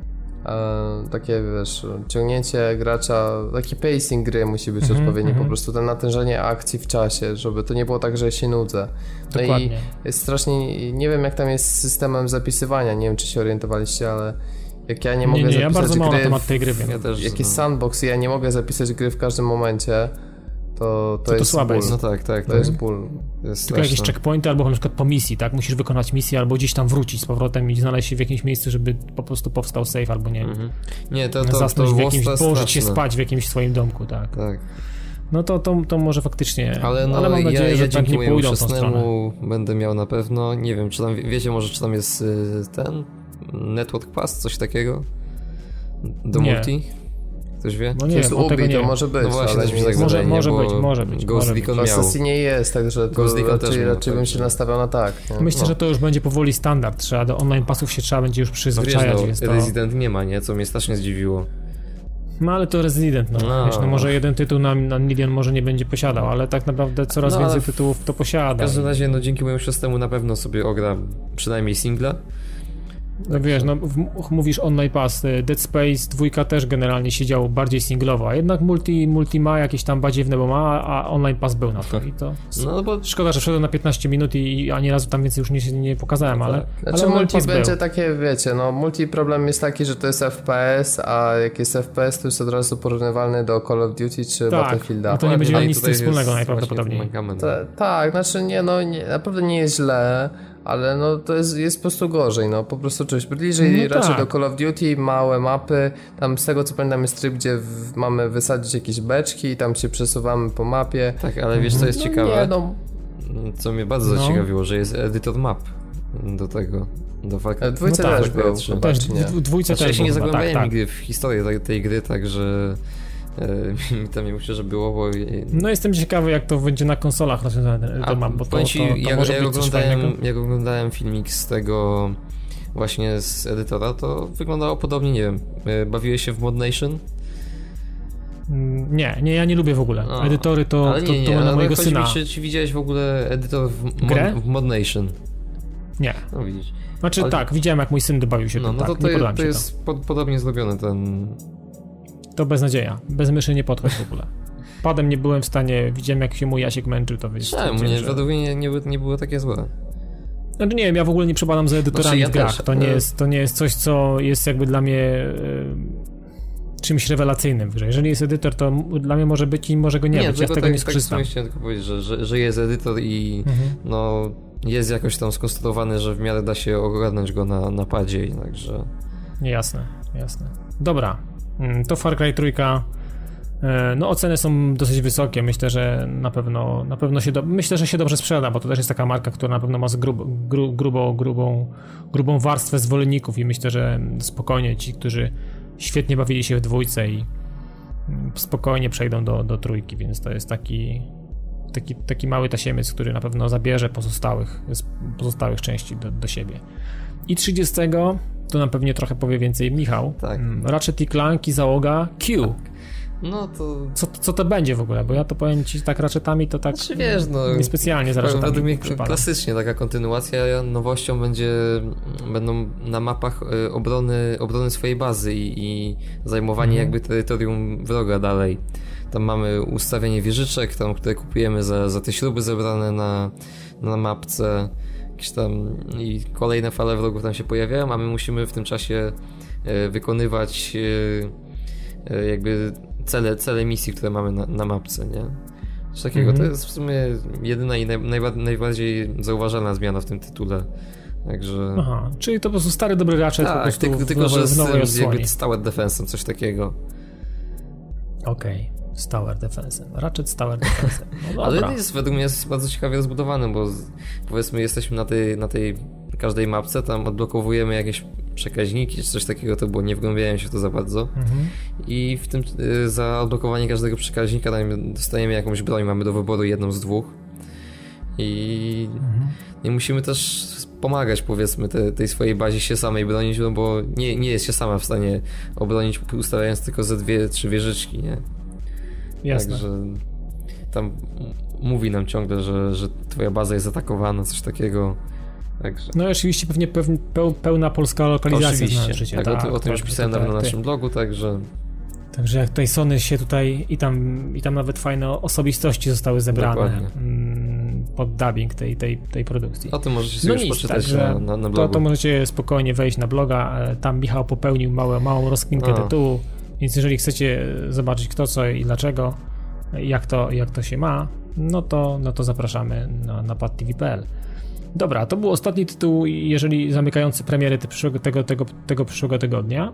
e, takie, wiesz, ciągnięcie gracza, taki pacing gry musi być mm-hmm, odpowiedni, mm-hmm. po prostu to natężenie akcji w czasie, żeby to nie było tak, że się nudzę. No Dokładnie. i jest strasznie, nie wiem jak tam jest z systemem zapisywania, nie wiem czy się orientowaliście, ale jak ja nie mogę nie, nie, zapisać ja bardzo mało gry, na temat tej gry wiem. Ja też, jak jest sandbox i ja nie mogę zapisać gry w każdym momencie, to, to, to jest słabe ból. jest. No tak, tak. To tak. jest ból. Jest Tylko jakieś checkpointy albo na przykład po misji, tak? Musisz wykonać misję albo gdzieś tam wrócić z powrotem i znaleźć się w jakimś miejscu, żeby po prostu powstał save albo nie. Mhm. Nie, to, to, zasnąć to w jakimś, położyć się straszne. spać w jakimś swoim domku, tak. Tak. No to, to, to może faktycznie, ale, no, ale mam nadzieję, ja, że ja tak nie pójdą w tą stronę. Będę miał na pewno, nie wiem, czy tam, wiecie może, czy tam jest y, ten Network Pass, coś takiego? Do nie. multi? Ktoś wie? No nie jest wiem, Ubi, tego nie to wiem. może być, no właśnie, ale też mi nie tak jest... może, wydaje, może bo być, może być. Ghost może Recon być. miał. W Assassinie jest, także Ghost Recon raczej, też miał, raczej bym się nastawiał na tak. Nie? Myślę, no. że to już będzie powoli standard, trzeba do online passów się trzeba będzie już przyzwyczajać, no, wiesz, więc no, to... Resident nie ma, nie? Co mnie strasznie zdziwiło. No ale to Resident, no. No. Wiesz, no może jeden tytuł na, na milion może nie będzie posiadał, ale tak naprawdę coraz no, więcej w... tytułów to posiada. W każdym razie, no dzięki mojemu szóstemu na pewno sobie ogram przynajmniej singla. No wiesz, no w, mówisz online pass, Dead Space dwójka też generalnie siedział bardziej singlowo, a jednak multi, multi ma jakieś tam badziewne, bo ma, a online pass był na to i to... No bo... Szkoda, że wszedłem na piętnaście minut i ani razu tam więcej już nie, nie pokazałem, no ale... tak. Znaczy ale multi będzie był. takie, wiecie, no multi problem jest taki, że to jest F P S, a jak jest F P S, to jest od razu porównywalny do Call of Duty czy tak, Battlefielda. No to nie będzie miało nic z tym jest wspólnego najprawdopodobniej. Ta, tak, znaczy nie, no nie, naprawdę nie jest źle, ale no to jest, jest po prostu gorzej, no po prostu czegoś bliżej no raczej tak. do Call of Duty, małe mapy, tam z tego co pamiętam jest tryb, gdzie w, mamy wysadzić jakieś beczki i tam się przesuwamy po mapie. Tak, ale wiesz co jest no, ciekawe? Nie, no. Co mnie bardzo No. zaciekawiło, że jest edytor map do tego, do faktu. W dwójce No tak, też był, też, chyba, czy nie? W dwójce Znaczy, ja też się nie był chyba, zagłębiałem tak, tak. nigdy w historię tej, tej gry, także e, mi tam nie myślę, że było, bo... No jestem ciekawy, jak to będzie na konsolach rozwiązane, A, to mam, bo to, powiem ci, to, to jak, może jak, być coś oglądałem, fajnego. jak oglądałem filmik z tego właśnie z edytora, to wyglądało podobnie, nie wiem, e, bawiłeś się w Mod Nation? Nie, nie, ja nie lubię w ogóle. A, Edytory to, ale nie, nie, to, to ale na mojego chodzi syna. Mi, czy, czy widziałeś w ogóle edytor w, Grę? mod, w Mod Nation? Nie. No widzisz. Znaczy Ale- tak, widziałem jak mój syn dobawił się No, tym, no tak, to, nie podoba to, mi to się jest po, podobnie zrobione ten... to. To beznadzieja. Bez myszy nie podchodź w ogóle. Padem nie byłem w stanie, widziałem jak się mój Jasiek męczył, to wiesz. Czemu? Nie, że... według mnie nie, nie, nie było takie złe. Znaczy nie wiem, ja w ogóle nie przepadam za edytorami Znaczy, ja w grach. też, To, nie ale- jest, to nie jest coś, co jest jakby dla mnie e, czymś rewelacyjnym w grze. Jeżeli jest edytor, to m- dla mnie może być i może go nie, być. Ja z tylko tego tak, nie tak skorzystam. sobie chciałem tylko powiedzieć, że, że, że jest edytor i Mhm. no jest jakoś tam skonstruowany, że w miarę da się ogarnąć go na, na padzie, także... Jasne, jasne. Dobra, Mm, to Far Cry trzy. E, No oceny są dosyć wysokie, myślę, że na pewno, na pewno się do... myślę, że się dobrze sprzeda, bo to też jest taka marka, która na pewno ma z grub, gru, grubą, grubą, grubą warstwę zwolenników i myślę, że spokojnie ci, którzy świetnie bawili się w dwójce i mm, spokojnie przejdą do, do trójki, więc to jest taki, taki, taki mały tasiemiec, który na pewno zabierze pozostałych, z pozostałych części do, do siebie. I trzydziestego to nam pewnie trochę powie więcej Michał. Tak. Ratchet i Clank i załoga Q. Tak. No to... Co, co to będzie w ogóle? Bo ja to powiem ci tak Ratchetami, to tak znaczy, wiesz, no, niespecjalnie z Ratchetami. Według mnie klasycznie taka kontynuacja, nowością będzie, będą na mapach obrony, obrony swojej bazy i, i zajmowanie mhm. jakby terytorium wroga dalej. Tam mamy ustawienie wieżyczek, tam, które kupujemy za, za te śruby zebrane na, na mapce. Jakieś tam i kolejne fale wrogów tam się pojawiają, a my musimy w tym czasie e, wykonywać e, e, jakby cele, cele misji, które mamy na, na mapce, nie? Coś takiego. Mm-hmm. To jest w sumie jedyna i naj, najba, najbardziej zauważalna zmiana w tym tytule. Także... Aha, czyli to po prostu stary dobry Ratchet tak, po prostu tylko, w tylko nowej, że z, nowej z jakby z Tower Defense'em, coś takiego. Okej. Okay. Z Tower Defense. Ratchet z Tower Defense. No ale jest, według mnie jest bardzo ciekawie rozbudowany, bo z, powiedzmy jesteśmy na tej, na tej każdej mapce, tam odblokowujemy jakieś przekaźniki, czy coś takiego, to było, nie wgłębiałem się w to za bardzo. Mhm. I w tym y, za odblokowanie każdego przekaźnika dostajemy jakąś broń, mamy do wyboru jedną z dwóch. I, mhm. i musimy też pomagać, powiedzmy, te, tej swojej bazie się samej bronić, no bo nie, nie jest się sama w stanie obronić, ustawiając tylko ze dwie, trzy wieżyczki, nie? Jasne. Także tam mówi nam ciągle, że, że twoja baza jest atakowana, coś takiego. Także... No i oczywiście pewnie peł, pełna polska lokalizacja. Oczywiście, życie. tak, tak, o, tym, o tym tak, już pisałem tak, na tak, naszym blogu, także... Także jak tutaj Sony się tutaj i tam, i tam nawet fajne osobistości zostały zebrane m, pod dubbing tej, tej, tej produkcji. O tym możecie sobie no już nic, poczytać także na, na, na blogu. To, to możecie spokojnie wejść na bloga, tam Michał popełnił małe, małą rozkminkę tytułu, więc jeżeli chcecie zobaczyć kto co i dlaczego, jak to, jak to się ma, no to, no to zapraszamy na, na pad t v kropka p l. Dobra, to był ostatni tytuł, jeżeli zamykający premiery tego, tego, tego, tego przyszłego tygodnia.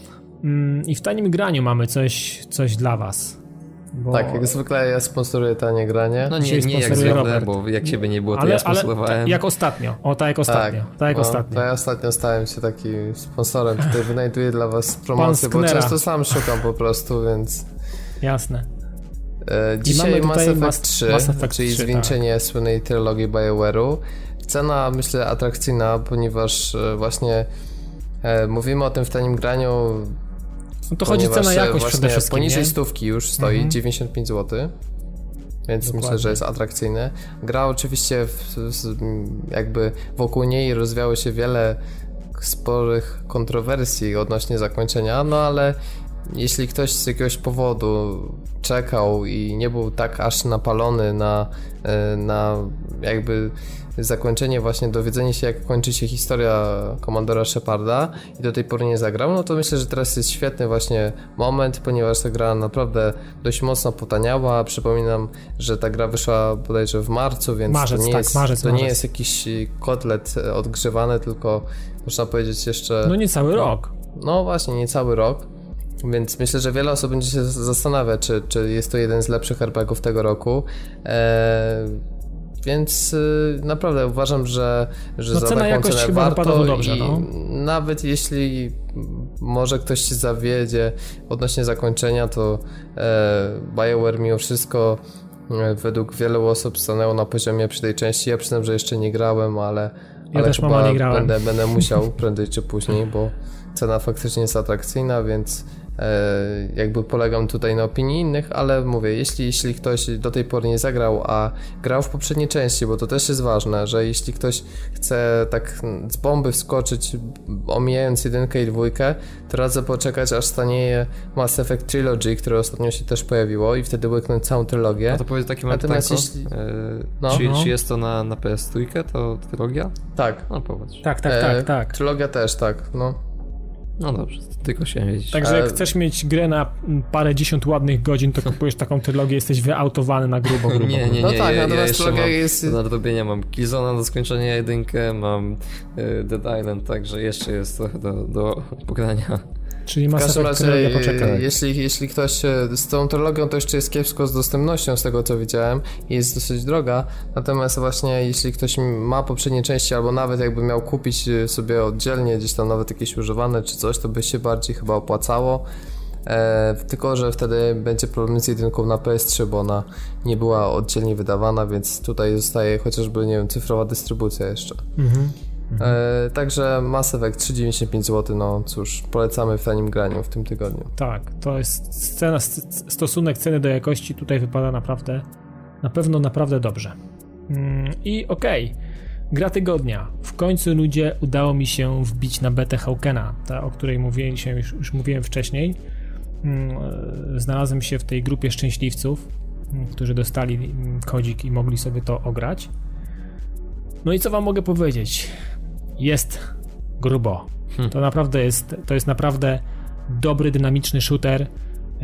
I w tanim graniu mamy coś, coś dla was. Bo... Tak, jak zwykle ja sponsoruję tanie granie. No nie, nie jak zwykle, bo jak ciebie nie było, to ale, ja sponsorowałem. Ale jak ostatnio, o tak jak ostatnio. Tak, tak jak no, ostatnio. To ja ostatnio stałem się takim sponsorem, który wynajduję dla was promocję, bo często sam szukam po prostu, więc... Jasne. E, dzisiaj Mass Effect trzy, Mass Effect czyli trzy, zwieńczenie tak. słynnej trylogii BioWare'u. Cena, myślę, atrakcyjna, ponieważ właśnie e, mówimy o tym w tanim graniu. No to chodzi cena jakość przede wszystkim, poniżej nie? stówki już stoi, mhm. dziewięćdziesiąt pięć złotych, więc Dokładnie. myślę, że jest atrakcyjny. Gra oczywiście w, w, jakby wokół niej rozwiało się wiele sporych kontrowersji odnośnie zakończenia, no ale jeśli ktoś z jakiegoś powodu czekał i nie był tak aż napalony na, na jakby zakończenie, właśnie dowiedzenie się, jak kończy się historia komandora Sheparda i do tej pory nie zagrał, no to myślę, że teraz jest świetny właśnie moment, ponieważ ta gra naprawdę dość mocno potaniała. Przypominam, że ta gra wyszła bodajże w marcu, więc marzec, to, nie, tak, jest, marzec, to marzec. nie jest jakiś kotlet odgrzewany, tylko można powiedzieć jeszcze... No nie cały rok. No właśnie, nie cały rok. Więc myślę, że wiele osób będzie się zastanawiać, czy, czy jest to jeden z lepszych er pe gie ów tego roku. Eee, więc y, naprawdę uważam, że, że no za cena taką cenę warto dobrze, i no. nawet jeśli może ktoś się zawiedzie odnośnie zakończenia, to e, BioWare mimo wszystko e, według wielu osób stanęło na poziomie przy tej części. Ja przyznam, że jeszcze nie grałem, ale, ja ale też chyba nie grałem. Będę, będę musiał prędzej czy później, bo cena faktycznie jest atrakcyjna, więc e, jakby polegam tutaj na opinii innych, ale mówię, jeśli, jeśli ktoś do tej pory nie zagrał, a grał w poprzedniej części, bo to też jest ważne, że jeśli ktoś chce tak z bomby wskoczyć, omijając jedynkę i dwójkę, to radzę poczekać, aż stanieje Mass Effect Trilogy, które ostatnio się też pojawiło i wtedy łyknąć całą trylogię. A to powiedz taki moment, jeśli... e, no, czy, no. czy jest to na, na P S trzy, to trylogia? Tak. No powiedz. Tak, tak, tak, tak. E, trylogia też, tak, no. No dobrze, tylko się wiedzieć. Także jak chcesz mieć grę na parę dziesiąt ładnych godzin, to kupujesz taką trylogię, jesteś wyautowany na grubo, grubo. Nie, nie, nie, no tak, ja, ja jeszcze mam jest... do nadrobienia, mam Killzone'a do skończenia jedynkę, mam y, Dead Island, także jeszcze jest trochę do, do pogrania. Czyli Mass Effect trylogia poczekaj. Jeśli, jeśli ktoś z tą trylogią, to jeszcze jest kiepsko z dostępnością, z tego co widziałem, i jest dosyć droga, natomiast właśnie jeśli ktoś ma poprzednie części, albo nawet jakby miał kupić sobie oddzielnie gdzieś tam nawet jakieś używane czy coś, to by się bardziej chyba opłacało. E, tylko, że wtedy będzie problem z jedynką na P S trzy, bo ona nie była oddzielnie wydawana, więc tutaj zostaje chociażby, nie wiem, cyfrowa dystrybucja jeszcze. Mhm. Mhm. E, także Mass Effect trzy dziewięćdziesiąt pięć złotych, no cóż, polecamy w tanim graniu w tym tygodniu. Tak, to jest scena, stosunek ceny do jakości tutaj wypada naprawdę, na pewno naprawdę dobrze. Mm, I okej, okay. Gra tygodnia. W końcu, ludzie, udało mi się wbić na betę Haukena, ta, o której mówiłem, już, już mówiłem wcześniej. Znalazłem się w tej grupie szczęśliwców, którzy dostali kodzik i mogli sobie to ograć. No i co wam mogę powiedzieć? Jest grubo. Hmm. To naprawdę jest, to jest naprawdę dobry, dynamiczny shooter e,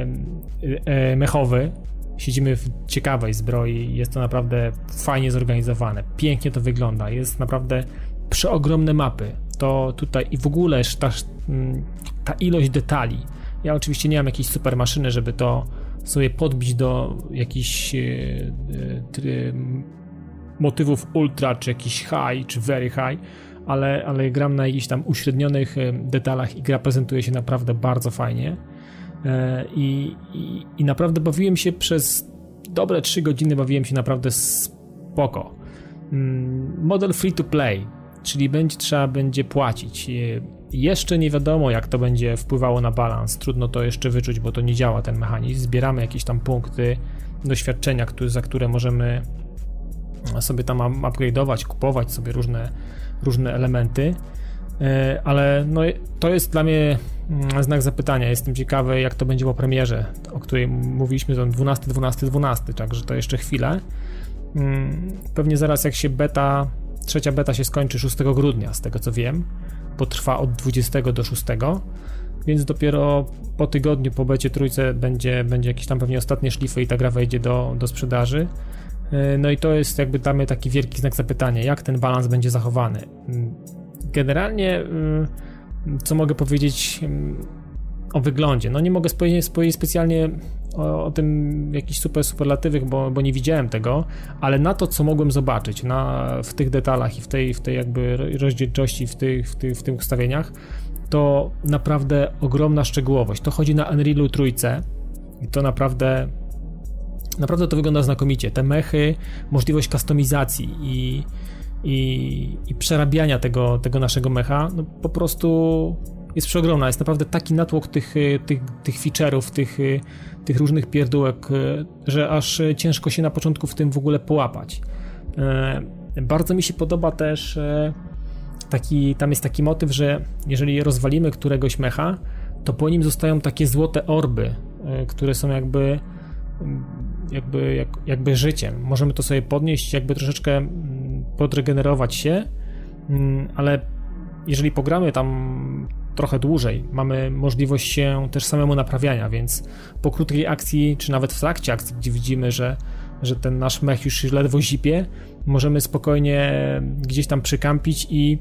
e, mechowy. Siedzimy w ciekawej zbroi, jest to naprawdę fajnie zorganizowane, pięknie to wygląda, jest naprawdę przeogromne mapy. To tutaj i w ogóle ta, ta ilość detali. Ja oczywiście nie mam jakiejś super maszyny, żeby to sobie podbić do jakichś e, e, motywów ultra, czy jakiś high, czy very high, ale, ale gram na jakichś tam uśrednionych detalach i gra prezentuje się naprawdę bardzo fajnie. I, i, i naprawdę bawiłem się przez dobre trzy godziny, bawiłem się naprawdę spoko. Model free to play, czyli będzie trzeba będzie płacić. Jeszcze nie wiadomo, jak to będzie wpływało na balans, trudno to jeszcze wyczuć, bo to nie działa ten mechanizm. Zbieramy jakieś tam punkty doświadczenia, które, za które możemy sobie tam upgrade'ować, kupować sobie różne, różne elementy. Ale no, to jest dla mnie znak zapytania. Jestem ciekawy, jak to będzie po premierze, o której mówiliśmy, to dwunastego dwunastego dwunastego, także to jeszcze chwilę. Pewnie zaraz, jak się beta, trzecia beta się skończy szóstego grudnia, z tego co wiem, potrwa od dwudziestego do szóstego, więc dopiero po tygodniu, po becie trójce będzie, będzie jakieś tam pewnie ostatnie szlify i ta gra wejdzie do, do sprzedaży. No i to jest jakby dla mnie taki wielki znak zapytania, jak ten balans będzie zachowany. Generalnie, co mogę powiedzieć o wyglądzie? No nie mogę powiedzieć, powiedzieć specjalnie o, o tym jakichś super superlatywach, bo, bo nie widziałem tego, ale na to, co mogłem zobaczyć na, w tych detalach i w tej, w tej jakby rozdzielczości, w tych, w tych, w tych ustawieniach, to naprawdę ogromna szczegółowość. To chodzi na Unrealu trójce i to naprawdę naprawdę to wygląda znakomicie. Te mechy, możliwość kustomizacji i I, i przerabiania tego, tego naszego mecha, no po prostu jest przeogromna. Jest naprawdę taki natłok tych, tych, tych feature'ów, tych, tych różnych pierdółek, że aż ciężko się na początku w tym w ogóle połapać. Bardzo mi się podoba też taki, tam jest taki motyw, że jeżeli rozwalimy któregoś mecha, to po nim zostają takie złote orby, które są jakby jakby, jak, jakby życiem. Możemy to sobie podnieść, jakby troszeczkę podregenerować się, ale jeżeli pogramy tam trochę dłużej, mamy możliwość się też samemu naprawiania, więc po krótkiej akcji, czy nawet w trakcie akcji, gdzie widzimy, że, że ten nasz mech już ledwo zipie, możemy spokojnie gdzieś tam przykampić i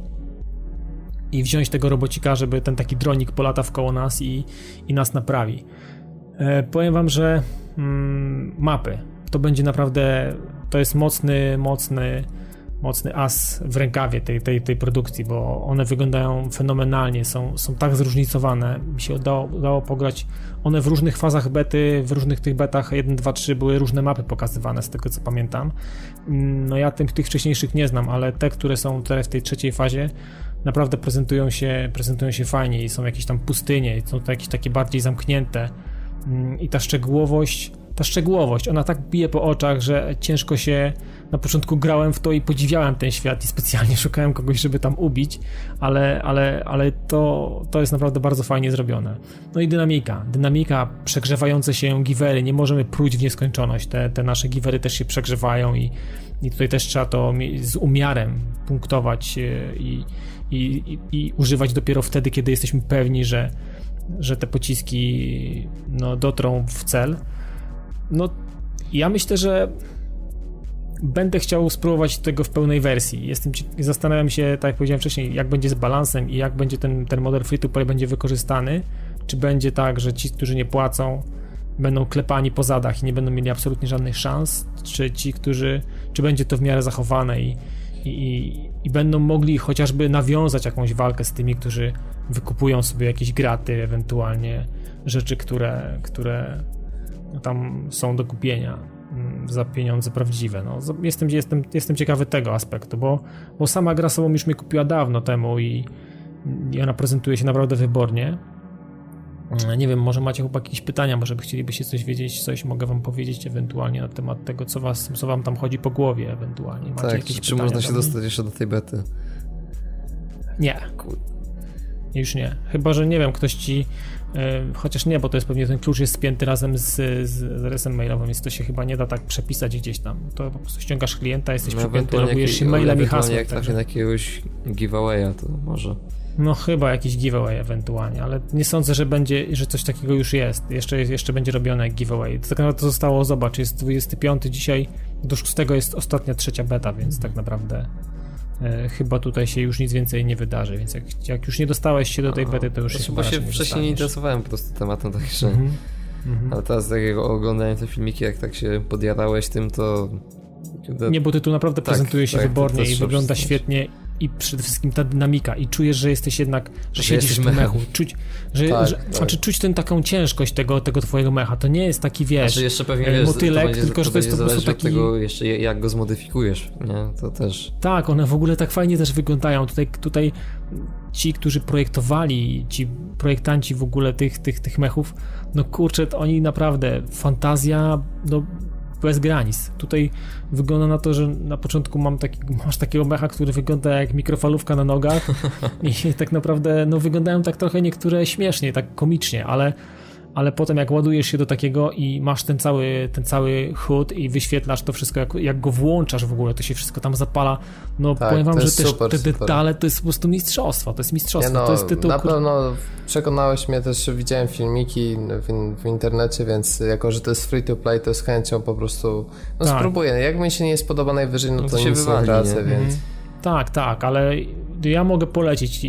i wziąć tego robocika, żeby ten taki dronik polatał koło nas i, i nas naprawi. E, powiem wam, że mm, mapy to będzie naprawdę, to jest mocny, mocny mocny as w rękawie tej, tej, tej produkcji, bo one wyglądają fenomenalnie, są, są tak zróżnicowane, mi się udało, udało pograć, one w różnych fazach bety, w różnych tych betach jeden, dwa, trzy były różne mapy pokazywane, z tego co pamiętam. No ja tym, tych wcześniejszych nie znam, ale te, które są teraz w tej trzeciej fazie, naprawdę prezentują się, prezentują się fajnie i są jakieś tam pustynie, są to jakieś takie bardziej zamknięte i ta szczegółowość, ta szczegółowość, ona tak bije po oczach, że ciężko się, na początku grałem w to i podziwiałem ten świat i specjalnie szukałem kogoś, żeby tam ubić, ale, ale, ale to, to jest naprawdę bardzo fajnie zrobione. No i dynamika, dynamika, przegrzewające się givery, nie możemy próć w nieskończoność, te, te nasze givery też się przegrzewają i, i tutaj też trzeba to z umiarem punktować i, i, i, i używać dopiero wtedy, kiedy jesteśmy pewni, że, że te pociski no, dotrą w cel. No, ja myślę, że będę chciał spróbować tego w pełnej wersji. Jestem, zastanawiam się, tak jak powiedziałem wcześniej, jak będzie z balansem i jak będzie ten, ten model free to play będzie wykorzystany. Czy będzie tak, że ci, którzy nie płacą, będą klepani po zadach i nie będą mieli absolutnie żadnych szans, czy ci, którzy, czy będzie to w miarę zachowane i, i, i będą mogli chociażby nawiązać jakąś walkę z tymi, którzy wykupują sobie jakieś graty, ewentualnie rzeczy, które, które tam są do kupienia. za pieniądze prawdziwe. No, jestem, jestem, jestem ciekawy tego aspektu, bo, bo sama gra sobą już mnie kupiła dawno temu i, i ona prezentuje się naprawdę wybornie. Nie wiem, może macie chłopaki jakieś pytania, może by chcielibyście coś wiedzieć, coś mogę wam powiedzieć ewentualnie na temat tego, co, was, co wam tam chodzi po głowie ewentualnie. Macie tak, jakieś czy można się do dostać jeszcze do tej bety? Nie. Już nie. Chyba, że nie wiem, ktoś ci yy, chociaż nie, bo to jest pewnie ten klucz jest spięty razem z, z, z adresem mailowym, więc to się chyba nie da tak przepisać gdzieś tam. To po prostu ściągasz klienta, jesteś no, przypięty, logujesz się mailem i hasłem. Jak trafię na jakiegoś giveawaya, to może... No chyba jakiś giveaway ewentualnie, ale nie sądzę, że będzie, że coś takiego już jest. Jeszcze, jeszcze będzie robione jak giveaway. To tak naprawdę to zostało, zobacz, jest dwudziestego piątego dzisiaj, do szóstego jest ostatnia trzecia beta, więc tak naprawdę e, chyba tutaj się już nic więcej nie wydarzy, więc jak, jak już nie dostałeś się do tej bety, to już to się chyba się nie wcześniej nie interesowałem po prostu tematem, także... Mm-hmm. Mm-hmm. Ale teraz tak jak oglądałem te filmiki, jak tak się podjarałeś tym, to... Nie, bo tytuł naprawdę tak, prezentuje się tak, wybornie i wygląda wszystko. świetnie i przede wszystkim ta dynamika i czujesz, że jesteś jednak, że, że siedzisz w tym mechu. Czuć, że, tak, że, tak. Znaczy czuć tę taką ciężkość tego, tego twojego mecha. To nie jest taki, wiesz, znaczy jeszcze pewnie, wiesz, motylek, będzie, tylko że to jest to po prostu taki... tego jeszcze jak go zmodyfikujesz, nie? To też... Tak, one w ogóle tak fajnie też wyglądają. Tutaj, tutaj ci, którzy projektowali, ci projektanci w ogóle tych, tych, tych mechów, no kurczę, to oni naprawdę, fantazja, no bez granic. Tutaj wygląda na to, że na początku mam taki, masz takiego mecha, który wygląda jak mikrofalówka na nogach i tak naprawdę no, wyglądają tak trochę niektóre śmiesznie, tak komicznie, ale, ale potem jak ładujesz się do takiego i masz ten cały, ten cały H U D i wyświetlasz to wszystko, jak, jak go włączasz w ogóle, to się wszystko tam zapala. No tak, powiem wam, że też super, te detale super. To jest po prostu mistrzostwo, to jest mistrzostwo. No, to jest tytuł, na pewno przekonałeś mnie też, że widziałem filmiki w, w internecie, więc jako, że to jest free to play, to z chęcią po prostu no tak. spróbuję. Jak mi się nie spodoba najwyżej, no, no to, to się nic wywali, nie tracę, nie? Więc... Tak, tak, ale ja mogę polecić.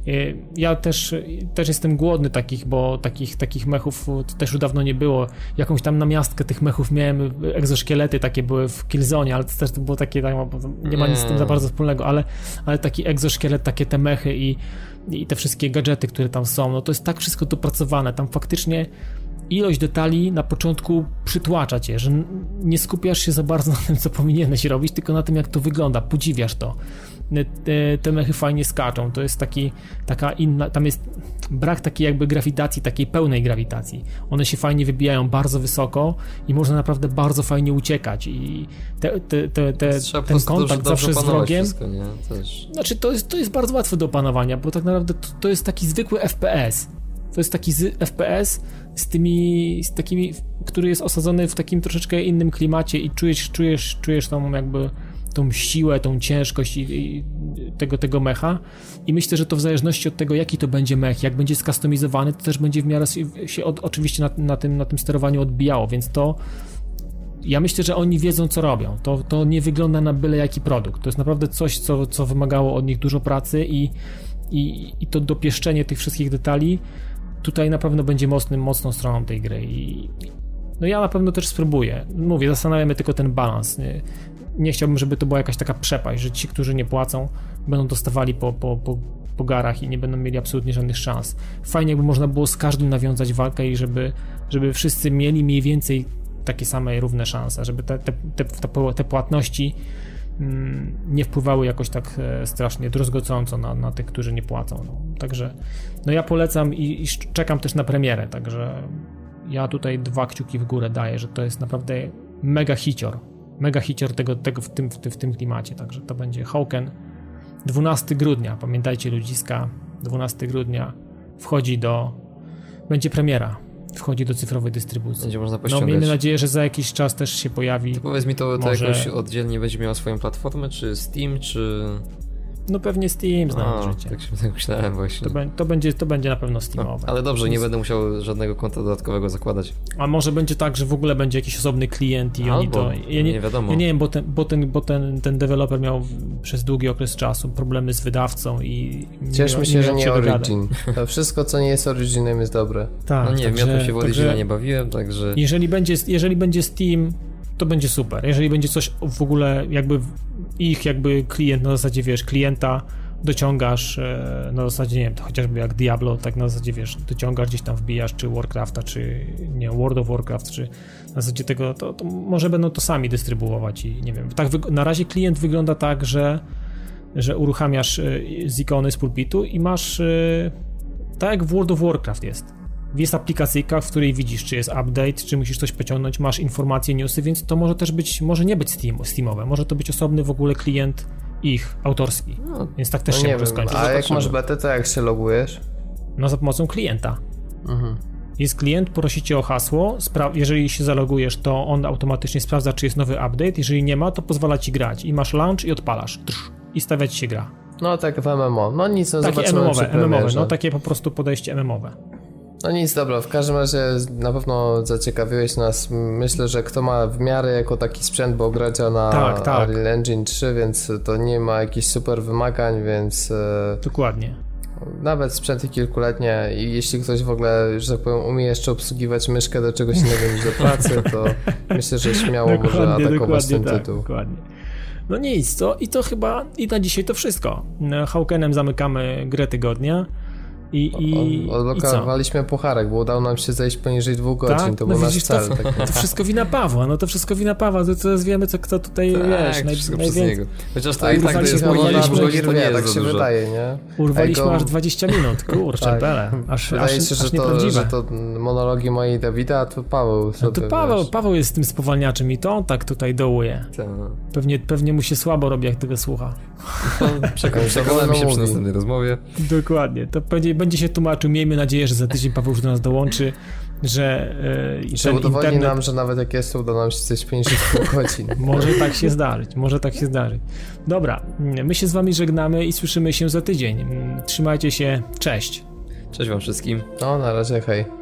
Ja też, też jestem głodny takich, bo takich, takich mechów też już dawno nie było. Jakąś tam namiastkę tych mechów miałem, egzoszkielety takie były w Killzone, ale to też to było takie, nie ma nic z tym za bardzo wspólnego, ale, ale taki egzoszkielet, takie te mechy i, i te wszystkie gadżety, które tam są, no to jest tak wszystko dopracowane, tam faktycznie ilość detali na początku przytłacza cię, że nie skupiasz się za bardzo na tym, co powinieneś robić, tylko na tym, jak to wygląda, podziwiasz to. Te, te mechy fajnie skaczą, to jest taki, taka inna, tam jest brak takiej jakby grawitacji, takiej pełnej grawitacji. One się fajnie wybijają bardzo wysoko i można naprawdę bardzo fajnie uciekać i te, te, te, te, ten kontakt zawsze z wrogiem, wszystko, nie? Też. Znaczy to jest, to jest bardzo łatwe do opanowania, bo tak naprawdę to, to jest taki zwykły F P S. To jest taki F P S z tymi, z takimi, który jest osadzony w takim troszeczkę innym klimacie i czujesz, czujesz, czujesz tą jakby tą siłę, tą ciężkość i, i tego, tego mecha i myślę, że to w zależności od tego, jaki to będzie mech, jak będzie skustomizowany, to też będzie w miarę się, się od, oczywiście na, na, tym, na tym sterowaniu odbijało, więc to ja myślę, że oni wiedzą, co robią. To, to nie wygląda na byle jaki produkt. To jest naprawdę coś, co, co wymagało od nich dużo pracy i, i, i to dopieszczenie tych wszystkich detali tutaj na pewno będzie mocnym, mocną stroną tej gry i no ja na pewno też spróbuję. Mówię, zastanawiamy tylko ten balans. Nie, nie chciałbym, żeby to była jakaś taka przepaść, że ci, którzy nie płacą, będą dostawali po, po, po, po garach i nie będą mieli absolutnie żadnych szans. Fajnie, jakby można było z każdym nawiązać walkę i żeby, żeby wszyscy mieli mniej więcej takie same równe szanse, żeby te, te, te, te płatności mm, nie wpływały jakoś tak strasznie druzgocąco na, na tych, którzy nie płacą. No. Także no ja polecam i, i czekam też na premierę, także ja tutaj dwa kciuki w górę daję, że to jest naprawdę mega hicior. Mega hicior tego, tego w, tym, w, tym, w tym klimacie, także to będzie Hawken dwunastego grudnia, pamiętajcie ludziska, dwunastego grudnia wchodzi do, będzie premiera, wchodzi do cyfrowej dystrybucji. Będzie można pościągać. No miejmy nadzieję, że za jakiś czas też się pojawi. To powiedz mi, to, to może... jakoś oddzielnie będzie miała swoją platformę, czy Steam, czy... No pewnie Steam znajdziecie. Tak się tak myślałem właśnie. To, be, to, będzie, to będzie na pewno Steamowe. No, ale dobrze, nie będę musiał żadnego konta dodatkowego zakładać. A może będzie tak, że w ogóle będzie jakiś osobny klient i Albo, oni to... Ja nie, nie wiadomo. Ja nie wiem, bo ten, bo ten, bo ten, ten deweloper miał przez długi okres czasu problemy z wydawcą i... Cieszmy nie, się, nie że nie się Origin. To wszystko, co nie jest Originem, jest dobre. Tak, no nie także, wiem, ja to się w Origina nie bawiłem, także... Jeżeli będzie, jeżeli będzie Steam, to będzie super. Jeżeli będzie coś w ogóle jakby ich jakby klient na zasadzie, wiesz, klienta dociągasz na zasadzie, nie wiem, to chociażby jak Diablo, tak na zasadzie, wiesz, dociągasz gdzieś tam, wbijasz, czy Warcrafta, czy nie, World of Warcraft, czy na zasadzie tego, to, to może będą to sami dystrybuować i nie wiem, tak na razie klient wygląda tak, że że uruchamiasz z ikony z pulpitu i masz tak jak w World of Warcraft jest. Jest aplikacyjka, w której widzisz, czy jest update, czy musisz coś pociągnąć, masz informacje, newsy, więc to może też być, może nie być Steam, Steamowe, może to być osobny w ogóle klient ich, autorski, no, więc tak też no się nie może wiem, skończyć. A jak masz betę, to jak się logujesz? No za pomocą klienta. Mhm. Jest klient, prosi cię o hasło, spra- jeżeli się zalogujesz, to on automatycznie sprawdza, czy jest nowy update, jeżeli nie ma, to pozwala ci grać i masz launch i odpalasz Trz, i stawiać się gra. No tak w M M O, no nic, no takie zobaczymy M M O-we, przy M M O-we, premierze. no takie po prostu podejście M M O-we. No nic, dobra, w każdym razie na pewno zaciekawiłeś nas. Myślę, że kto ma w miarę jako taki sprzęt, bo gra działa na tak, tak. Unreal Engine trzy, więc to nie ma jakichś super wymagań, więc... Dokładnie. Nawet sprzęty kilkuletnie i jeśli ktoś w ogóle, że tak powiem, umie jeszcze obsługiwać myszkę do czegoś innego niż do pracy, to myślę, że śmiało może atakować ten tak, tytuł. Dokładnie. No nic, to i to chyba i na dzisiaj to wszystko. Haukenem zamykamy grę tygodnia i, i, odblokowaliśmy i pucharek, bo udało nam się zejść poniżej dwóch godzin, tak? to no był widzisz, nasz cel. To, tak. to wszystko wina Pawła, no to wszystko wina Pawła, to teraz wiemy, co kto tutaj, tak, wiesz, naj, wszystko najwięcej. przez niego. Chociaż to tak, i tak to jest urwaliśmy, godzin, to nie jest tak za się dużo. wydaje, nie? Urwaliśmy go... aż dwadzieścia minut, kurczę, tak. bele. Aż, Wydaje aż, się, aż że, to, że to monologi mojej Dawida, a to Paweł sobie, no to Paweł, wiesz. Paweł jest tym spowalniaczem i to on tak tutaj dołuje. Pewnie, pewnie mu się słabo robi, jak tego słucha. Przekonamy przekonamy się przy następnej rozmowie. Dokładnie, to będzie, będzie się tłumaczył, miejmy nadzieję, że za tydzień Paweł już do nas dołączy, że yy, że udowodni internet... nam, że nawet jak jest, to uda nam się coś poniżej pół godzin. Może tak się zdarzyć, może tak się zdarzyć. Dobra, my się z wami żegnamy i słyszymy się za tydzień. Trzymajcie się, cześć. Cześć wam wszystkim. No, na razie, hej.